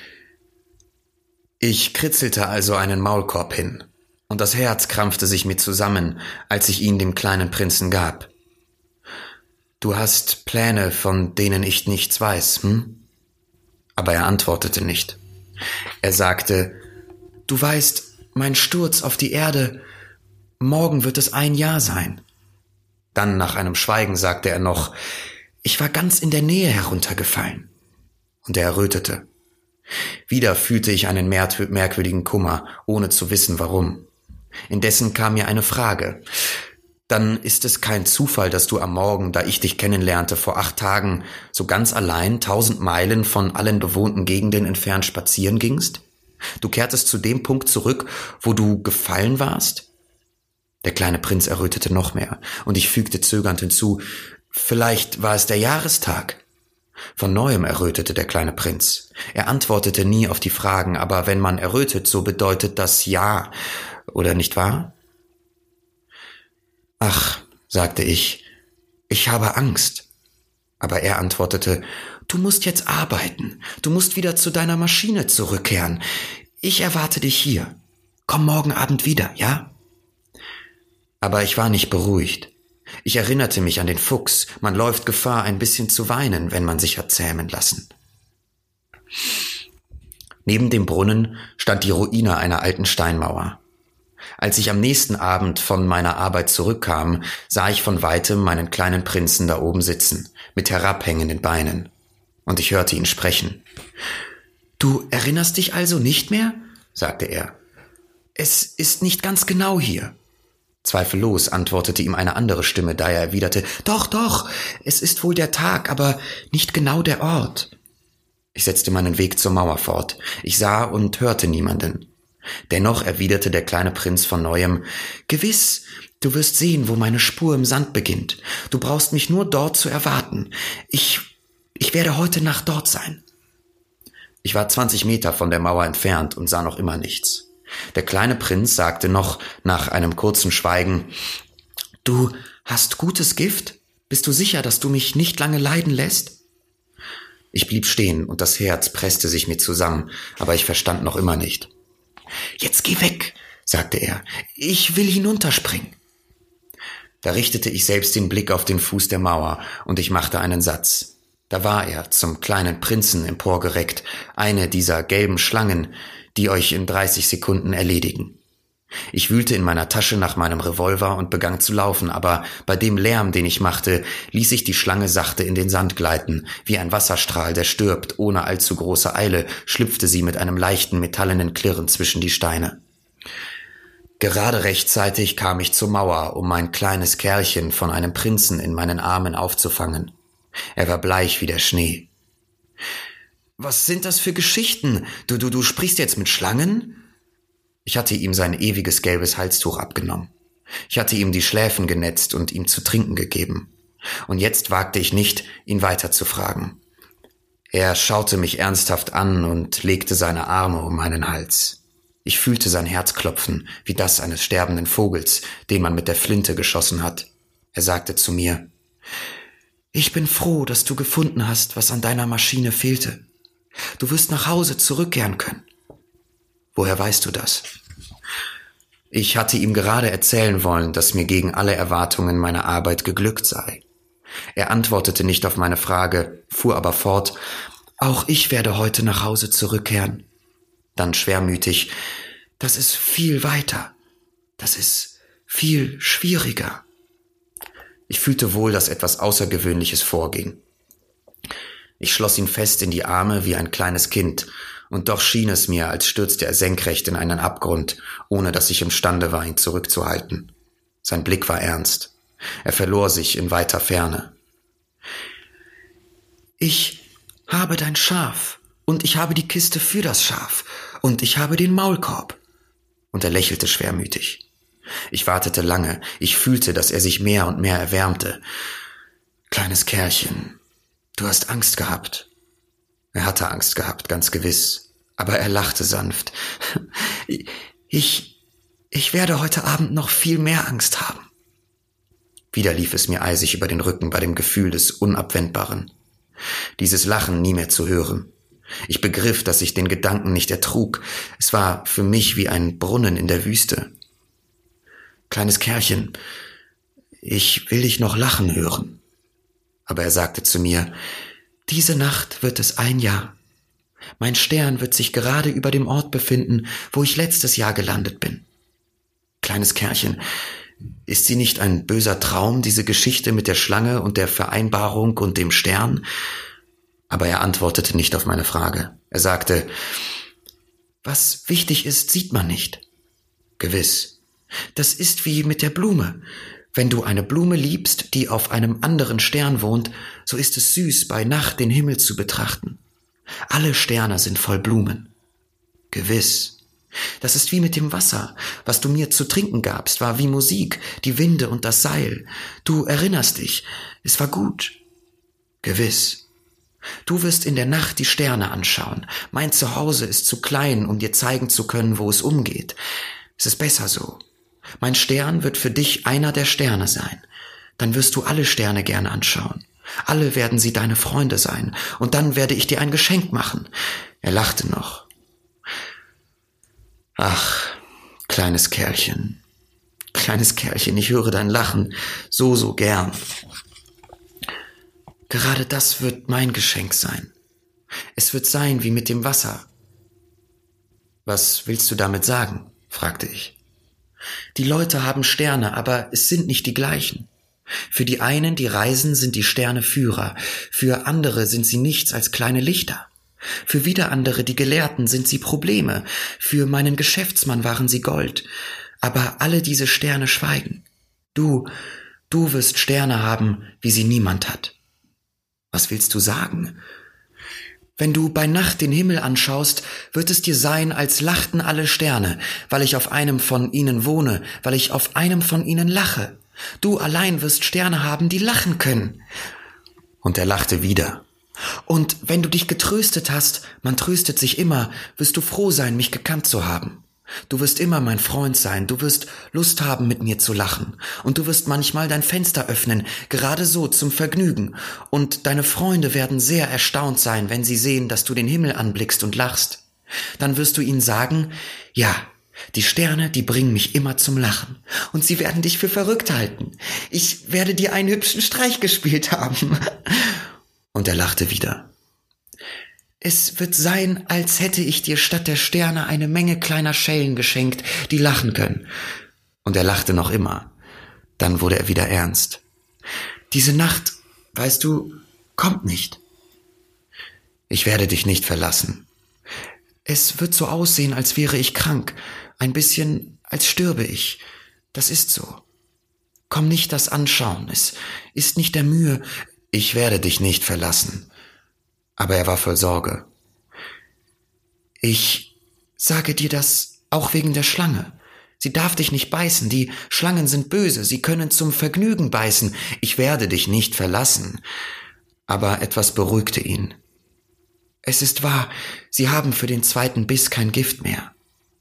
Ich kritzelte also einen Maulkorb hin, und das Herz krampfte sich mir zusammen, als ich ihn dem kleinen Prinzen gab. »Du hast Pläne, von denen ich nichts weiß, hm?« Aber er antwortete nicht. Er sagte, »Du weißt, mein Sturz auf die Erde, morgen wird es ein Jahr sein.« Dann nach einem Schweigen sagte er noch, »Ich war ganz in der Nähe heruntergefallen.« Und er errötete. Wieder fühlte ich einen merkwürdigen Kummer, ohne zu wissen warum. Indessen kam mir eine Frage. »Dann ist es kein Zufall, dass du am Morgen, da ich dich kennenlernte, vor acht Tagen, so ganz allein tausend Meilen von allen bewohnten Gegenden entfernt spazieren gingst? Du kehrtest zu dem Punkt zurück, wo du gefallen warst?« Der kleine Prinz errötete noch mehr, und ich fügte zögernd hinzu, »Vielleicht war es der Jahrestag.« Von neuem errötete der kleine Prinz. Er antwortete nie auf die Fragen, aber wenn man errötet, so bedeutet das ja, oder nicht wahr? »Ach«, sagte ich, »ich habe Angst.« Aber er antwortete, »Du musst jetzt arbeiten, du musst wieder zu deiner Maschine zurückkehren. Ich erwarte dich hier. Komm morgen Abend wieder, ja?« Aber ich war nicht beruhigt. Ich erinnerte mich an den Fuchs. Man läuft Gefahr, ein bisschen zu weinen, wenn man sich hat zähmen lassen. Neben dem Brunnen stand die Ruine einer alten Steinmauer. Als ich am nächsten Abend von meiner Arbeit zurückkam, sah ich von weitem meinen kleinen Prinzen da oben sitzen, mit herabhängenden Beinen. Und ich hörte ihn sprechen. »Du erinnerst dich also nicht mehr?« sagte er. »Es ist nicht ganz genau hier.« Zweifellos antwortete ihm eine andere Stimme, da er erwiderte, »Doch, doch, es ist wohl der Tag, aber nicht genau der Ort.« Ich setzte meinen Weg zur Mauer fort. Ich sah und hörte niemanden. Dennoch erwiderte der kleine Prinz von neuem, »Gewiss, du wirst sehen, wo meine Spur im Sand beginnt. Du brauchst mich nur dort zu erwarten. Ich, ich werde heute Nacht dort sein.« Ich war zwanzig Meter von der Mauer entfernt und sah noch immer nichts. Der kleine Prinz sagte noch nach einem kurzen Schweigen, »Du hast gutes Gift? Bist du sicher, dass du mich nicht lange leiden lässt?« Ich blieb stehen und das Herz presste sich mir zusammen, aber ich verstand noch immer nicht. »Jetzt geh weg«, sagte er, »ich will hinunterspringen.« Da richtete ich selbst den Blick auf den Fuß der Mauer und ich machte einen Satz. Da war er, zum kleinen Prinzen emporgereckt, eine dieser gelben Schlangen, die euch in dreißig Sekunden erledigen. Ich wühlte in meiner Tasche nach meinem Revolver und begann zu laufen, aber bei dem Lärm, den ich machte, ließ ich die Schlange sachte in den Sand gleiten. Wie ein Wasserstrahl, der stirbt, ohne allzu große Eile, schlüpfte sie mit einem leichten metallenen Klirren zwischen die Steine. Gerade rechtzeitig kam ich zur Mauer, um mein kleines Kerlchen von einem Prinzen in meinen Armen aufzufangen. Er war bleich wie der Schnee. »Was sind das für Geschichten? Du, du, du sprichst jetzt mit Schlangen?« Ich hatte ihm sein ewiges gelbes Halstuch abgenommen. Ich hatte ihm die Schläfen genetzt und ihm zu trinken gegeben. Und jetzt wagte ich nicht, ihn weiter zu fragen. Er schaute mich ernsthaft an und legte seine Arme um meinen Hals. Ich fühlte sein Herz klopfen, wie das eines sterbenden Vogels, den man mit der Flinte geschossen hat. Er sagte zu mir, »Ich bin froh, dass du gefunden hast, was an deiner Maschine fehlte. Du wirst nach Hause zurückkehren können.« »Woher weißt du das?« Ich hatte ihm gerade erzählen wollen, dass mir gegen alle Erwartungen meine Arbeit geglückt sei. Er antwortete nicht auf meine Frage, fuhr aber fort, »Auch ich werde heute nach Hause zurückkehren.« Dann schwermütig, »Das ist viel weiter. Das ist viel schwieriger. Ich fühlte wohl, dass etwas Außergewöhnliches vorging. Ich schloss ihn fest in die Arme wie ein kleines Kind, und doch schien es mir, als stürzte er senkrecht in einen Abgrund, ohne dass ich imstande war, ihn zurückzuhalten. Sein Blick war ernst. Er verlor sich in weiter Ferne. Ich habe dein Schaf, und ich habe die Kiste für das Schaf, und ich habe den Maulkorb. Und er lächelte schwermütig. Ich wartete lange, ich fühlte, dass er sich mehr und mehr erwärmte. Kleines Kerlchen, du hast Angst gehabt. Er hatte Angst gehabt, ganz gewiss, aber er lachte sanft. Ich, ich werde heute Abend noch viel mehr Angst haben. Wieder lief es mir eisig über den Rücken bei dem Gefühl des Unabwendbaren. Dieses Lachen nie mehr zu hören. Ich begriff, dass ich den Gedanken nicht ertrug. Es war für mich wie ein Brunnen in der Wüste. Kleines Kerlchen, ich will dich noch lachen hören. Aber er sagte zu mir, diese Nacht wird es ein Jahr. Mein Stern wird sich gerade über dem Ort befinden, wo ich letztes Jahr gelandet bin. Kleines Kerlchen, ist sie nicht ein böser Traum, diese Geschichte mit der Schlange und der Vereinbarung und dem Stern? Aber er antwortete nicht auf meine Frage. Er sagte, was wichtig ist, sieht man nicht. Gewiss. Das ist wie mit der Blume. Wenn du eine Blume liebst, die auf einem anderen Stern wohnt, so ist es süß, bei Nacht den Himmel zu betrachten. Alle Sterne sind voll Blumen. Gewiss. Das ist wie mit dem Wasser. Was du mir zu trinken gabst, war wie Musik, die Winde und das Seil. Du erinnerst dich, es war gut. Gewiss. Du wirst in der Nacht die Sterne anschauen. Mein Zuhause ist zu klein, um dir zeigen zu können, wo es umgeht. Es ist besser so. Mein Stern wird für dich einer der Sterne sein. Dann wirst du alle Sterne gerne anschauen. Alle werden sie deine Freunde sein. Und dann werde ich dir ein Geschenk machen. Er lachte noch. Ach, kleines Kerlchen. Kleines Kerlchen, ich höre dein Lachen so, so gern. Gerade das wird mein Geschenk sein. Es wird sein wie mit dem Wasser. Was willst du damit sagen? Fragte ich. Die Leute haben Sterne, aber es sind nicht die gleichen. Für die einen, die reisen, sind die Sterne Führer, für andere sind sie nichts als kleine Lichter. Für wieder andere, die Gelehrten, sind sie Probleme, für meinen Geschäftsmann waren sie Gold. Aber alle diese Sterne schweigen. Du, du wirst Sterne haben, wie sie niemand hat. Was willst du sagen? Wenn du bei Nacht den Himmel anschaust, wird es dir sein, als lachten alle Sterne, weil ich auf einem von ihnen wohne, weil ich auf einem von ihnen lache. Du allein wirst Sterne haben, die lachen können. Und er lachte wieder. Und wenn du dich getröstet hast, man tröstet sich immer, wirst du froh sein, mich gekannt zu haben. Du wirst immer mein Freund sein, du wirst Lust haben, mit mir zu lachen. Und du wirst manchmal dein Fenster öffnen, gerade so zum Vergnügen. Und deine Freunde werden sehr erstaunt sein, wenn sie sehen, dass du den Himmel anblickst und lachst. Dann wirst du ihnen sagen, ja, die Sterne, die bringen mich immer zum Lachen. Und sie werden dich für verrückt halten. Ich werde dir einen hübschen Streich gespielt haben. Und er lachte wieder. Es wird sein, als hätte ich dir statt der Sterne eine Menge kleiner Schellen geschenkt, die lachen können. Und er lachte noch immer. Dann wurde er wieder ernst. Diese Nacht, weißt du, kommt nicht. Ich werde dich nicht verlassen. Es wird so aussehen, als wäre ich krank, ein bisschen, als stürbe ich. Das ist so. Komm nicht das anschauen, es ist nicht der Mühe. Ich werde dich nicht verlassen. Aber er war voll Sorge. Ich sage dir das auch wegen der Schlange. Sie darf dich nicht beißen, die Schlangen sind böse, sie können zum Vergnügen beißen. Ich werde dich nicht verlassen. Aber etwas beruhigte ihn. Es ist wahr, sie haben für den zweiten Biss kein Gift mehr.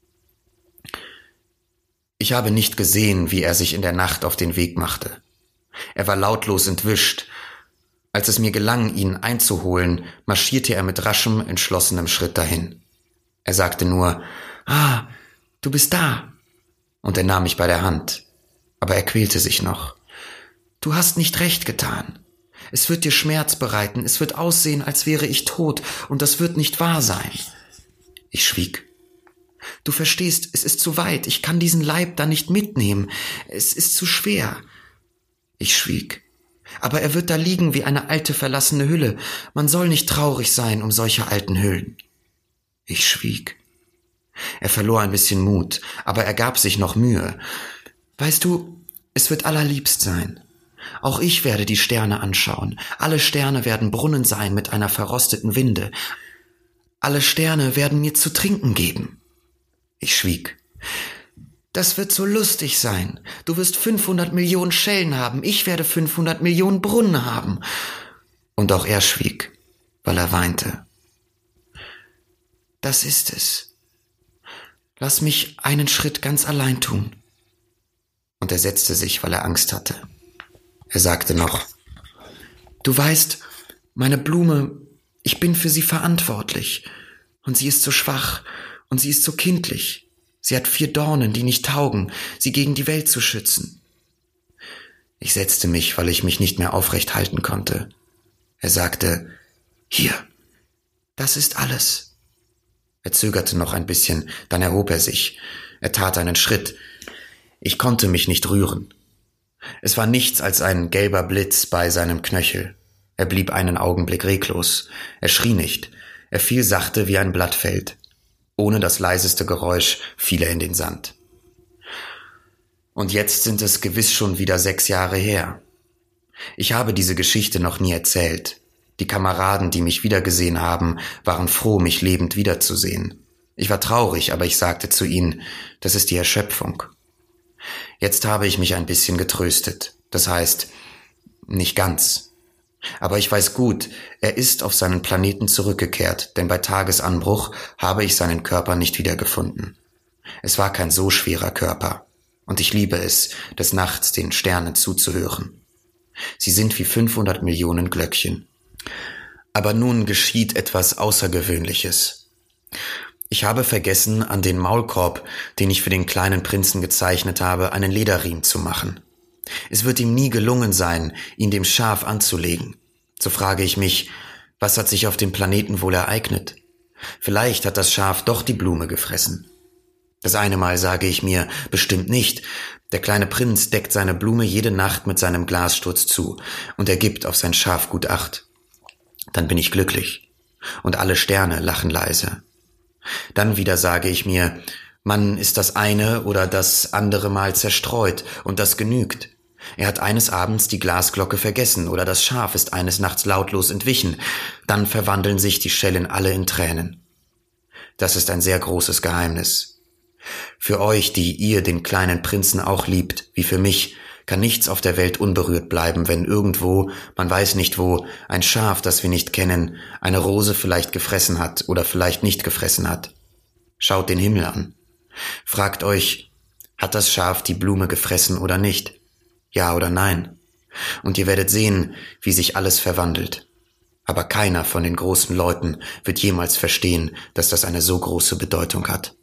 Ich habe nicht gesehen, wie er sich in der Nacht auf den Weg machte. Er war lautlos entwischt. Als es mir gelang, ihn einzuholen, marschierte er mit raschem, entschlossenem Schritt dahin. Er sagte nur, »Ah, du bist da!« Und er nahm mich bei der Hand. Aber er quälte sich noch. »Du hast nicht recht getan. Es wird dir Schmerz bereiten, es wird aussehen, als wäre ich tot, und das wird nicht wahr sein.« Ich schwieg. Du verstehst, es ist zu weit, ich kann diesen Leib da nicht mitnehmen, es ist zu schwer. Ich schwieg. Aber er wird da liegen wie eine alte verlassene Hülle. Man soll nicht traurig sein um solche alten Hüllen. Ich schwieg. Er verlor ein bisschen Mut, aber er gab sich noch Mühe. Weißt du, es wird allerliebst sein. Auch ich werde die Sterne anschauen. Alle Sterne werden Brunnen sein mit einer verrosteten Winde. Alle Sterne werden mir zu trinken geben. Ich schwieg. Das wird so lustig sein. Du wirst fünfhundert Millionen Schellen haben. Ich werde fünfhundert Millionen Brunnen haben. Und auch er schwieg, weil er weinte. Das ist es. Lass mich einen Schritt ganz allein tun. Und er setzte sich, weil er Angst hatte. Er sagte noch, du weißt, meine Blume, ich bin für sie verantwortlich. Und sie ist so schwach und sie ist so kindlich. Sie hat vier Dornen, die nicht taugen, sie gegen die Welt zu schützen. Ich setzte mich, weil ich mich nicht mehr aufrecht halten konnte. Er sagte, hier, das ist alles. Er zögerte noch ein bisschen, dann erhob er sich. Er tat einen Schritt. Ich konnte mich nicht rühren. Es war nichts als ein gelber Blitz bei seinem Knöchel. Er blieb einen Augenblick reglos. Er schrie nicht. Er fiel sachte wie ein Blatt fällt. Ohne das leiseste Geräusch fiel er in den Sand. Und jetzt sind es gewiss schon wieder sechs Jahre her. Ich habe diese Geschichte noch nie erzählt. Die Kameraden, die mich wiedergesehen haben, waren froh, mich lebend wiederzusehen. Ich war traurig, aber ich sagte zu ihnen, das ist die Erschöpfung. Jetzt habe ich mich ein bisschen getröstet. Das heißt, nicht ganz. Aber ich weiß gut, er ist auf seinen Planeten zurückgekehrt, denn bei Tagesanbruch habe ich seinen Körper nicht wiedergefunden. Es war kein so schwerer Körper. Und ich liebe es, des Nachts den Sternen zuzuhören. Sie sind wie fünfhundert Millionen Glöckchen. Aber nun geschieht etwas Außergewöhnliches. Ich habe vergessen, an den Maulkorb, den ich für den kleinen Prinzen gezeichnet habe, einen Lederriemen zu machen. Es wird ihm nie gelungen sein, ihn dem Schaf anzulegen. So frage ich mich, was hat sich auf dem Planeten wohl ereignet? Vielleicht hat das Schaf doch die Blume gefressen. Das eine Mal sage ich mir, bestimmt nicht. Der kleine Prinz deckt seine Blume jede Nacht mit seinem Glassturz zu und er gibt auf sein Schaf gut Acht. Dann bin ich glücklich und alle Sterne lachen leise. Dann wieder sage ich mir, man ist das eine oder das andere Mal zerstreut und das genügt. Er hat eines Abends die Glasglocke vergessen oder das Schaf ist eines Nachts lautlos entwichen. Dann verwandeln sich die Schellen alle in Tränen. Das ist ein sehr großes Geheimnis. Für euch, die ihr den kleinen Prinzen auch liebt, wie für mich, kann nichts auf der Welt unberührt bleiben, wenn irgendwo, man weiß nicht wo, ein Schaf, das wir nicht kennen, eine Rose vielleicht gefressen hat oder vielleicht nicht gefressen hat. Schaut den Himmel an. Fragt euch, hat das Schaf die Blume gefressen oder nicht? Ja oder nein? Und ihr werdet sehen, wie sich alles verwandelt. Aber keiner von den großen Leuten wird jemals verstehen, dass das eine so große Bedeutung hat.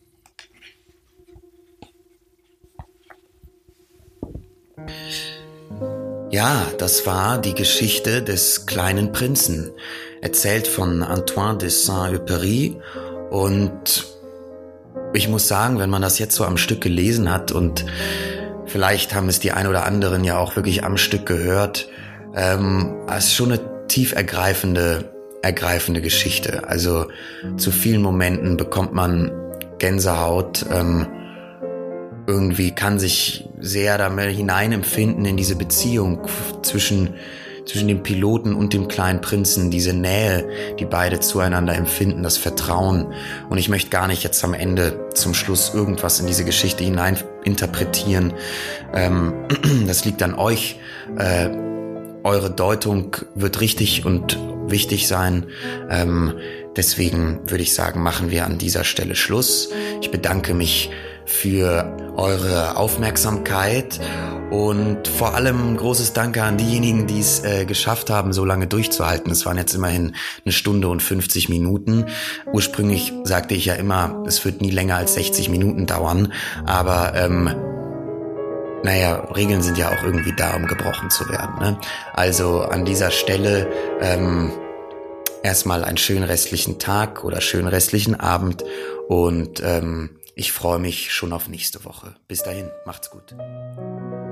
Ja, das war die Geschichte des kleinen Prinzen, erzählt von Antoine de Saint-Exupéry. Und ich muss sagen, wenn man das jetzt so am Stück gelesen hat und vielleicht haben es die ein oder anderen ja auch wirklich am Stück gehört, ähm, es ist schon eine tief ergreifende, ergreifende Geschichte. Also zu vielen Momenten bekommt man Gänsehaut, ähm, irgendwie kann sich sehr da hineinempfinden in diese Beziehung zwischen, zwischen dem Piloten und dem kleinen Prinzen, diese Nähe, die beide zueinander empfinden, das Vertrauen. Und ich möchte gar nicht jetzt am Ende zum Schluss irgendwas in diese Geschichte hinein interpretieren. Ähm, das liegt an euch. Äh, eure Deutung wird richtig und wichtig sein. Ähm, deswegen würde ich sagen, machen wir an dieser Stelle Schluss. Ich bedanke mich für eure Aufmerksamkeit und vor allem ein großes Danke an diejenigen, die es äh, geschafft haben, so lange durchzuhalten. Es waren jetzt immerhin eine Stunde und fünfzig Minuten. Ursprünglich sagte ich ja immer, es wird nie länger als sechzig Minuten dauern, aber ähm, naja, Regeln sind ja auch irgendwie da, um gebrochen zu werden, ne? Also an dieser Stelle ähm, erstmal einen schönen restlichen Tag oder schönen restlichen Abend und ähm, Ich freue mich schon auf nächste Woche. Bis dahin, macht's gut.